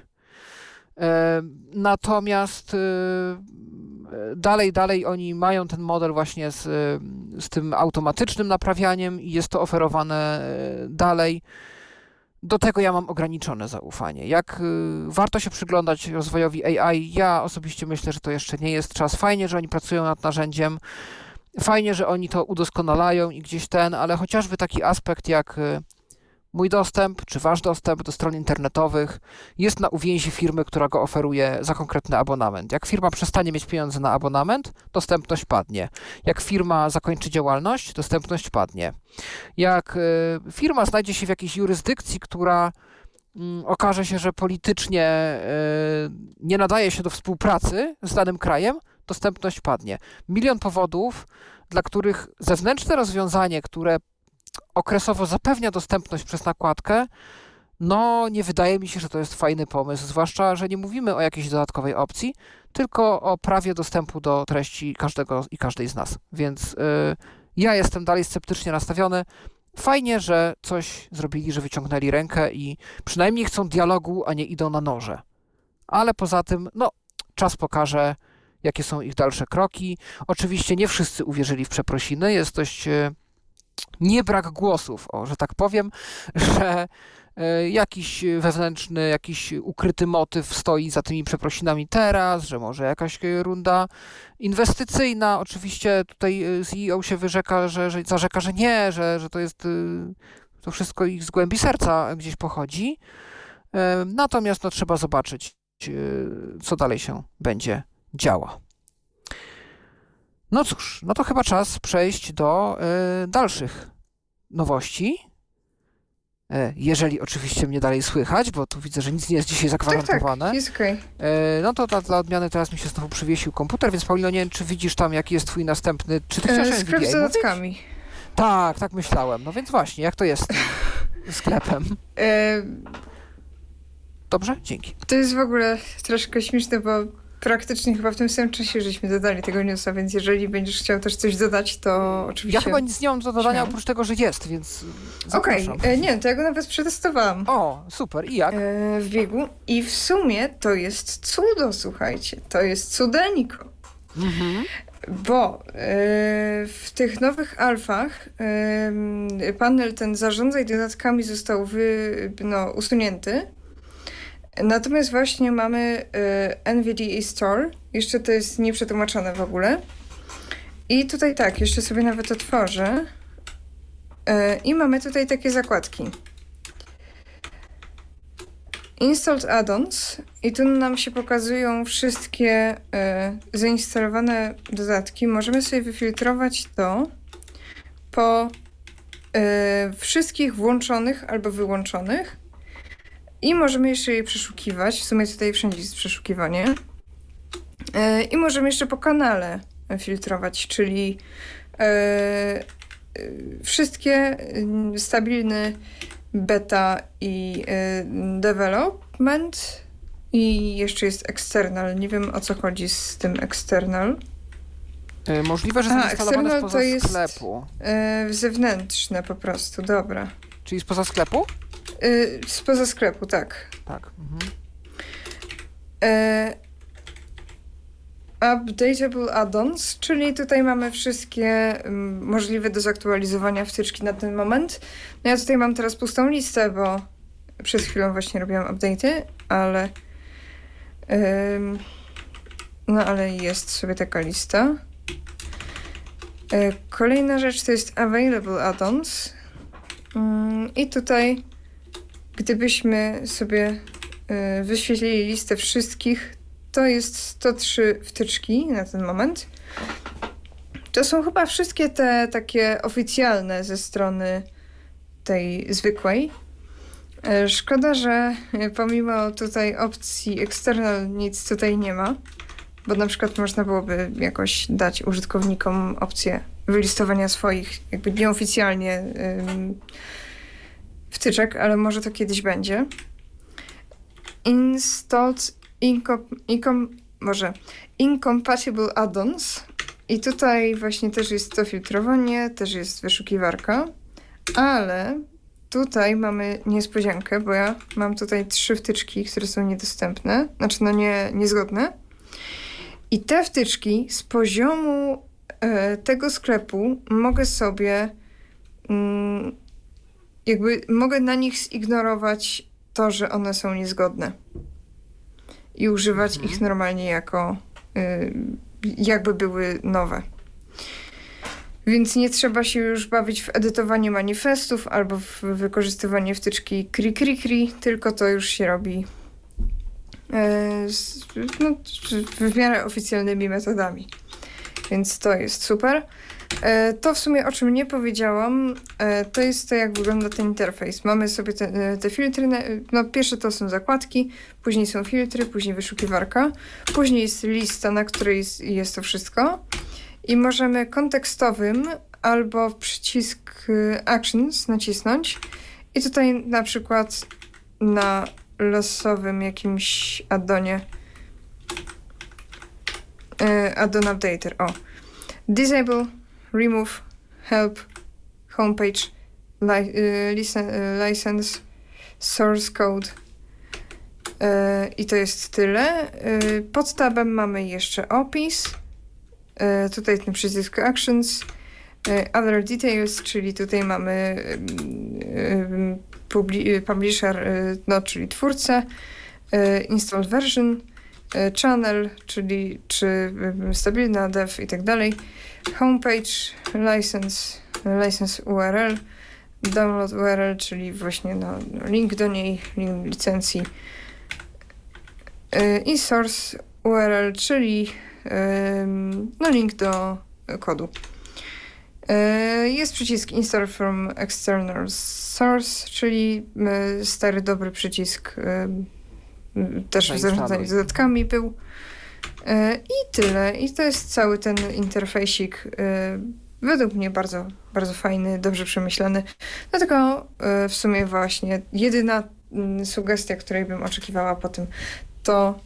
Natomiast dalej, dalej oni mają ten model właśnie z, z tym automatycznym naprawianiem i jest to oferowane dalej. Do tego ja mam ograniczone zaufanie. Jak warto się przyglądać rozwojowi A I, ja osobiście myślę, że to jeszcze nie jest czas. Fajnie, że oni pracują nad narzędziem, fajnie, że oni to udoskonalają i gdzieś ten, ale chociażby taki aspekt jak mój dostęp, czy wasz dostęp do stron internetowych jest na uwięzi firmy, która go oferuje za konkretny abonament. Jak firma przestanie mieć pieniądze na abonament, dostępność padnie. Jak firma zakończy działalność, dostępność padnie. Jak y, firma znajdzie się w jakiejś jurysdykcji, która y, okaże się, że politycznie y, nie nadaje się do współpracy z danym krajem, dostępność padnie. Milion powodów, dla których zewnętrzne rozwiązanie, które okresowo zapewnia dostępność przez nakładkę, no nie wydaje mi się, że to jest fajny pomysł, zwłaszcza, że nie mówimy o jakiejś dodatkowej opcji, tylko o prawie dostępu do treści każdego i każdej z nas. Więc yy, ja jestem dalej sceptycznie nastawiony. Fajnie, że coś zrobili, że wyciągnęli rękę i przynajmniej chcą dialogu, a nie idą na noże. Ale poza tym, no, czas pokaże, jakie są ich dalsze kroki. Oczywiście nie wszyscy uwierzyli w przeprosiny, jest dość... Yy, nie brak głosów, o, że tak powiem, że y, jakiś wewnętrzny, jakiś ukryty motyw stoi za tymi przeprosinami teraz, że może jakaś runda inwestycyjna. Oczywiście tutaj C E O się wyrzeka, że, że zarzeka, że nie, że, że to jest, y, to wszystko ich z głębi serca gdzieś pochodzi. Y, natomiast no, trzeba zobaczyć, y, co dalej się będzie działo. No cóż, no to chyba czas przejść do y, dalszych nowości. Y, jeżeli oczywiście mnie dalej słychać, bo tu widzę, że nic nie jest dzisiaj zagwarantowane. Tak, tak, jest okej. Y, no to dla, dla odmiany teraz mi się znowu przywiesił komputer, więc Paulino, nie wiem, czy widzisz tam, jaki jest twój następny... Czy ty chciałeś e, Sklep z dodatkami. Tak, tak myślałem. No więc właśnie, jak to jest z tym sklepem? E, Dobrze? Dzięki. to jest w ogóle troszkę śmieszne, bo praktycznie chyba w tym samym czasie żeśmy dodali tego newsa, więc jeżeli będziesz chciał też coś dodać, to oczywiście... Ja chyba nic nie mam do dodania Śmiało. oprócz tego, że jest, więc Okej, zapraszam. okay. Nie, to ja go nawet przetestowałam. O, super. I jak? E, w biegu. I w sumie to jest cudo, słuchajcie. To jest cudeńko. Mhm. Bo yy, w tych nowych alfach yy, panel ten zarządzaj dodatkami został wy, no, usunięty. Natomiast właśnie mamy yy, N V D A Store. Jeszcze to jest nieprzetłumaczone w ogóle. I tutaj tak, jeszcze sobie nawet otworzę. Yy, I mamy tutaj takie zakładki. Installed add-ons i tu nam się pokazują wszystkie y, zainstalowane dodatki. Możemy sobie wyfiltrować to po y, wszystkich włączonych albo wyłączonych i możemy jeszcze je przeszukiwać. W sumie tutaj wszędzie jest przeszukiwanie. Y, I możemy jeszcze po kanale filtrować, czyli y, y, wszystkie y, stabilne beta i y, development i jeszcze jest external. Nie wiem, o co chodzi z tym external. Y, możliwe, że A, zainstalowane external spoza to jest sklepu. y, zewnętrzne po prostu, dobra. Czyli spoza sklepu? Y, spoza sklepu, tak. Tak. Mhm. Y, Updatable add-ons, czyli tutaj mamy wszystkie um, możliwe do zaktualizowania wtyczki na ten moment. No ja tutaj mam teraz pustą listę, bo przed chwilą właśnie robiłam update'y, ale um, no ale jest sobie taka lista. E, kolejna rzecz to jest available add-ons um, i tutaj gdybyśmy sobie e, wyświetlili listę wszystkich, to jest sto trzy wtyczki na ten moment. To są chyba wszystkie te takie oficjalne ze strony tej zwykłej. Szkoda, że pomimo tutaj opcji external nic tutaj nie ma, bo na przykład można byłoby jakoś dać użytkownikom opcję wylistowania swoich jakby nieoficjalnie ym, wtyczek, ale może to kiedyś będzie. Installed Incom, incom, może incompatible add-ons i tutaj właśnie też jest to filtrowanie, też jest wyszukiwarka, ale tutaj mamy niespodziankę, bo ja mam tutaj trzy wtyczki, które są niedostępne, znaczy no nie, niezgodne i te wtyczki z poziomu e, tego sklepu mogę sobie mm, jakby mogę na nich zignorować to, że one są niezgodne. I używać mhm. ich normalnie jako y, jakby były nowe. Więc nie trzeba się już bawić w edytowanie manifestów albo w wykorzystywanie wtyczki kri kri kri, tylko to już się robi y, z, no, w miarę oficjalnymi metodami. Więc to jest super. To w sumie, o czym nie powiedziałam, to jest to, jak wygląda ten interfejs. Mamy sobie te, te filtry, no pierwsze to są zakładki, później są filtry, później wyszukiwarka, później jest lista, na której jest, jest to wszystko i możemy kontekstowym albo przycisk Actions nacisnąć i tutaj na przykład na losowym jakimś addonie addon updater, o, disable, remove, help, homepage, li, y, listen, y, license, source code y, i to jest tyle. Y, pod tabem mamy jeszcze opis, y, tutaj ten przycisk actions, y, other details, czyli tutaj mamy y, publi- publisher, y, no, czyli twórcę, y, install version, y, channel, czyli czy y, stabilna dev i tak dalej. Homepage, license, license U R L, download U R L, czyli właśnie no, link do niej, link licencji yy, i source U R L, czyli yy, no, link do kodu. Yy, jest przycisk install from external source, czyli yy, stary dobry przycisk yy, też w zarządzaniu dodatkami był. I tyle. I to jest cały ten interfejsik. Według mnie bardzo, bardzo fajny, dobrze przemyślany. Dlatego w sumie właśnie jedyna sugestia, której bym oczekiwała po tym, to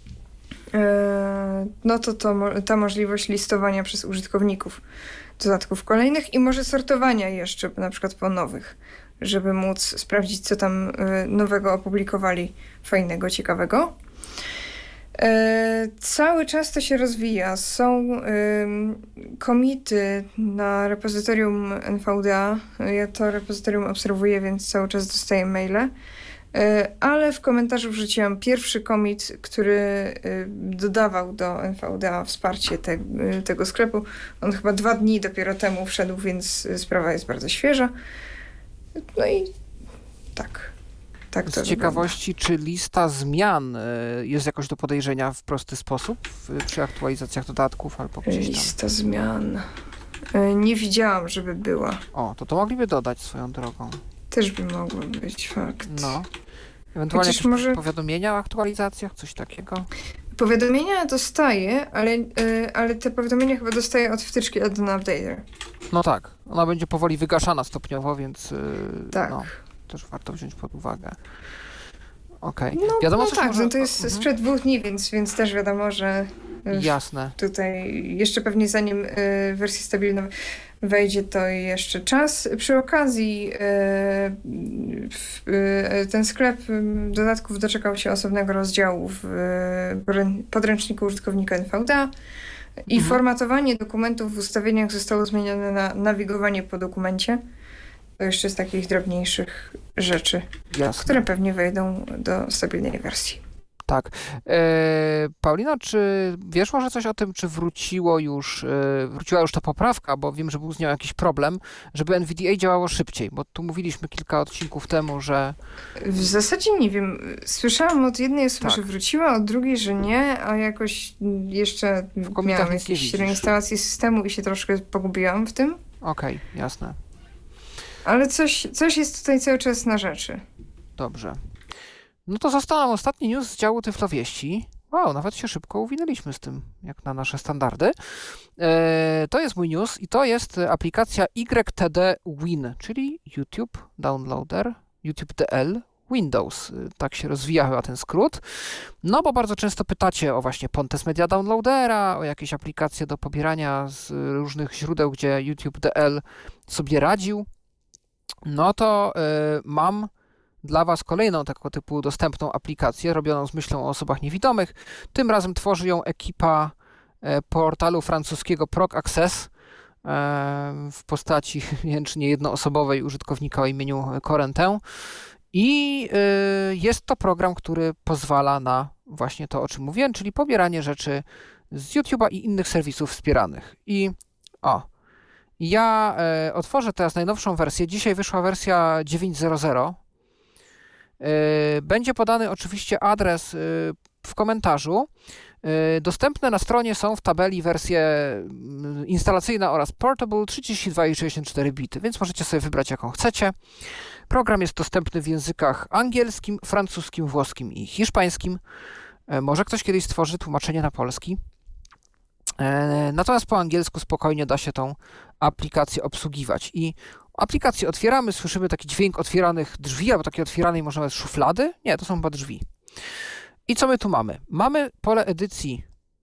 no to, to ta możliwość listowania przez użytkowników dodatków kolejnych i może sortowania jeszcze, na przykład po nowych, żeby móc sprawdzić, co tam nowego opublikowali fajnego, ciekawego. cały czas to się rozwija. Są komity na repozytorium N V D A. Ja to repozytorium obserwuję, więc cały czas dostaję maile. Ale w komentarzu wrzuciłam pierwszy commit, który dodawał do N V D A wsparcie te, tego sklepu. On chyba dwa dni dopiero temu wszedł, więc sprawa jest bardzo świeża. No i tak. tak Z ciekawości, czy lista zmian jest jakoś do podejrzenia w prosty sposób w, przy aktualizacjach dodatków albo gdzieś tam? Lista zmian. Nie widziałam, żeby była. O, to to mogliby dodać swoją drogą. Też by mogło być, fakt. No. Ewentualnie jakieś może... powiadomienia o aktualizacjach, coś takiego? Powiadomienia dostaję, ale, yy, ale te powiadomienia chyba dostaję od wtyczki Add-on Updater. No tak, ona będzie powoli wygaszana stopniowo, więc yy, tak. no, też warto wziąć pod uwagę. Okej. Okay. No, wiadomo, no coś tak, może... no to jest mhm. sprzed dwóch dni, więc, więc też wiadomo, że Jasne. Tutaj jeszcze pewnie zanim y, wersja stabilna wejdzie, to jeszcze czas. Przy okazji y, y, ten sklep dodatków doczekał się osobnego rozdziału w y, podręczniku użytkownika N V D A i mhm. formatowanie dokumentów w ustawieniach zostało zmienione na nawigowanie po dokumencie. To jeszcze z takich drobniejszych rzeczy, Jasne. które pewnie wejdą do stabilnej wersji. Tak. E, Paulina, czy wiesz może coś o tym, czy wróciło już, e, wróciła już ta poprawka, bo wiem, że był z nią jakiś problem, żeby N V D A działało szybciej, bo tu mówiliśmy kilka odcinków temu, że... W zasadzie nie wiem. Słyszałam od jednej osoby, tak. że wróciła, od drugiej, że nie, a jakoś jeszcze miałam jakieś reinstalację systemu i się troszkę pogubiłam w tym. Okej, okay, jasne. Ale coś, coś jest tutaj cały czas na rzeczy. Dobrze. No to został nam ostatni news z działu Tyflowieści. Wow, nawet się szybko uwinęliśmy z tym, jak na nasze standardy. E, to jest mój news i to jest aplikacja Y T D Win, czyli YouTube Downloader, YouTube D L Windows. Tak się rozwija chyba ten skrót. No bo bardzo często pytacie o właśnie Pontes Media Downloadera, o jakieś aplikacje do pobierania z różnych źródeł, gdzie YouTube D L sobie radził. No to y, mam dla Was kolejną taką typu dostępną aplikację, robioną z myślą o osobach niewidomych. Tym razem tworzy ją ekipa e, portalu francuskiego Proc Access e, w postaci jęcznie jednoosobowej użytkownika o imieniu Corentin. I e, jest to program, który pozwala na właśnie to, o czym mówiłem, czyli pobieranie rzeczy z YouTube'a i innych serwisów wspieranych. I o, ja e, otworzę teraz najnowszą wersję. Dzisiaj wyszła wersja dziewięć zero zero. Będzie podany oczywiście adres w komentarzu. Dostępne na stronie są w tabeli wersje instalacyjna oraz portable trzydzieści dwa i sześćdziesiąt cztery bity, więc możecie sobie wybrać jaką chcecie. Program jest dostępny w językach angielskim, francuskim, włoskim i hiszpańskim. Może ktoś kiedyś stworzy tłumaczenie na polski. Natomiast po angielsku spokojnie da się tą aplikację obsługiwać. I aplikację otwieramy, słyszymy taki dźwięk otwieranych drzwi, albo takiej otwieranej może nawet szuflady. Nie, to są chyba drzwi. I co my tu mamy? Mamy pole edycji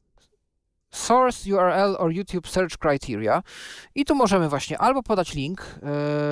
Source U R L or YouTube Search Criteria i tu możemy właśnie albo podać link yy,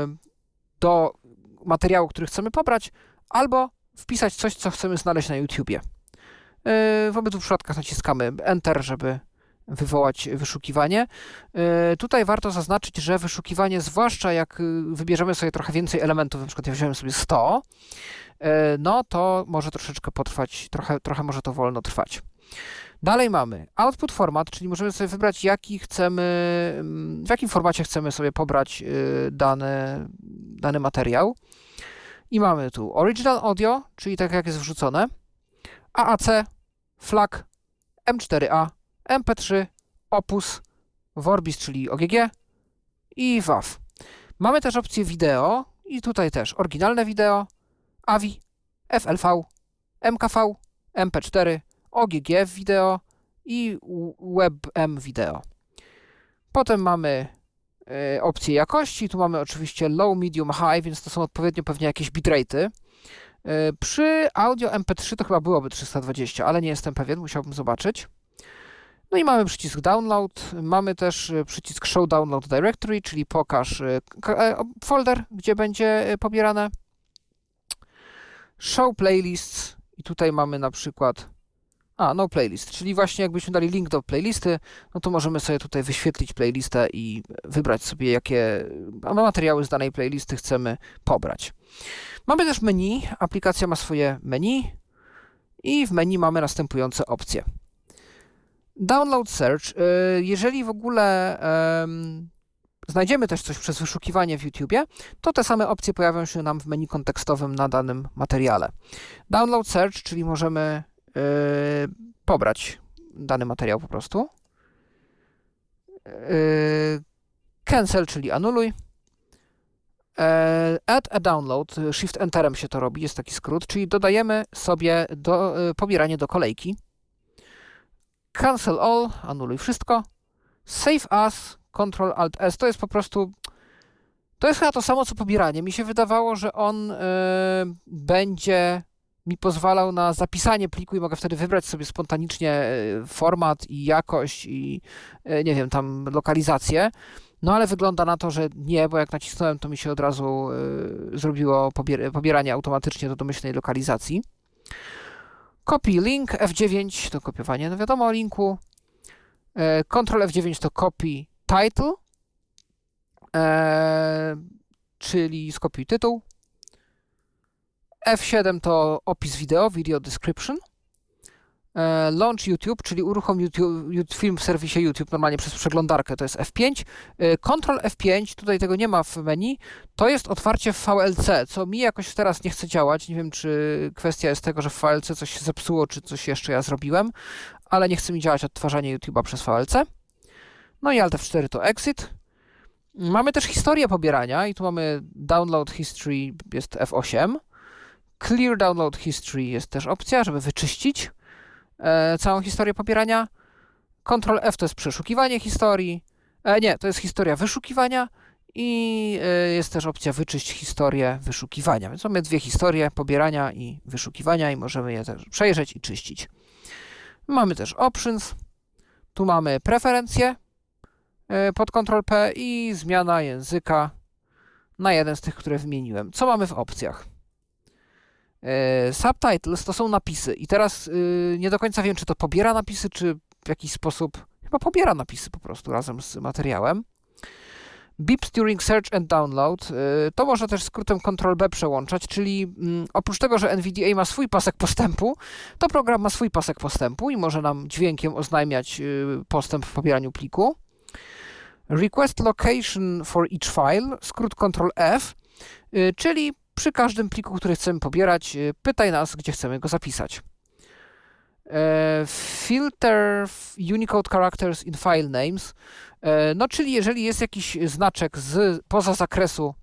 do materiału, który chcemy pobrać, albo wpisać coś, co chcemy znaleźć na YouTubie. Yy, w obydwu przypadkach naciskamy Enter, żeby wywołać wyszukiwanie. Yy, tutaj warto zaznaczyć, że wyszukiwanie, zwłaszcza jak wybierzemy sobie trochę więcej elementów, na przykład ja wziąłem sobie sto, yy, no to może troszeczkę potrwać, trochę, trochę może to wolno trwać. Dalej mamy output format, czyli możemy sobie wybrać, jaki chcemy, w jakim formacie chcemy sobie pobrać yy, dany, dany materiał. I mamy tu original audio, czyli tak jak jest wrzucone, A A C, FLAC, M cztery A, M P trzy, Opus, Vorbis, czyli O G G i W A V. Mamy też opcję wideo i tutaj też oryginalne wideo, A V I, F L V, M K V, M P cztery, O G G wideo i WebM wideo. Potem mamy y, opcję jakości, tu mamy oczywiście low, medium, high, więc to są odpowiednio pewnie jakieś bitrate'y. Y, przy audio M P trzy to chyba byłoby trzysta dwadzieścia, ale nie jestem pewien, musiałbym zobaczyć. No i mamy przycisk download, mamy też przycisk show download directory, czyli pokaż folder, gdzie będzie pobierane. Show playlists i tutaj mamy na przykład A, no playlist, czyli właśnie jakbyśmy dali link do playlisty, no to możemy sobie tutaj wyświetlić playlistę i wybrać sobie, jakie materiały z danej playlisty chcemy pobrać. Mamy też menu, aplikacja ma swoje menu i w menu mamy następujące opcje. Download Search, jeżeli w ogóle um, znajdziemy też coś przez wyszukiwanie w YouTubie, to te same opcje pojawią się nam w menu kontekstowym na danym materiale. Download Search, czyli możemy yy, pobrać dany materiał po prostu. Yy, cancel, czyli anuluj. Yy, add a download, Shift Enterem się to robi, jest taki skrót, czyli dodajemy sobie do, yy, pobieranie do kolejki. Cancel all, anuluj wszystko. Save as, Control Alt S, to jest po prostu, to jest chyba to samo co pobieranie. Mi się wydawało, że on y, będzie mi pozwalał na zapisanie pliku i mogę wtedy wybrać sobie spontanicznie y, format i jakość i y, nie wiem, tam lokalizację. No ale wygląda na to, że nie, bo jak nacisnąłem, to mi się od razu y, zrobiło pobier pobieranie automatycznie do domyślnej lokalizacji. Copy link, F dziewięć to kopiowanie, no wiadomo, linku. Y, Control F dziewięć to copy title, e, czyli skopiuj tytuł. F siedem to opis wideo, video description. E, launch YouTube, czyli uruchom YouTube, film w serwisie YouTube normalnie przez przeglądarkę, to jest F pięć. E, Control F pięć, tutaj tego nie ma w menu, to jest otwarcie w V L C, co mi jakoś teraz nie chce działać. Nie wiem, czy kwestia jest tego, że w V L C coś się zepsuło, czy coś jeszcze ja zrobiłem, ale nie chce mi działać odtwarzanie YouTube'a przez V L C. No i Alt F cztery to exit. Mamy też historię pobierania i tu mamy download history, jest F osiem. Clear download history jest też opcja, żeby wyczyścić e, całą historię pobierania. Control F to jest przeszukiwanie historii. E, nie, to jest historia wyszukiwania i e, jest też opcja wyczyść historię wyszukiwania. Więc mamy dwie historie pobierania i wyszukiwania i możemy je też przejrzeć i czyścić. Mamy też options. Tu mamy preferencje pod Ctrl P i zmiana języka na jeden z tych, które wymieniłem. Co mamy w opcjach? E, subtitles to są napisy i teraz y, nie do końca wiem, czy to pobiera napisy, czy w jakiś sposób chyba pobiera napisy po prostu razem z materiałem. Beeps during search and download, y, to można też skrótem Ctrl B przełączać, czyli y, oprócz tego, że N V D A ma swój pasek postępu, to program ma swój pasek postępu i może nam dźwiękiem oznajmiać y, postęp w pobieraniu pliku. Request location for each file, skrót Ctrl F, y, czyli przy każdym pliku, który chcemy pobierać, y, pytaj nas, gdzie chcemy go zapisać. E, filter Unicode characters in file names, e, no czyli jeżeli jest jakiś znaczek z poza zakresu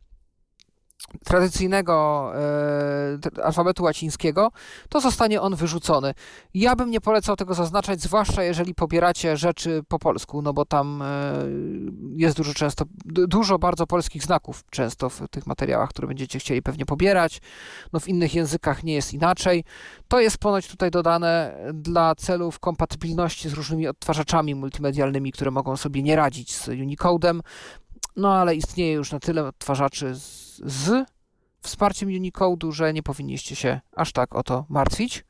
tradycyjnego e, alfabetu łacińskiego, to zostanie on wyrzucony. Ja bym nie polecał tego zaznaczać, zwłaszcza jeżeli pobieracie rzeczy po polsku, no bo tam e, jest dużo często, dużo bardzo polskich znaków często w tych materiałach, które będziecie chcieli pewnie pobierać. No w innych językach nie jest inaczej. To jest ponoć tutaj dodane dla celów kompatybilności z różnymi odtwarzaczami multimedialnymi, które mogą sobie nie radzić z Unicodem. No ale istnieje już na tyle odtwarzaczy z, z wsparciem Unicode'u, że nie powinniście się aż tak o to martwić.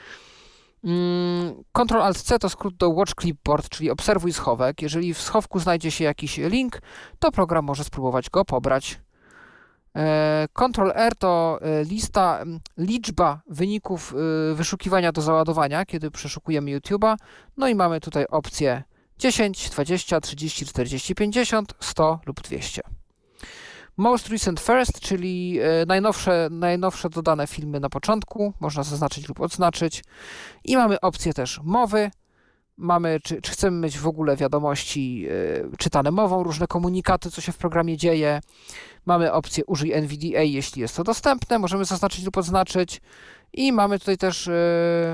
Mm, Ctrl Alt C to skrót do Watch Clipboard, czyli obserwuj schowek. Jeżeli w schowku znajdzie się jakiś link, to program może spróbować go pobrać. E, Ctrl R to e, lista, liczba wyników e, wyszukiwania do załadowania, kiedy przeszukujemy YouTube'a. No i mamy tutaj opcje dziesięć, dwadzieścia, trzydzieści, czterdzieści, pięćdziesiąt, sto lub dwieście. Most recent first, czyli e, najnowsze, najnowsze dodane filmy na początku, można zaznaczyć lub odznaczyć. I mamy opcję też mowy. Mamy, czy, czy chcemy mieć w ogóle wiadomości e, czytane mową, różne komunikaty, co się w programie dzieje. Mamy opcję użyj N V D A, jeśli jest to dostępne, możemy zaznaczyć lub odznaczyć. I mamy tutaj też e,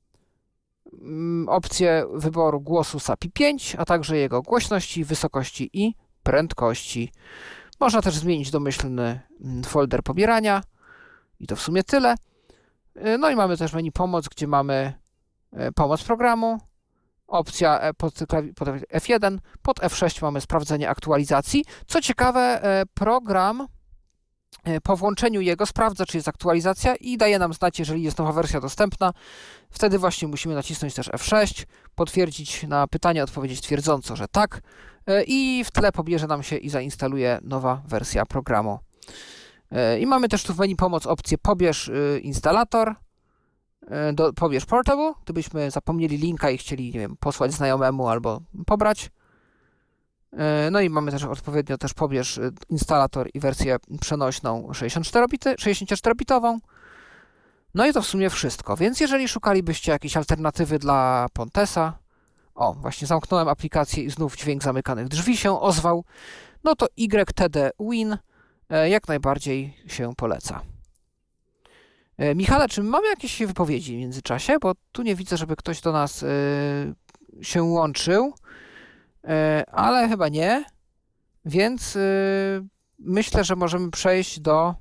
opcję wyboru głosu S A P I pięć, a także jego głośności, wysokości i prędkości. Można też zmienić domyślny folder pobierania i to w sumie tyle. No i mamy też menu pomoc, gdzie mamy pomoc programu, opcja pod, pod F jeden, pod F sześć mamy sprawdzenie aktualizacji. Co ciekawe, program Po włączeniu jego sprawdza, czy jest aktualizacja i daje nam znać, jeżeli jest nowa wersja dostępna. Wtedy właśnie musimy nacisnąć też F sześć, potwierdzić na pytanie, odpowiedzieć twierdząco, że tak i w tle pobierze nam się i zainstaluje nowa wersja programu. I mamy też tu w menu pomoc opcję pobierz instalator, do, pobierz portable, gdybyśmy zapomnieli linka i chcieli, nie wiem, posłać znajomemu albo pobrać. No i mamy też odpowiednio też pobierz instalator i wersję przenośną sześćdziesiąt cztery bitową. No i to w sumie wszystko. Więc jeżeli szukalibyście jakiejś alternatywy dla Pontesa, o, właśnie zamknąłem aplikację i znów dźwięk zamykanych drzwi się ozwał, no to Y T D Win jak najbardziej się poleca. Michale, czy mamy jakieś wypowiedzi w międzyczasie? Bo tu nie widzę, żeby ktoś do nas yy, się łączył. Ale chyba nie, więc yy, myślę, że możemy przejść do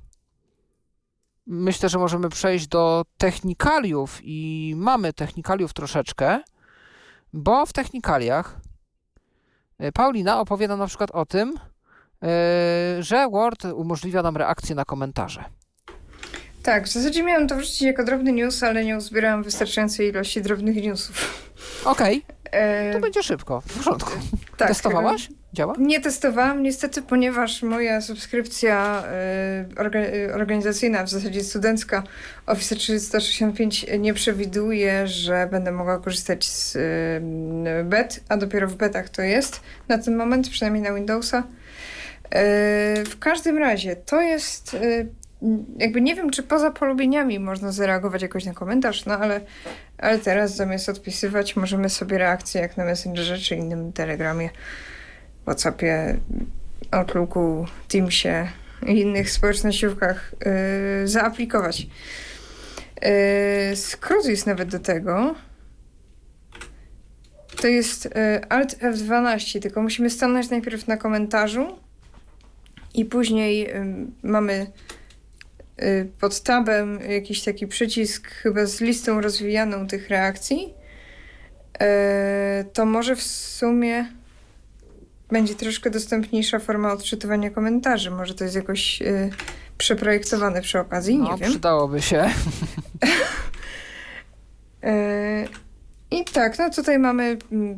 myślę, że możemy przejść do technikaliów i mamy technikaliów troszeczkę, bo w technikaliach Paulina opowie nam na przykład o tym, yy, że Word umożliwia nam reakcję na komentarze. Tak, w zasadzie miałem to wrzucić jako drobny news, ale nie uzbierałam wystarczającej ilości drobnych newsów. Okej, okay. To będzie szybko, w porządku. Tak, Testowałaś? Działa? Nie testowałam, niestety, ponieważ moja subskrypcja y, orga, organizacyjna, w zasadzie studencka Office trzysta sześćdziesiąt pięć nie przewiduje, że będę mogła korzystać z y, bet, a dopiero w betach to jest na ten moment, przynajmniej na Windowsa. Y, w każdym razie to jest... Y, jakby nie wiem, czy poza polubieniami można zareagować jakoś na komentarz, no ale, ale teraz zamiast odpisywać możemy sobie reakcje jak na Messengerze czy innym Telegramie, WhatsAppie, Outlooku, Teamsie i innych społecznościówkach yy, zaaplikować. Yy, skrót jest nawet do tego. To jest yy, Alt F dwanaście, tylko musimy stanąć najpierw na komentarzu i później yy, mamy pod tabem jakiś taki przycisk chyba z listą rozwijaną tych reakcji, to może w sumie będzie troszkę dostępniejsza forma odczytywania komentarzy. Może to jest jakoś przeprojektowane przy okazji, nie no, wiem. Przydałoby się. I tak, no tutaj mamy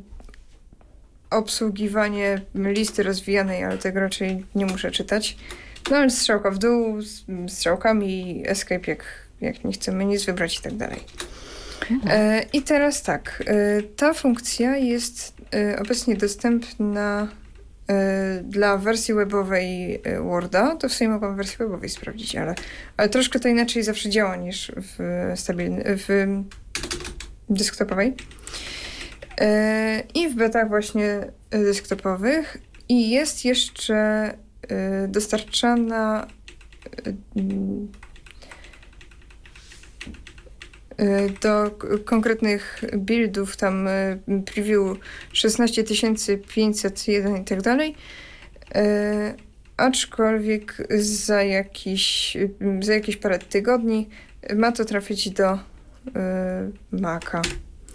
obsługiwanie listy rozwijanej, ale tego raczej nie muszę czytać. No ale strzałka w dół, z strzałkami, escape jak, jak nie chcemy nic wybrać i tak dalej. Mhm. E, I teraz tak, e, ta funkcja jest e, obecnie dostępna e, dla wersji webowej Worda. To w sumie mogłam w wersji webowej sprawdzić, ale, ale troszkę to inaczej zawsze działa niż w, stabilny, w desktopowej. E, I w betach właśnie desktopowych. I jest jeszcze dostarczana do konkretnych buildów, tam preview szesnaście tysięcy pięćset jeden i tak dalej, aczkolwiek za jakiś, za jakieś parę tygodni ma to trafić do Maca.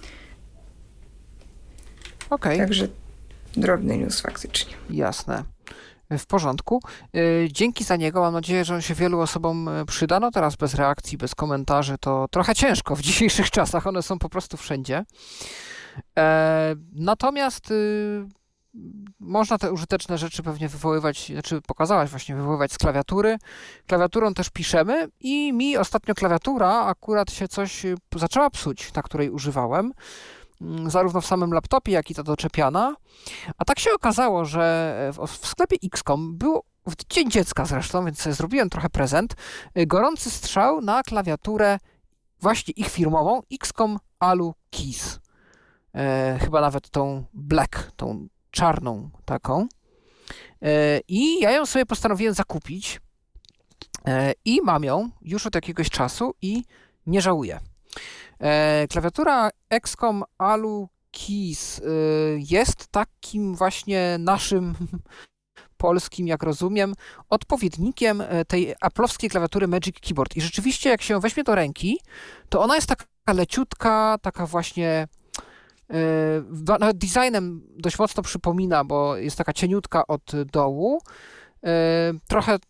Okej. Także drobny news faktycznie. Jasne. W porządku. Dzięki za niego. Mam nadzieję, że on się wielu osobom przyda. No teraz bez reakcji, bez komentarzy to trochę ciężko w dzisiejszych czasach. One są po prostu wszędzie. E, natomiast y, można te użyteczne rzeczy pewnie wywoływać, znaczy pokazałaś właśnie, wywoływać z klawiatury. Klawiaturą też piszemy i mi ostatnio klawiatura akurat się coś zaczęła psuć, na której używałem. Zarówno w samym laptopie, jak i ta doczepiana. A tak się okazało, że w, w sklepie X COM był w Dzień Dziecka zresztą, więc sobie zrobiłem trochę prezent, gorący strzał na klawiaturę właśnie ich firmową X COM Alu Keys. E, chyba nawet tą black, tą czarną taką. E, I ja ją sobie postanowiłem zakupić e, i mam ją już od jakiegoś czasu i nie żałuję. E, klawiatura X COM Alu Keys e, jest takim właśnie naszym polskim, jak rozumiem, odpowiednikiem tej aplowskiej klawiatury Magic Keyboard. I rzeczywiście, jak się weźmie do ręki, to ona jest taka leciutka, taka właśnie e, nawet designem dość mocno przypomina, bo jest taka cieniutka od dołu. E, trochę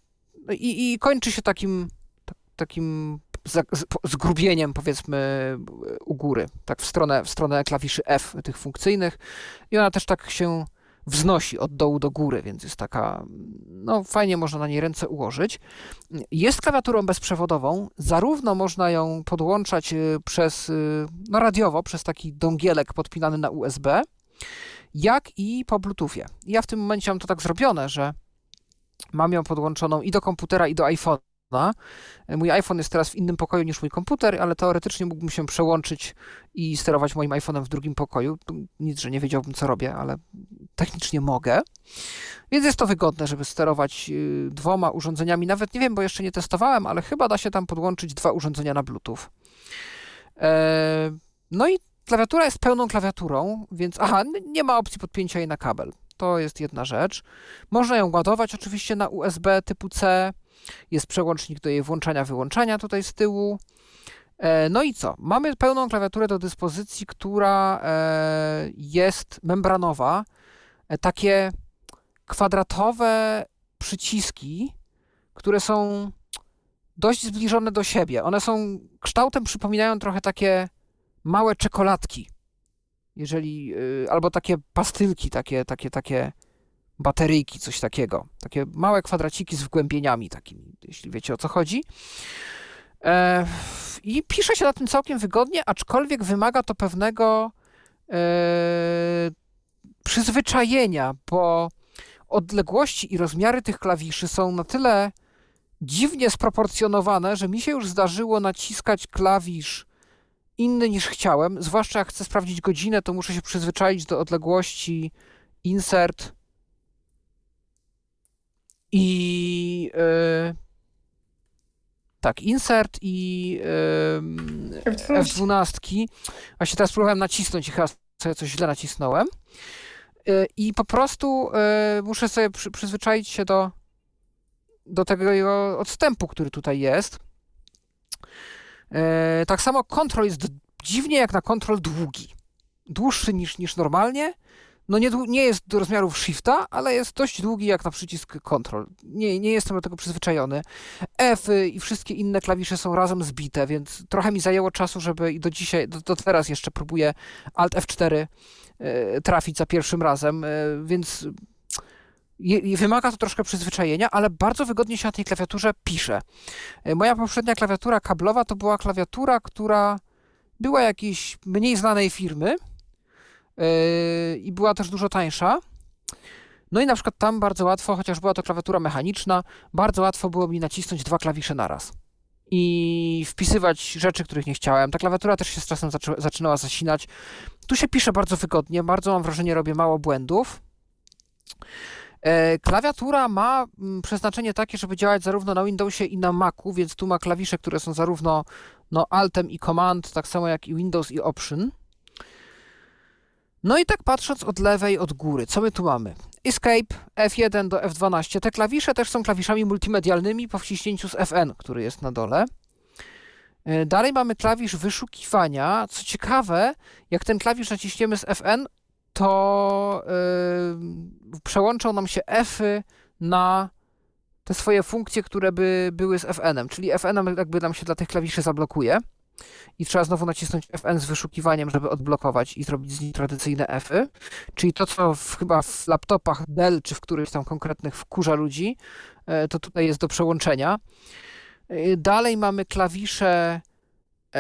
no i, i kończy się takim, tak, takim za, z, zgrubieniem, powiedzmy, u góry, tak w stronę, w stronę klawiszy F tych funkcyjnych i ona też tak się wznosi od dołu do góry, więc jest taka, no fajnie można na niej ręce ułożyć. Jest klawiaturą bezprzewodową, zarówno można ją podłączać przez, no radiowo, przez taki dongielek podpinany na U S B, jak i po Bluetoothie. Ja w tym momencie mam to tak zrobione, że mam ją podłączoną i do komputera, i do iPhone'a. Mój iPhone jest teraz w innym pokoju niż mój komputer, ale teoretycznie mógłbym się przełączyć i sterować moim iPhone'em w drugim pokoju. Nic, że nie wiedziałbym, co robię, ale technicznie mogę. Więc jest to wygodne, żeby sterować dwoma urządzeniami. Nawet nie wiem, bo jeszcze nie testowałem, ale chyba da się tam podłączyć dwa urządzenia na Bluetooth. No i klawiatura jest pełną klawiaturą, więc aha, nie ma opcji podpięcia jej na kabel. To jest jedna rzecz. Można ją ładować oczywiście na U S B typu C. Jest przełącznik do jej włączania, wyłączania tutaj z tyłu. No i co? Mamy pełną klawiaturę do dyspozycji, która jest membranowa. Takie kwadratowe przyciski, które są dość zbliżone do siebie. One są kształtem, przypominają trochę takie małe czekoladki. Jeżeli, albo takie pastylki, takie, takie, takie bateryjki, coś takiego. Takie małe kwadraciki z wgłębieniami takimi, jeśli wiecie, o co chodzi. E, I pisze się na tym całkiem wygodnie, aczkolwiek wymaga to pewnego e, przyzwyczajenia, bo odległości i rozmiary tych klawiszy są na tyle dziwnie sproporcjonowane, że mi się już zdarzyło naciskać klawisz inny niż chciałem, zwłaszcza jak chcę sprawdzić godzinę, to muszę się przyzwyczaić do odległości insert i yy, tak, insert i yy, F dwanaście. Właśnie teraz próbowałem nacisnąć i chyba sobie coś źle nacisnąłem. Yy, I po prostu yy, muszę sobie przy, przyzwyczaić się do, do tego jego odstępu, który tutaj jest. Yy, tak samo kontrol jest dziwnie jak na kontrol długi. Dłuższy niż, niż normalnie. No nie, nie jest do rozmiarów shifta, ale jest dość długi jak na przycisk kontrol. Nie, nie jestem do tego przyzwyczajony. F i wszystkie inne klawisze są razem zbite, więc trochę mi zajęło czasu, żeby i do dzisiaj, do, do teraz jeszcze próbuję Alt F cztery yy, trafić za pierwszym razem, yy, więc Je, wymaga to troszkę przyzwyczajenia, ale bardzo wygodnie się na tej klawiaturze pisze. Moja poprzednia klawiatura kablowa to była klawiatura, która była jakiejś mniej znanej firmy yy, i była też dużo tańsza. No i na przykład tam bardzo łatwo, chociaż była to klawiatura mechaniczna, bardzo łatwo było mi nacisnąć dwa klawisze naraz i wpisywać rzeczy, których nie chciałem. Ta klawiatura też się z czasem zaczę, zaczynała zasinać. Tu się pisze bardzo wygodnie, bardzo mam wrażenie, robię mało błędów. Klawiatura ma przeznaczenie takie, żeby działać zarówno na Windowsie i na Macu, więc tu ma klawisze, które są zarówno no, Altem i Command, tak samo jak i Windows i Option. No i tak patrząc od lewej, od góry, co my tu mamy? Escape, F jeden do F dwanaście. Te klawisze też są klawiszami multimedialnymi po wciśnięciu z F N, który jest na dole. Dalej mamy klawisz wyszukiwania. Co ciekawe, jak ten klawisz naciśniemy z F N, to yy, przełączą nam się F-y na te swoje funkcje, które by były z F N-em, czyli F N jakby nam się dla tych klawiszy zablokuje i trzeba znowu nacisnąć F N z wyszukiwaniem, żeby odblokować i zrobić z nich tradycyjne F-y, czyli to, co w, chyba w laptopach Dell, czy w którychś tam konkretnych wkurza ludzi, yy, to tutaj jest do przełączenia. Yy, dalej mamy klawisze yy,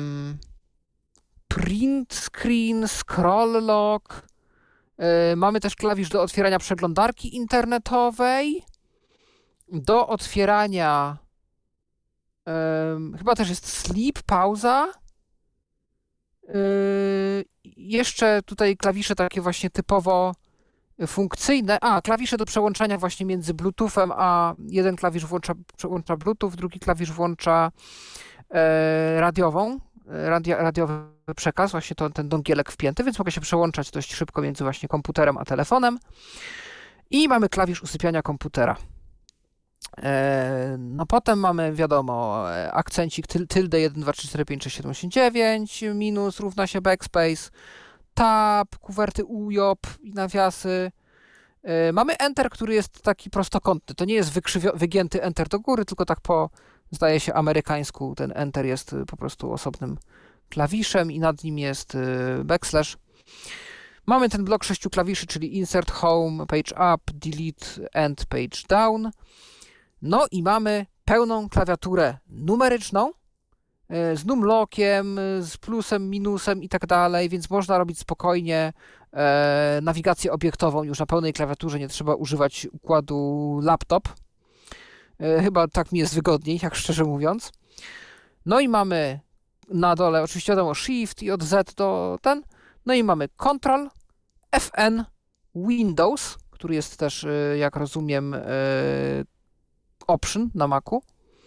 print screen, scroll lock. Yy, mamy też klawisz do otwierania przeglądarki internetowej, do otwierania yy, chyba też jest sleep, pauza. Yy, jeszcze tutaj klawisze takie właśnie typowo funkcyjne. A, klawisze do przełączania właśnie między Bluetoothem, a jeden klawisz włącza, włącza Bluetooth, drugi klawisz włącza yy, radiową. Radio, radiowy przekaz, właśnie to, ten dongielek wpięty, więc mogę się przełączać dość szybko między właśnie komputerem a telefonem. I mamy klawisz usypiania komputera. E, no potem mamy, wiadomo, akcencik tyl, tilde jeden, dwa, trzy, cztery, pięć, sześć, siedem, osiem, dziewięć, minus równa się backspace, tab, kuwerty U J O P i nawiasy, Yy, mamy Enter, który jest taki prostokątny. To nie jest wykrzywio- wygięty Enter do góry, tylko tak po, zdaje się, amerykańsku. Ten Enter jest po prostu osobnym klawiszem i nad nim jest yy, backslash. Mamy ten blok sześciu klawiszy, czyli Insert, Home, Page Up, Delete, End, Page Down. No i mamy pełną klawiaturę numeryczną, z numlockiem, z plusem, minusem i tak dalej, więc można robić spokojnie e, nawigację obiektową już na pełnej klawiaturze, nie trzeba używać układu laptop. E, chyba tak mi jest wygodniej, jak szczerze mówiąc. No i mamy na dole oczywiście wiadomo Shift i od Z do ten, no i mamy Control, F N, Windows, który jest też, jak rozumiem, e, option na Macu,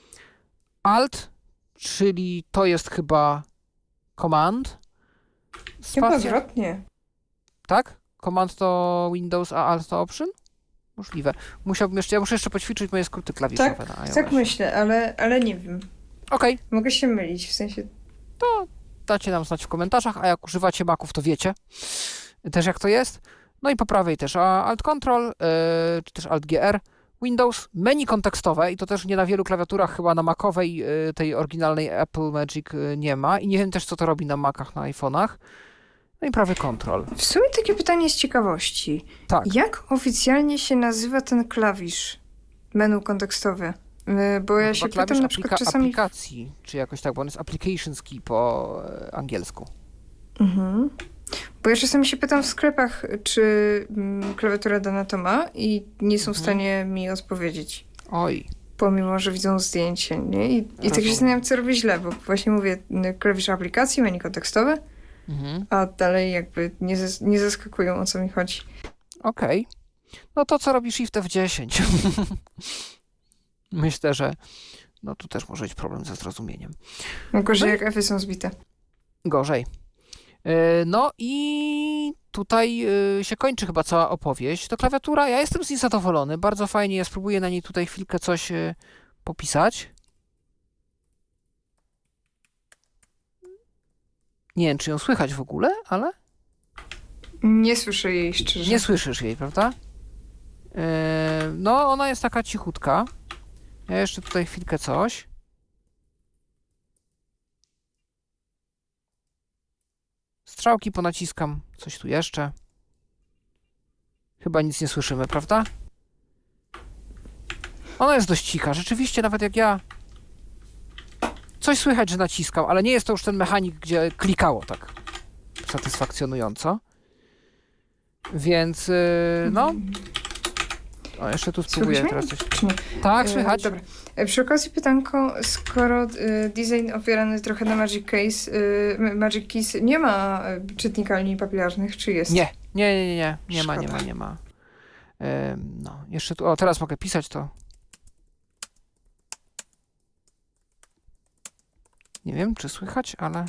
Alt, czyli to jest chyba Command. Chyba Spacja. odwrotnie. Tak? Command to Windows, a Alt to Option? Możliwe. Musiałbym jeszcze, ja muszę jeszcze poćwiczyć moje skróty klawiszowe Tak, na iOS. tak myślę, ale, ale nie wiem. Okej, okay. Mogę się mylić, w sensie... To dacie nam znać w komentarzach, a jak używacie Maców, to wiecie też jak to jest. No i po prawej też Alt Control, yy, czy też Alt G R, Windows, menu kontekstowe i to też nie na wielu klawiaturach, chyba na Macowej, yy, tej oryginalnej Apple Magic yy, nie ma i nie wiem też co to robi na Macach, na iPhone'ach. No i prawy Control. W sumie takie pytanie z ciekawości. Tak. Jak oficjalnie się nazywa ten klawisz menu kontekstowe? Yy, Bo ja No, się chyba pytam na aplika- przykład czasami... aplikacji, czy jakoś tak, bo on jest applications key po e, angielsku. Mhm. Bo ja czasami się pytam w sklepach, czy mm, klawiatura dana to ma i nie są w Mhm. stanie mi odpowiedzieć. Oj. Pomimo, że widzą zdjęcie, nie? I, i tak się Rozumiem. zastanawiam, co robię źle, bo właśnie mówię n- klawisz aplikacji, menu kontekstowe, Mhm. a dalej jakby nie, zas- nie zaskakują, o co mi chodzi. Okej. No to co robi Shift F dziesięć? Myślę, że no tu też może być problem ze zrozumieniem. No gorzej No i- jak F-y są zbite. Gorzej. Yy, No i tutaj yy, się kończy chyba cała opowieść. To klawiatura, ja jestem z niej zadowolony, bardzo fajnie, ja spróbuję na niej tutaj chwilkę coś yy, popisać. Nie wiem, czy ją słychać w ogóle, ale Nie słyszę jej szczerze. nie słyszysz jej, prawda? Yy, No, ona jest taka cichutka. Ja jeszcze tutaj chwilkę coś. Strzałki ponaciskam. Coś tu jeszcze. Chyba nic nie słyszymy, prawda? Ona jest dość cicha. Rzeczywiście, nawet jak ja... Coś słychać, że naciskam, ale nie jest to już ten mechanik, gdzie klikało tak satysfakcjonująco. Więc, yy, no... O, jeszcze tu spróbuję Słychać teraz mnie? coś... Czy nie? Tak, E, słychać. Dobra. E, Przy okazji pytanko, skoro e, design opierany trochę na Magic Case, e, Magic Keys nie ma e, czytnika linii papilarnych, czy jest? Nie, nie, nie, nie, nie, nie ma, nie Szkoda. ma, nie ma. Ym, no, jeszcze tu, o, teraz mogę pisać to. Nie wiem, czy słychać, ale...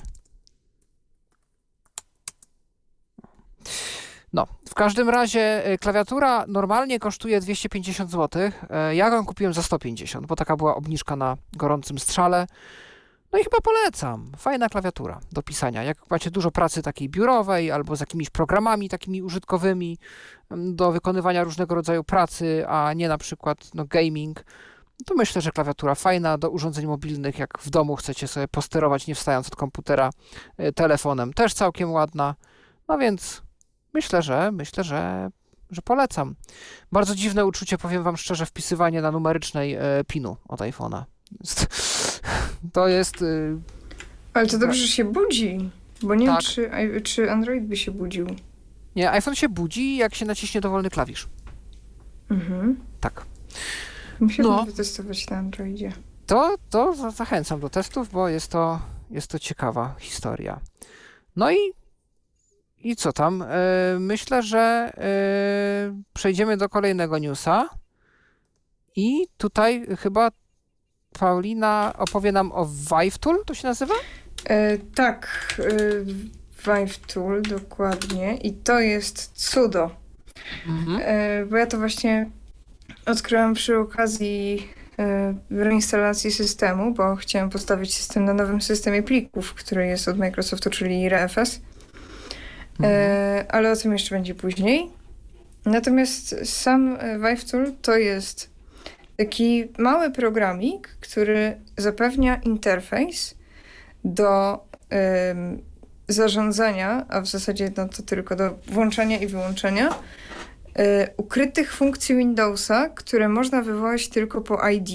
No, w każdym razie y, klawiatura normalnie kosztuje dwieście pięćdziesiąt złotych. Y, Ja ją kupiłem za sto pięćdziesiąt, bo taka była obniżka na gorącym strzale. No i chyba polecam. Fajna klawiatura do pisania. Jak macie dużo pracy takiej biurowej albo z jakimiś programami takimi użytkowymi mm, do wykonywania różnego rodzaju pracy, a nie na przykład no, gaming, to myślę, że klawiatura fajna do urządzeń mobilnych. Jak w domu chcecie sobie posterować, nie wstając od komputera, y, telefonem, też całkiem ładna. No więc myślę, że myślę, że, że polecam. Bardzo dziwne uczucie, powiem wam szczerze, wpisywanie na numerycznej y, pinu od iPhone'a. Jest- To jest... y, Ale to dobrze, że się budzi, bo nie Tak. wiem, czy, i- czy Android by się budził. Nie, iPhone się budzi, jak się naciśnie dowolny klawisz. Mhm. Tak. Musiałbym No. wytestować na Androidzie. To, to za- zachęcam do testów, bo jest to, jest to ciekawa historia. No i, i co tam? E, myślę, że e, przejdziemy do kolejnego newsa. I tutaj chyba Paulina opowie nam o Vive Tool, to się nazywa? E, tak, e, Vive Tool, dokładnie. I to jest cudo. Mhm. E, bo ja to właśnie odkryłam przy okazji e, reinstalacji systemu, bo chciałam postawić system na nowym systemie plików, który jest od Microsoftu, czyli ReFS. E, ale o tym jeszcze będzie później. Natomiast sam ViveTool to jest taki mały programik, który zapewnia interfejs do ym, zarządzania, a w zasadzie no to tylko do włączania i wyłączenia y, ukrytych funkcji Windowsa, które można wywołać tylko po I D.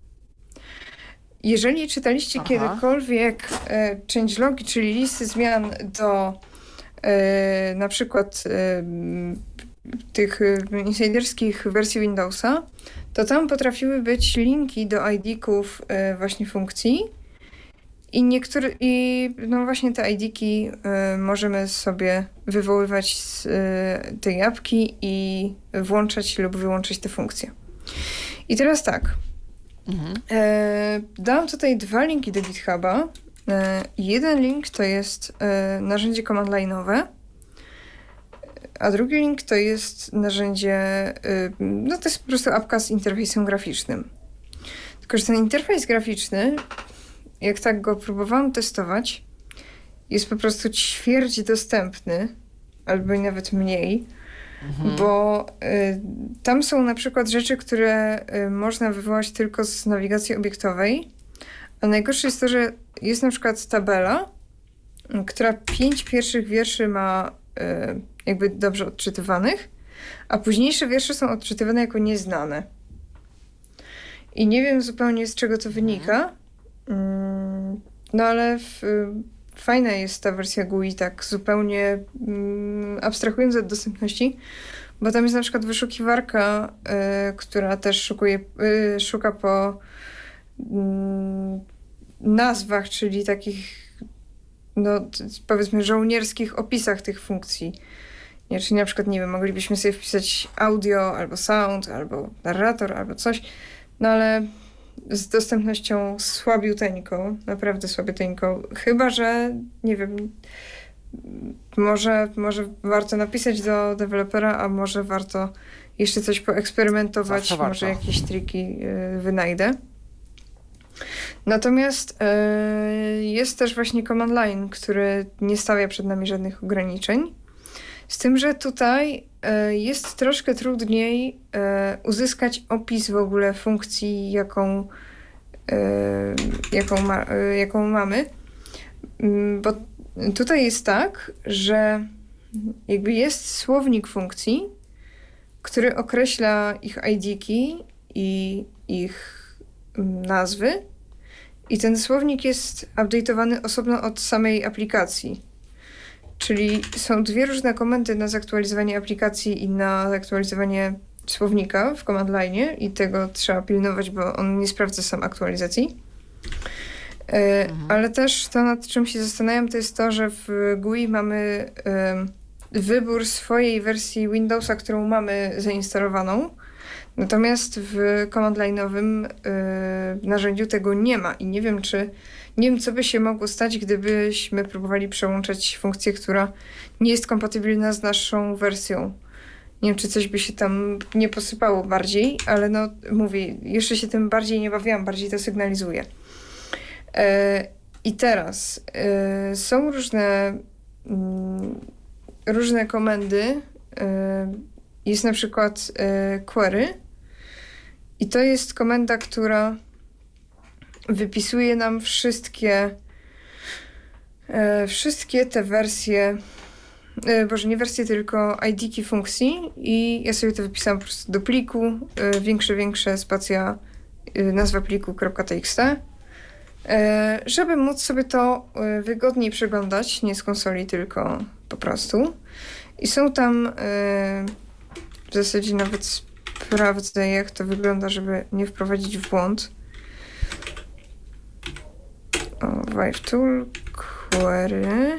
Jeżeli czytaliście Aha. kiedykolwiek y, changelogi, czyli listy zmian do y, na przykład y, tych y, insiderskich wersji Windowsa, to tam potrafiły być linki do I D-ków y, właśnie funkcji i niektóre, i no właśnie te I D-ki y, możemy sobie wywoływać z y, tej apki i włączać lub wyłączać te funkcje. I teraz tak, Mhm. e, dałam tutaj dwa linki do GitHuba. E, jeden link to jest e, narzędzie command line'owe, a drugi link to jest narzędzie, y, no to jest po prostu apka z interfejsem graficznym. Tylko że ten interfejs graficzny, jak tak go próbowałam testować, jest po prostu ćwierć dostępny, albo i nawet mniej, mhm. bo y, tam są na przykład rzeczy, które y, można wywołać tylko z nawigacji obiektowej, a najgorsze jest to, że jest na przykład tabela, y, która pięć pierwszych wierszy ma y, jakby dobrze odczytywanych, a późniejsze wiersze są odczytywane jako nieznane. I nie wiem zupełnie, z czego to wynika, mm, no ale w, fajna jest ta wersja G U I, tak zupełnie mm, abstrahując od dostępności, bo tam jest na przykład wyszukiwarka, y, która też szukuje, y, szuka po y, nazwach, czyli takich no powiedzmy żołnierskich opisach tych funkcji. Nie, czyli na przykład, nie wiem, moglibyśmy sobie wpisać audio, albo sound, albo narrator, albo coś, no ale z dostępnością słabiuteńką, naprawdę słabiuteńką. Chyba że, nie wiem, może, może warto napisać do dewelopera, a może warto jeszcze coś poeksperymentować, Zawsze może warto. jakieś triki yy, wynajdę. Natomiast yy, jest też właśnie command line, który nie stawia przed nami żadnych ograniczeń. Z tym, że tutaj y, jest troszkę trudniej y, uzyskać opis w ogóle funkcji, jaką, y, jaką, ma, y, jaką mamy. Y, bo tutaj jest tak, że jakby jest słownik funkcji, który określa ich I D-ki i ich nazwy. I ten słownik jest update'owany osobno od samej aplikacji. Czyli są dwie różne komendy na zaktualizowanie aplikacji i na zaktualizowanie słownika w command line i tego trzeba pilnować, bo on nie sprawdza sam aktualizacji. E, mhm. Ale też to, nad czym się zastanawiam, to jest to, że w G U I mamy e, wybór swojej wersji Windowsa, którą mamy zainstalowaną. Natomiast w command line'owym e, narzędziu tego nie ma i nie wiem, czy Nie wiem, co by się mogło stać, gdybyśmy próbowali przełączać funkcję, która nie jest kompatybilna z naszą wersją. Nie wiem, czy coś by się tam nie posypało bardziej, ale no mówię, jeszcze się tym bardziej nie bawiłam, bardziej to sygnalizuję. E, I teraz e, są różne, mm, różne komendy. E, jest na przykład e, query i to jest komenda, która wypisuje nam wszystkie e, wszystkie te wersje, e, boże nie wersje, tylko I D-ki funkcji i ja sobie to wypisałam po prostu do pliku, e, większe, większe, spacja, e, nazwa pliku .txt, e, żeby móc sobie to e, wygodniej przeglądać, nie z konsoli, tylko po prostu. I są tam e, w zasadzie nawet sprawdzę, jak to wygląda, żeby nie wprowadzić w błąd. O, ViveTool, query.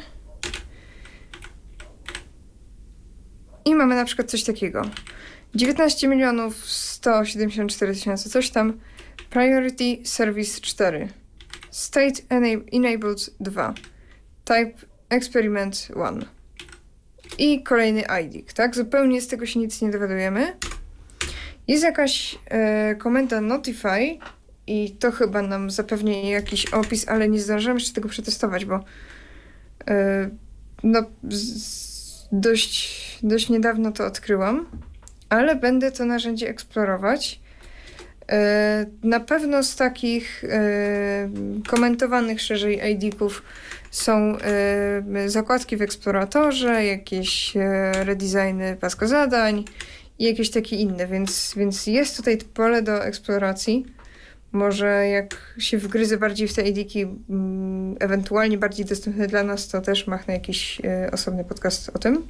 I mamy na przykład coś takiego. dziewiętnaście milionów sto siedemdziesiąt cztery tysiące, coś tam. Priority Service cztery. State Enabled dwa. Type Experiment jeden. I kolejny I D, tak? Zupełnie z tego się nic nie dowiadujemy. Jest jakaś e, komenda Notify i to chyba nam zapewni jakiś opis, ale nie zdążyłam jeszcze tego przetestować, bo e, no z, dość, dość niedawno to odkryłam. ale będę to narzędzie eksplorować. Na pewno z takich komentowanych szerzej I D-ków są zakładki w eksploratorze, jakieś redesigny paska zadań i jakieś takie inne, więc, więc jest tutaj pole do eksploracji. Może jak się wgryzę bardziej w te I D-ki, ewentualnie bardziej dostępne dla nas, to też machnę jakiś osobny podcast o tym.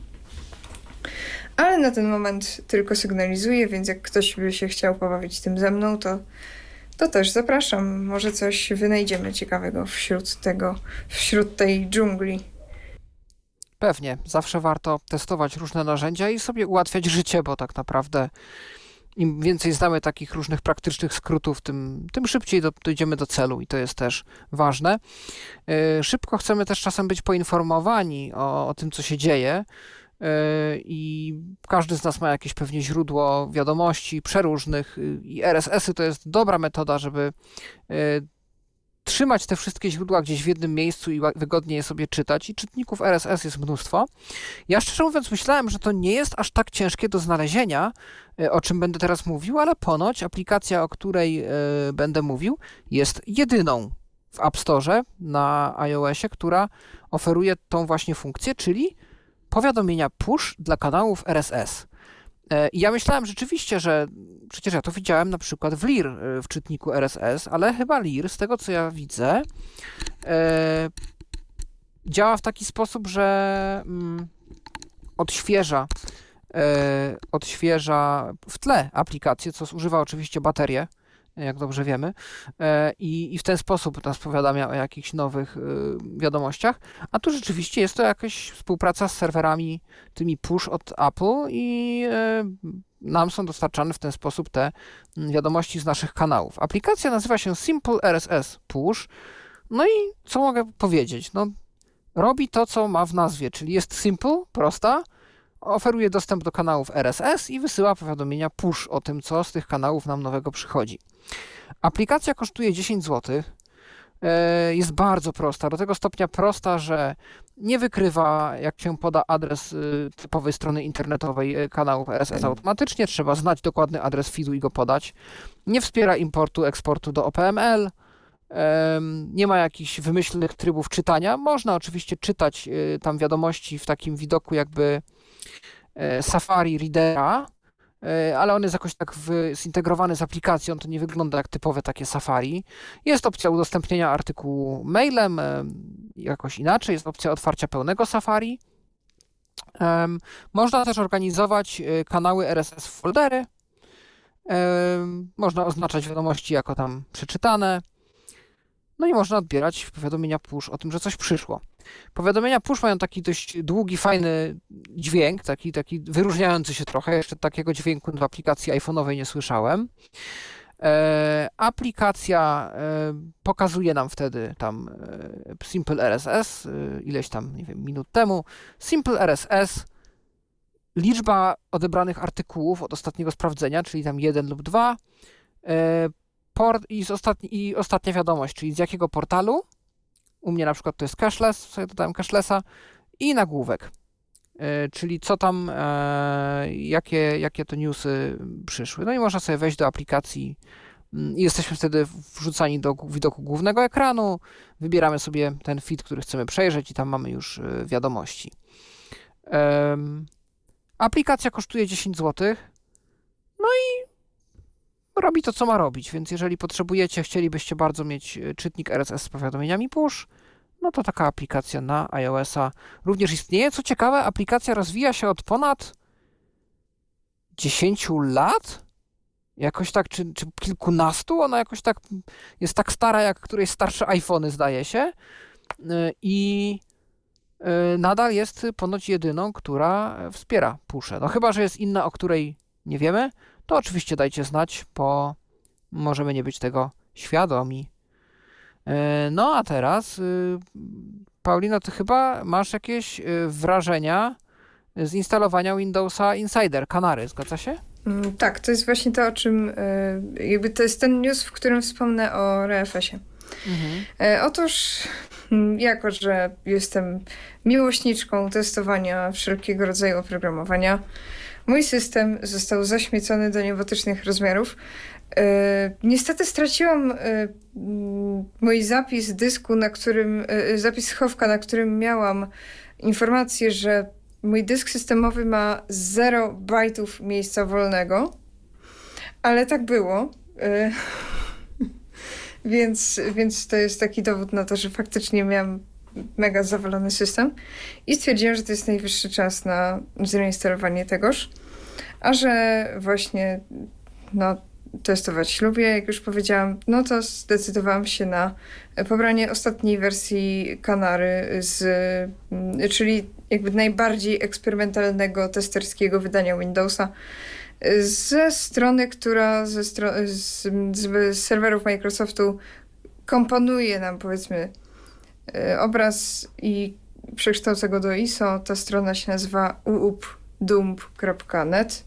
Ale na ten moment tylko sygnalizuję, więc jak ktoś by się chciał pobawić tym ze mną, to, to też zapraszam. Może coś wynajdziemy ciekawego wśród tego, wśród tej dżungli. Pewnie. Zawsze warto testować różne narzędzia i sobie ułatwiać życie, bo tak naprawdę im więcej znamy takich różnych praktycznych skrótów, tym, tym szybciej do, dojdziemy do celu i to jest też ważne. Yy, szybko chcemy też czasem być poinformowani o, o tym, co się dzieje. I każdy z nas ma jakieś pewnie źródło wiadomości przeróżnych i R S S-y to jest dobra metoda, żeby trzymać te wszystkie źródła gdzieś w jednym miejscu i wygodnie je sobie czytać i czytników R S S jest mnóstwo. Ja szczerze mówiąc myślałem, że to nie jest aż tak ciężkie do znalezienia, o czym będę teraz mówił, ale ponoć aplikacja, o której będę mówił, jest jedyną w App Store na iOSie, która oferuje tą właśnie funkcję, czyli powiadomienia push dla kanałów R S S. I ja myślałem rzeczywiście, że przecież ja to widziałem na przykład w Lir w czytniku R S S, ale chyba Lir, z tego co ja widzę, e, działa w taki sposób, że mm, odświeża, e, odświeża w tle aplikację, co zużywa oczywiście baterię, jak dobrze wiemy, i, i w ten sposób nas powiadamia o jakichś nowych wiadomościach, a tu rzeczywiście jest to jakaś współpraca z serwerami tymi push od Apple i nam są dostarczane w ten sposób te wiadomości z naszych kanałów. Aplikacja nazywa się Simple R S S Push, no i co mogę powiedzieć? No, robi to, co ma w nazwie, czyli jest simple, prosta, oferuje dostęp do kanałów R S S i wysyła powiadomienia push o tym, co z tych kanałów nam nowego przychodzi. Aplikacja kosztuje dziesięć złotych. Jest bardzo prosta, do tego stopnia prosta, że nie wykrywa, jak się poda adres typowej strony internetowej kanałów R S S automatycznie, trzeba znać dokładny adres feedu i go podać. Nie wspiera importu, eksportu do O P M L. Nie ma jakichś wymyślnych trybów czytania. Można oczywiście czytać tam wiadomości w takim widoku jakby Safari Readera, ale on jest jakoś tak w, zintegrowany z aplikacją, to nie wygląda jak typowe takie Safari. Jest opcja udostępnienia artykułu mailem, jakoś inaczej, jest opcja otwarcia pełnego Safari. Um, można też organizować kanały R S S w foldery. Um, można oznaczać wiadomości jako tam przeczytane. No i można odbierać powiadomienia push o tym, że coś przyszło. Powiadomienia push mają taki dość długi, fajny dźwięk, taki, taki wyróżniający się trochę. Jeszcze takiego dźwięku w aplikacji iPhone'owej nie słyszałem. E, aplikacja e, pokazuje nam wtedy tam e, Simple R S S, e, ileś tam, nie wiem, minut temu. Simple R S S, liczba odebranych artykułów od ostatniego sprawdzenia, czyli tam jeden lub dwa. E, port i, z ostatni, I ostatnia wiadomość, czyli z jakiego portalu. U mnie na przykład to jest cashless, sobie dodałem cashlessa i nagłówek, yy, czyli co tam, yy, jakie, jakie to newsy przyszły. No i można sobie wejść do aplikacji yy, i jesteśmy wtedy wrzucani do widoku głównego ekranu, wybieramy sobie ten feed, który chcemy przejrzeć i tam mamy już yy, wiadomości. Yy, aplikacja kosztuje dziesięć złotych, no i robi to, co ma robić, więc jeżeli potrzebujecie, chcielibyście bardzo mieć czytnik R S S z powiadomieniami push, no to taka aplikacja na iOS-a również istnieje. Co ciekawe, aplikacja rozwija się od ponad dziesięciu lat? Jakoś tak, czy, czy kilkunastu? Ona jakoś tak jest tak stara, jak któreś starsze iPhony, zdaje się. I nadal jest ponoć jedyną, która wspiera pusze. No chyba, że jest inna, o której nie wiemy, to oczywiście dajcie znać, bo możemy nie być tego świadomi. No a teraz, Paulina, ty chyba masz jakieś wrażenia z instalowania Windowsa Insider, Kanary, zgadza się? Mm, tak, to jest właśnie to, o czym, jakby to jest ten news, w którym wspomnę o ReFS-ie. Mhm. Otóż, jako że jestem miłośniczką testowania wszelkiego rodzaju oprogramowania, mój system został zaśmiecony do niebotycznych rozmiarów. E, niestety straciłam e, mój zapis dysku, na którym, e, zapis schowka, na którym miałam informację, że mój dysk systemowy ma zero bajtów miejsca wolnego, ale tak było. E, więc, więc to jest taki dowód na to, że faktycznie miałam mega zawalony system i stwierdziłam, że to jest najwyższy czas na zainstalowanie tegoż, a że właśnie no, testować lubię, jak już powiedziałam, no to zdecydowałam się na pobranie ostatniej wersji Kanary, z, czyli jakby najbardziej eksperymentalnego testerskiego wydania Windowsa, ze strony, która ze stro- z, z serwerów Microsoftu komponuje nam, powiedzmy, obraz i przekształca go do I S O. Ta strona się nazywa u u p dump kropka net.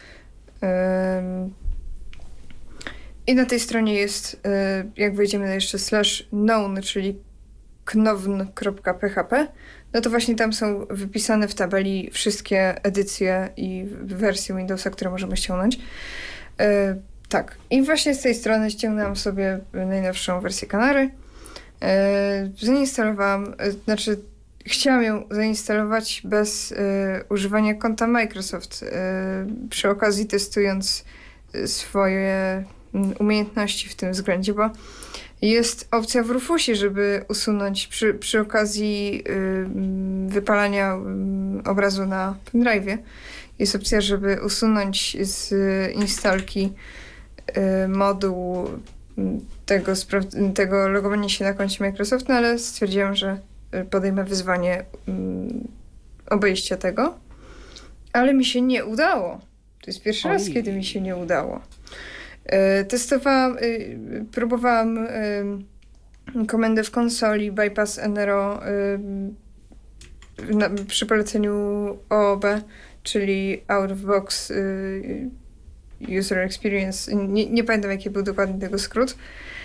I na tej stronie jest, jak wejdziemy na jeszcze slash known, czyli known kropka p h p, no to właśnie tam są wypisane w tabeli wszystkie edycje i wersje Windowsa, które możemy ściągnąć. E, tak. I właśnie z tej strony ściągnęłam sobie najnowszą wersję Kanary. E, zainstalowałam, e, znaczy chciałam ją zainstalować bez e, używania konta Microsoft, e, przy okazji testując swoje umiejętności w tym względzie, bo jest opcja w Rufusie, żeby usunąć przy, przy okazji y, wypalania y, obrazu na pendrive'ie. Jest opcja, żeby usunąć z instalki y, moduł tego, spra- tego logowania się na koncie Microsoft, no ale stwierdziłam, że podejmę wyzwanie y, obejścia tego. Ale mi się nie udało. To jest pierwszy Oj. raz, kiedy mi się nie udało. Testowałam, próbowałam komendę w konsoli bypass N R O na, przy poleceniu O O B, czyli Out of Box User Experience. Nie, nie pamiętam, jaki był dokładnie tego skrót.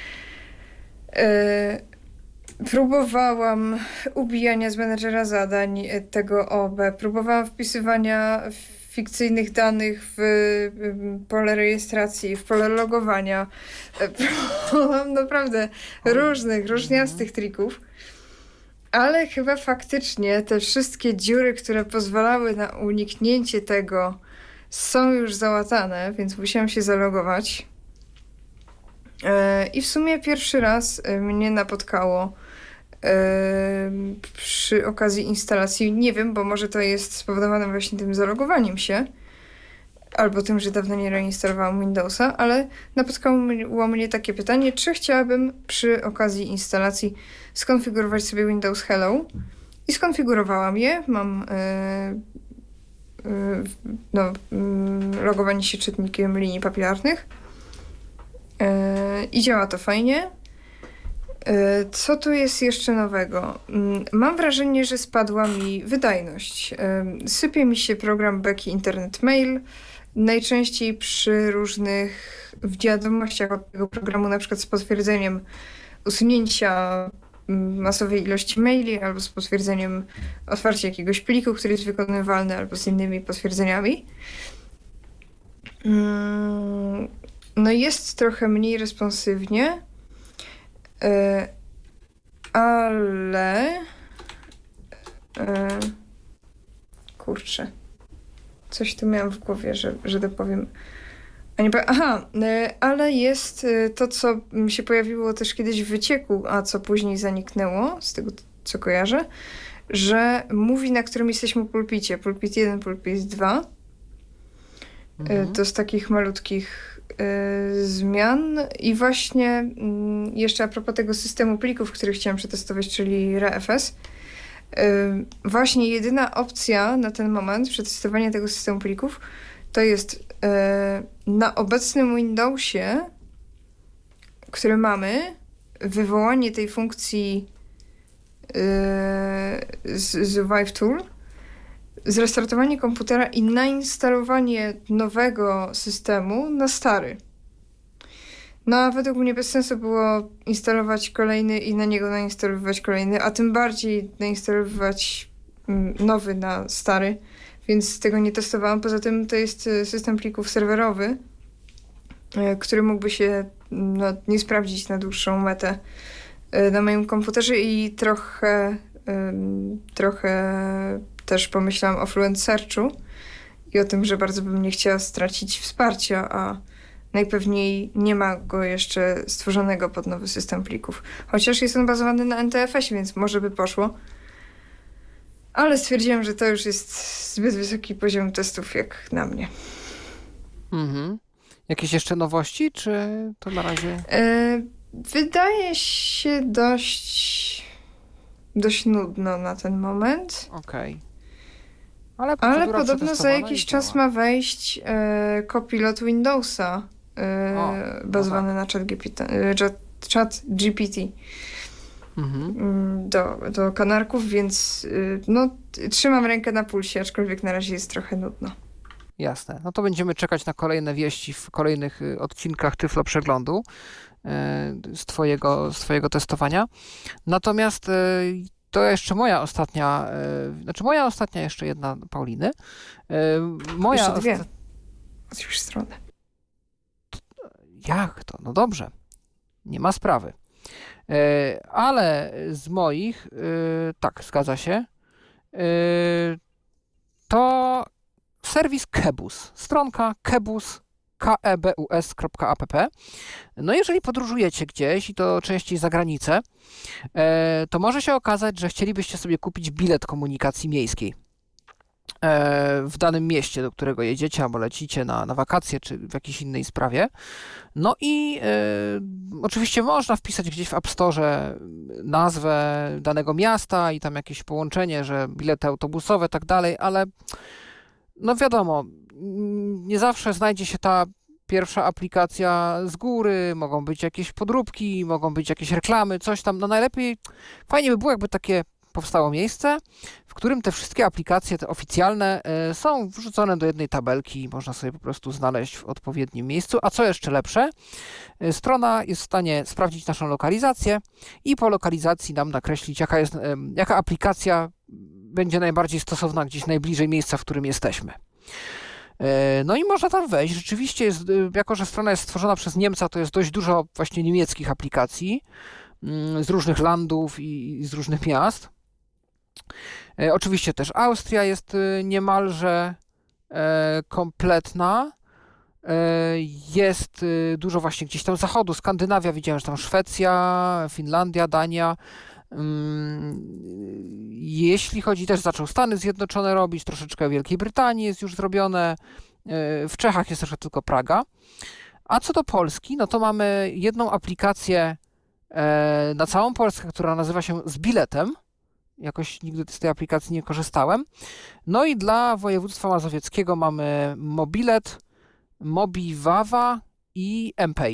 Próbowałam ubijania z menedżera zadań tego O O B. Próbowałam wpisywania fikcyjnych danych w pole rejestracji, w pole logowania. Mam naprawdę różnych, różniastych trików. Ale chyba faktycznie te wszystkie dziury, które pozwalały na uniknięcie tego, są już załatane, więc musiałam się zalogować. I w sumie pierwszy raz mnie napotkało przy okazji instalacji, nie wiem, bo może to jest spowodowane właśnie tym zalogowaniem się, albo tym, że dawno nie reinstalowałam Windowsa, ale napotkało mnie takie pytanie, czy chciałabym przy okazji instalacji skonfigurować sobie Windows Hello. I skonfigurowałam je. Mam yy, yy, no, yy, logowanie się czytnikiem linii papilarnych. Yy, I działa to fajnie. Co tu jest jeszcze nowego? Mam wrażenie, że spadła mi wydajność. Sypie mi się program Becky Internet Mail. Najczęściej przy różnych wiadomościach od tego programu, na przykład z potwierdzeniem usunięcia masowej ilości maili, albo z potwierdzeniem otwarcia jakiegoś pliku, który jest wykonywalny, albo z innymi potwierdzeniami. No jest trochę mniej responsywnie. Yy, ale yy, kurczę, coś tu miałam w głowie, że, że dopowiem. A nie powiem. Aha, yy, ale jest yy, to, co się pojawiło też kiedyś w wycieku, a co później zaniknęło, z tego co kojarzę, że mówi, na którym jesteśmy pulpicie. Pulpit jeden, pulpit dwa. Mhm. Yy, to z takich malutkich zmian. I właśnie jeszcze a propos tego systemu plików, który chciałam przetestować, czyli R E F S, właśnie jedyna opcja na ten moment przetestowania tego systemu plików to jest na obecnym Windowsie, który mamy, wywołanie tej funkcji z, z Vive Tool, zrestartowanie komputera i nainstalowanie nowego systemu na stary. No a według mnie bez sensu było instalować kolejny i na niego nainstalowywać kolejny, a tym bardziej nainstalowywać nowy na stary, więc tego nie testowałam. Poza tym to jest system plików serwerowy, który mógłby się no, nie sprawdzić na dłuższą metę na moim komputerze i trochę, trochę też pomyślałam o Fluent Searchu i o tym, że bardzo bym nie chciała stracić wsparcia, a najpewniej nie ma go jeszcze stworzonego pod nowy system plików. Chociaż jest on bazowany na N T F S ie, więc może by poszło. Ale stwierdziłam, że to już jest zbyt wysoki poziom testów jak na mnie. Mhm. Jakieś jeszcze nowości, czy to na razie? E, wydaje się dość, dość nudno na ten moment. Okej. Okay. Ale, Ale podobno za jakiś czas ma wejść e, Copilot Windowsa e, o, bazowany no tak. na ChatGPT. E, Chat G P T. Mhm. Do, do kanarków, więc no, trzymam rękę na pulsie, aczkolwiek na razie jest trochę nudno. Jasne. No to będziemy czekać na kolejne wieści w kolejnych odcinkach Tyflo Przeglądu z twojego, z twojego testowania. Natomiast to jeszcze moja ostatnia, znaczy moja ostatnia jeszcze jedna Pauliny. Moja jeszcze dwie. Osta... już stronę. Jak to? No dobrze. Nie ma sprawy. Ale z moich, tak, zgadza się, to serwis Kebus, stronka kebus, k e b u s kropka app. No jeżeli podróżujecie gdzieś i to częściej za granicę, to może się okazać, że chcielibyście sobie kupić bilet komunikacji miejskiej w danym mieście, do którego jedziecie albo lecicie na, na wakacje czy w jakiejś innej sprawie. No i e, oczywiście można wpisać gdzieś w App Store nazwę danego miasta i tam jakieś połączenie, że bilety autobusowe, tak dalej, ale no wiadomo, nie zawsze znajdzie się ta pierwsza aplikacja z góry, mogą być jakieś podróbki, mogą być jakieś reklamy, coś tam. No najlepiej, fajnie by było, jakby takie powstało miejsce, w którym te wszystkie aplikacje, te oficjalne, y, są wrzucone do jednej tabelki i można sobie po prostu znaleźć w odpowiednim miejscu. A co jeszcze lepsze, y, strona jest w stanie sprawdzić naszą lokalizację i po lokalizacji nam nakreślić, jaka jest, y, jaka aplikacja będzie najbardziej stosowna gdzieś najbliżej miejsca, w którym jesteśmy. Y, no i można tam wejść. Rzeczywiście jest, y, jako że strona jest stworzona przez Niemca, to jest dość dużo właśnie niemieckich aplikacji y, z różnych landów i, i z różnych miast. E, oczywiście też Austria jest e, niemalże e, kompletna. E, jest e, dużo właśnie gdzieś tam zachodu, Skandynawia, widziałem, że tam Szwecja, Finlandia, Dania. Mm, jeśli chodzi, też zaczął Stany Zjednoczone robić, troszeczkę Wielkiej Brytanii jest już zrobione. E, w Czechach jest jeszcze tylko Praga. A co do Polski, no to mamy jedną aplikację e, na całą Polskę, która nazywa się Z Biletem. Jakoś nigdy z tej aplikacji nie korzystałem. No i dla województwa mazowieckiego mamy Mobilet, Mobiwawa i mPay.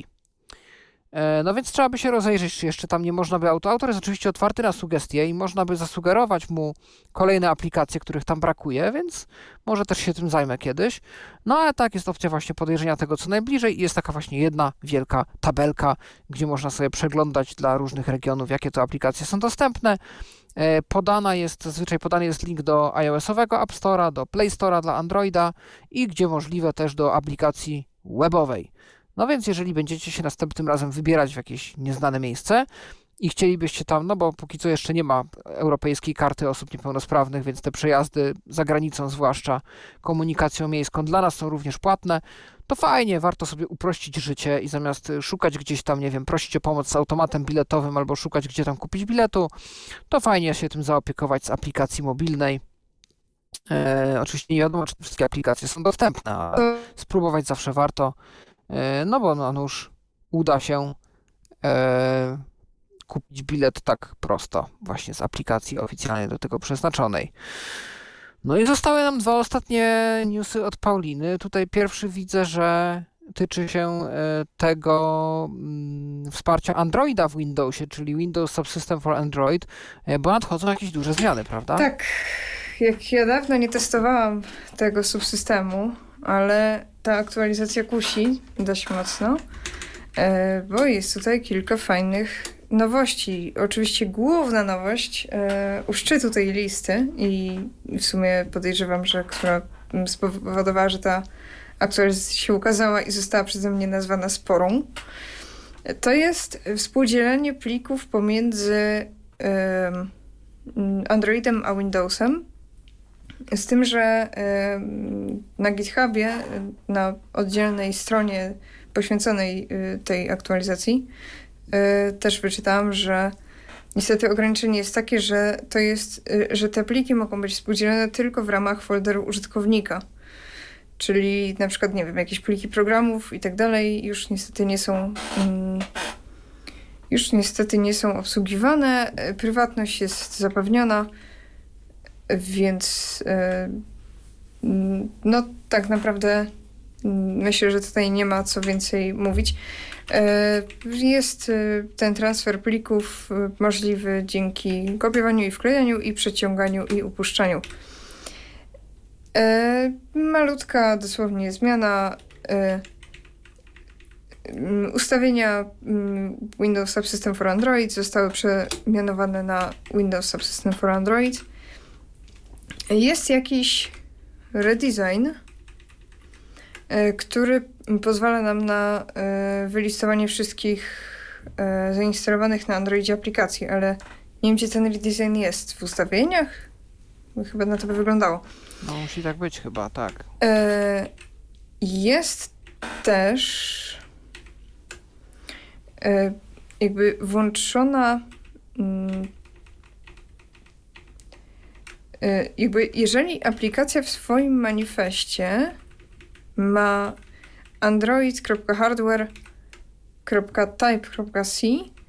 No więc trzeba by się rozejrzeć, czy jeszcze tam nie można by... Auto. Autor jest oczywiście otwarty na sugestie i można by zasugerować mu kolejne aplikacje, których tam brakuje, więc może też się tym zajmę kiedyś. No ale tak, jest opcja właśnie podejrzenia tego, co najbliżej i jest taka właśnie jedna wielka tabelka, gdzie można sobie przeglądać dla różnych regionów, jakie to aplikacje są dostępne. Podana jest, zazwyczaj podany jest link do iOS-owego App Store'a, do Play Store'a dla Androida i gdzie możliwe też do aplikacji webowej. No więc jeżeli będziecie się następnym razem wybierać w jakieś nieznane miejsce i chcielibyście tam, no bo póki co jeszcze nie ma europejskiej karty osób niepełnosprawnych, więc te przejazdy za granicą, zwłaszcza komunikacją miejską, dla nas są również płatne, to fajnie, warto sobie uprościć życie i zamiast szukać gdzieś tam, nie wiem, prosić o pomoc z automatem biletowym albo szukać, gdzie tam kupić biletu, to fajnie się tym zaopiekować z aplikacji mobilnej. E, oczywiście nie wiadomo, czy wszystkie aplikacje są dostępne, a spróbować zawsze warto, e, no bo no nuż uda się e, kupić bilet tak prosto, właśnie z aplikacji oficjalnie do tego przeznaczonej. No i zostały nam dwa ostatnie newsy od Pauliny. Tutaj pierwszy widzę, że tyczy się tego mm, wsparcia Androida w Windowsie, czyli Windows Subsystem for Android, bo nadchodzą jakieś duże zmiany, prawda? Tak. Jak ja dawno nie testowałam tego subsystemu, ale ta aktualizacja kusi dość mocno, bo jest tutaj kilka fajnych nowości, oczywiście główna nowość e, u szczytu tej listy i w sumie podejrzewam, że która spowodowała, że ta aktualizacja się ukazała i została przeze mnie nazwana sporą, to jest współdzielenie plików pomiędzy e, Androidem a Windowsem. Z tym, że na GitHubie, na oddzielnej stronie poświęconej tej aktualizacji, też wyczytałam, że niestety ograniczenie jest takie, że to jest, że te pliki mogą być współdzielone tylko w ramach folderu użytkownika. Czyli na przykład, nie wiem, jakieś pliki programów i tak dalej już niestety nie są już niestety nie są obsługiwane. Prywatność jest zapewniona. Więc no tak naprawdę myślę, że tutaj nie ma co więcej mówić. Jest ten transfer plików możliwy dzięki kopiowaniu i wklejaniu i przeciąganiu i upuszczaniu. Malutka dosłownie zmiana. Ustawienia Windows Subsystem for Android zostały przemianowane na Windows Subsystem for Android. Jest jakiś redesign, który pozwala nam na wylistowanie wszystkich zainstalowanych na Androidzie aplikacji, ale nie wiem, gdzie ten redesign jest. W ustawieniach? Chyba na to by wyglądało. No musi tak być chyba, tak. Jest też jakby włączona jakby jeżeli aplikacja w swoim manifestie ma android.hardware.type.c,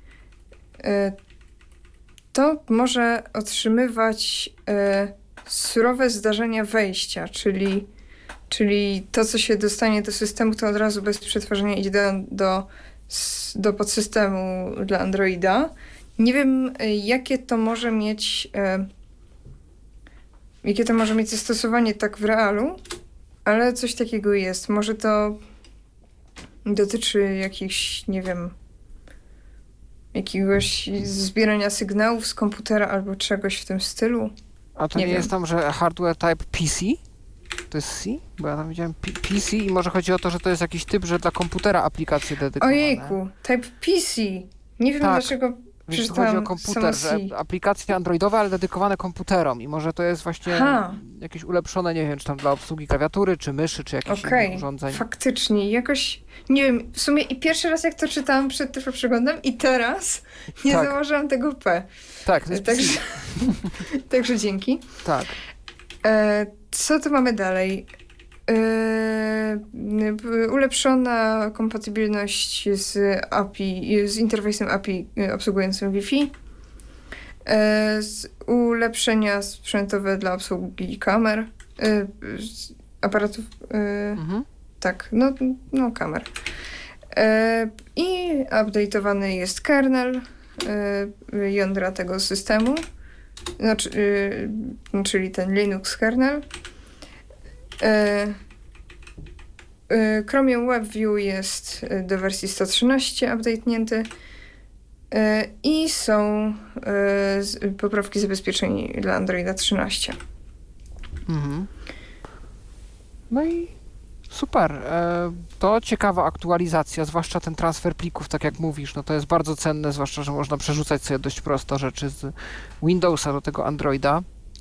to może otrzymywać surowe zdarzenia wejścia, czyli, czyli to, co się dostanie do systemu, to od razu bez przetwarzania idzie do, do, do podsystemu dla Androida. Nie wiem, jakie to może mieć jakie to może mieć zastosowanie tak w realu, ale coś takiego jest. Może to dotyczy jakichś, nie wiem, jakiegoś zbierania sygnałów z komputera albo czegoś w tym stylu. A to nie, nie jest tam, że hardware type P C? To jest C? Bo ja tam widziałem P- PC i może chodzi o to, że to jest jakiś typ, że dla komputera aplikacje dedykowane. Ojejku, type P C. Nie wiem tak. dlaczego Więc chodzi o komputer, że aplikacje androidowe, ale dedykowane komputerom i może to jest właśnie ha. jakieś ulepszone, nie wiem, czy tam dla obsługi klawiatury, czy myszy, czy jakichś okay. innych urządzeń. Faktycznie, jakoś, nie wiem, w sumie i pierwszy raz jak to czytałam przed tym przeglądem i teraz nie tak. zauważyłam tego P. Tak, to jest Także, także dzięki. Tak. E, co tu mamy dalej? Yy, ulepszona kompatybilność z A P I, z interfejsem A P I obsługującym Wi-Fi. Yy, ulepszenia sprzętowe dla obsługi kamer, yy, aparatów, yy, mhm. tak, no, no kamer. Yy, I update'owany jest kernel yy, jądra tego systemu, znaczy, yy, czyli ten Linux kernel. Chromium WebView jest do wersji sto trzynaście update'nięty i są poprawki zabezpieczeń dla Androida trzynaście. Mhm. No i super. To ciekawa aktualizacja, zwłaszcza ten transfer plików, tak jak mówisz, no to jest bardzo cenne, zwłaszcza, że można przerzucać sobie dość prosto rzeczy z Windowsa do tego Androida.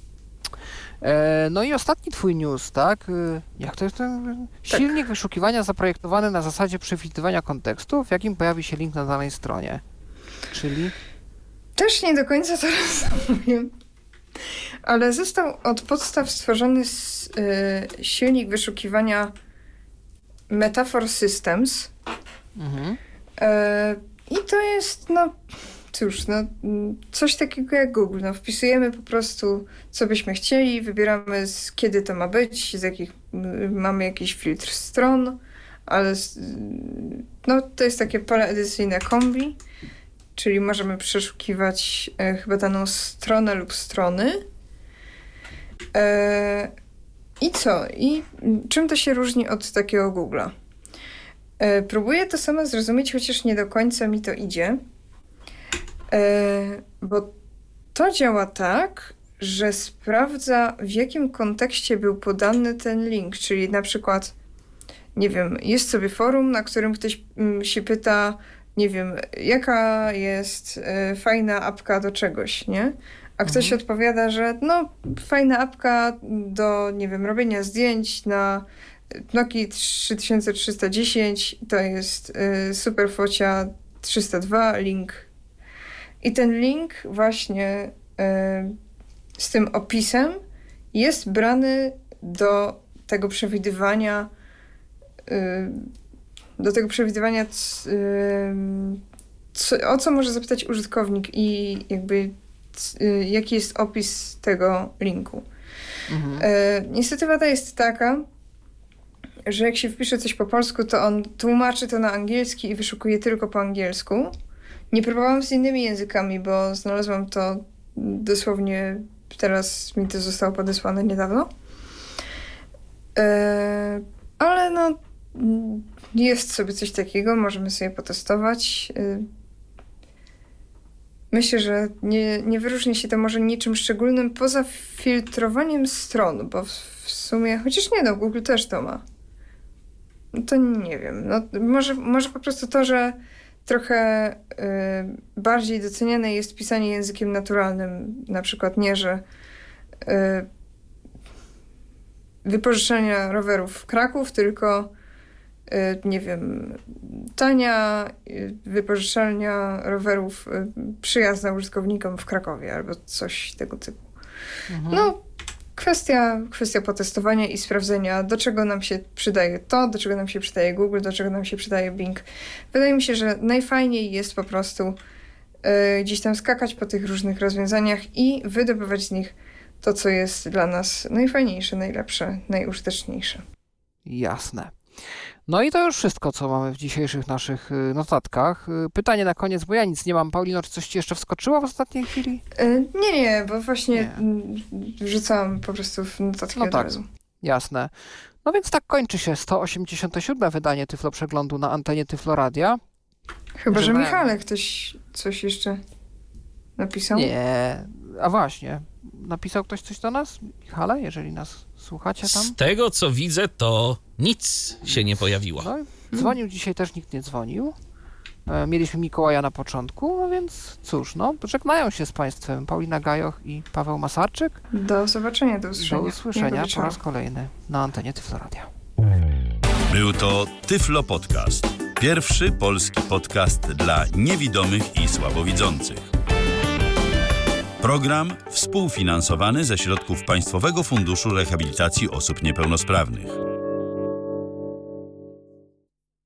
No i ostatni twój news, tak? Jak to jest ten silnik tak. wyszukiwania zaprojektowany na zasadzie przewidywania kontekstu, w jakim pojawi się link na danej stronie. Czyli? Też nie do końca to rozumiem. Ale został od podstaw stworzony z, y, silnik wyszukiwania Metaphor Systems. Mhm. Y, I to jest, no... Cóż, no, coś takiego jak Google. No, wpisujemy po prostu, co byśmy chcieli, wybieramy z kiedy to ma być, z jakich mamy jakiś filtr stron, ale no, to jest takie pole edycyjne kombi, czyli możemy przeszukiwać e, chyba daną stronę lub strony. E, I co? I czym to się różni od takiego Google'a? E, próbuję to samo zrozumieć, chociaż nie do końca mi to idzie. E, bo to działa tak, że sprawdza, w jakim kontekście był podany ten link, czyli na przykład, nie wiem, jest sobie forum, na którym ktoś mm, się pyta, nie wiem, jaka jest y, fajna apka do czegoś, nie? A ktoś Mhm. odpowiada, że no, fajna apka do, nie wiem, robienia zdjęć na Nokii trzy tysiące trzysta dziesięć, to jest y, Superfocia trzysta dwa, link. I ten link właśnie y, z tym opisem jest brany do tego przewidywania y, do tego przewidywania c, y, co, o co może zapytać użytkownik i jakby c, y, jaki jest opis tego linku. Mhm. Y, niestety wada jest taka, że jak się wpisze coś po polsku, to on tłumaczy to na angielski i wyszukuje tylko po angielsku. Nie próbowałam z innymi językami, bo znalazłam to dosłownie, teraz mi to zostało podesłane niedawno. E, ale no, jest sobie coś takiego, możemy sobie potestować. E, myślę, że nie, nie wyróżni się to może niczym szczególnym poza filtrowaniem stron, bo w, w sumie, chociaż nie no, Google też to ma. No to nie wiem. No, może, może po prostu to, że trochę y, bardziej doceniane jest pisanie językiem naturalnym. Na przykład nie, że y, wypożyczalnia rowerów Kraków, tylko y, nie wiem, tania y, wypożyczalnia rowerów y, przyjazna użytkownikom w Krakowie albo coś tego typu. Mhm. No, kwestia, kwestia potestowania i sprawdzenia, do czego nam się przydaje to, do czego nam się przydaje Google, do czego nam się przydaje Bing. Wydaje mi się, że najfajniej jest po prostu y, gdzieś tam skakać po tych różnych rozwiązaniach i wydobywać z nich to, co jest dla nas najfajniejsze, najlepsze, najużyteczniejsze. Jasne. No i to już wszystko, co mamy w dzisiejszych naszych y, notatkach. Y, Pytanie na koniec, bo ja nic nie mam. Paulino, czy coś ci jeszcze wskoczyło w ostatniej chwili? Y, nie, nie, bo właśnie Nie. mm, wrzucałam po prostu w notatki No od tak. razu. Jasne. No więc tak kończy się sto osiemdziesiąte siódme wydanie Tyflo Przeglądu na antenie Tyfloradia. Chyba, że Żebym- Michale ktoś coś jeszcze napisał. Nie. A właśnie. Napisał ktoś coś do nas? Michale, jeżeli nas słuchacie tam? Z tego, co widzę, to nic się nie pojawiło. No, i dzwonił dzisiaj też, nikt nie dzwonił. E, Mieliśmy Mikołaja na początku, no więc cóż, no, żegnają się z Państwem Paulina Gajoch i Paweł Masarczyk. Do zobaczenia, do usłyszenia. Do usłyszenia Miłego po wieczoru. raz kolejny na antenie Tyfloradia. Był to Tyflo Podcast. Pierwszy polski podcast dla niewidomych i słabowidzących. Program współfinansowany ze środków Państwowego Funduszu Rehabilitacji Osób Niepełnosprawnych.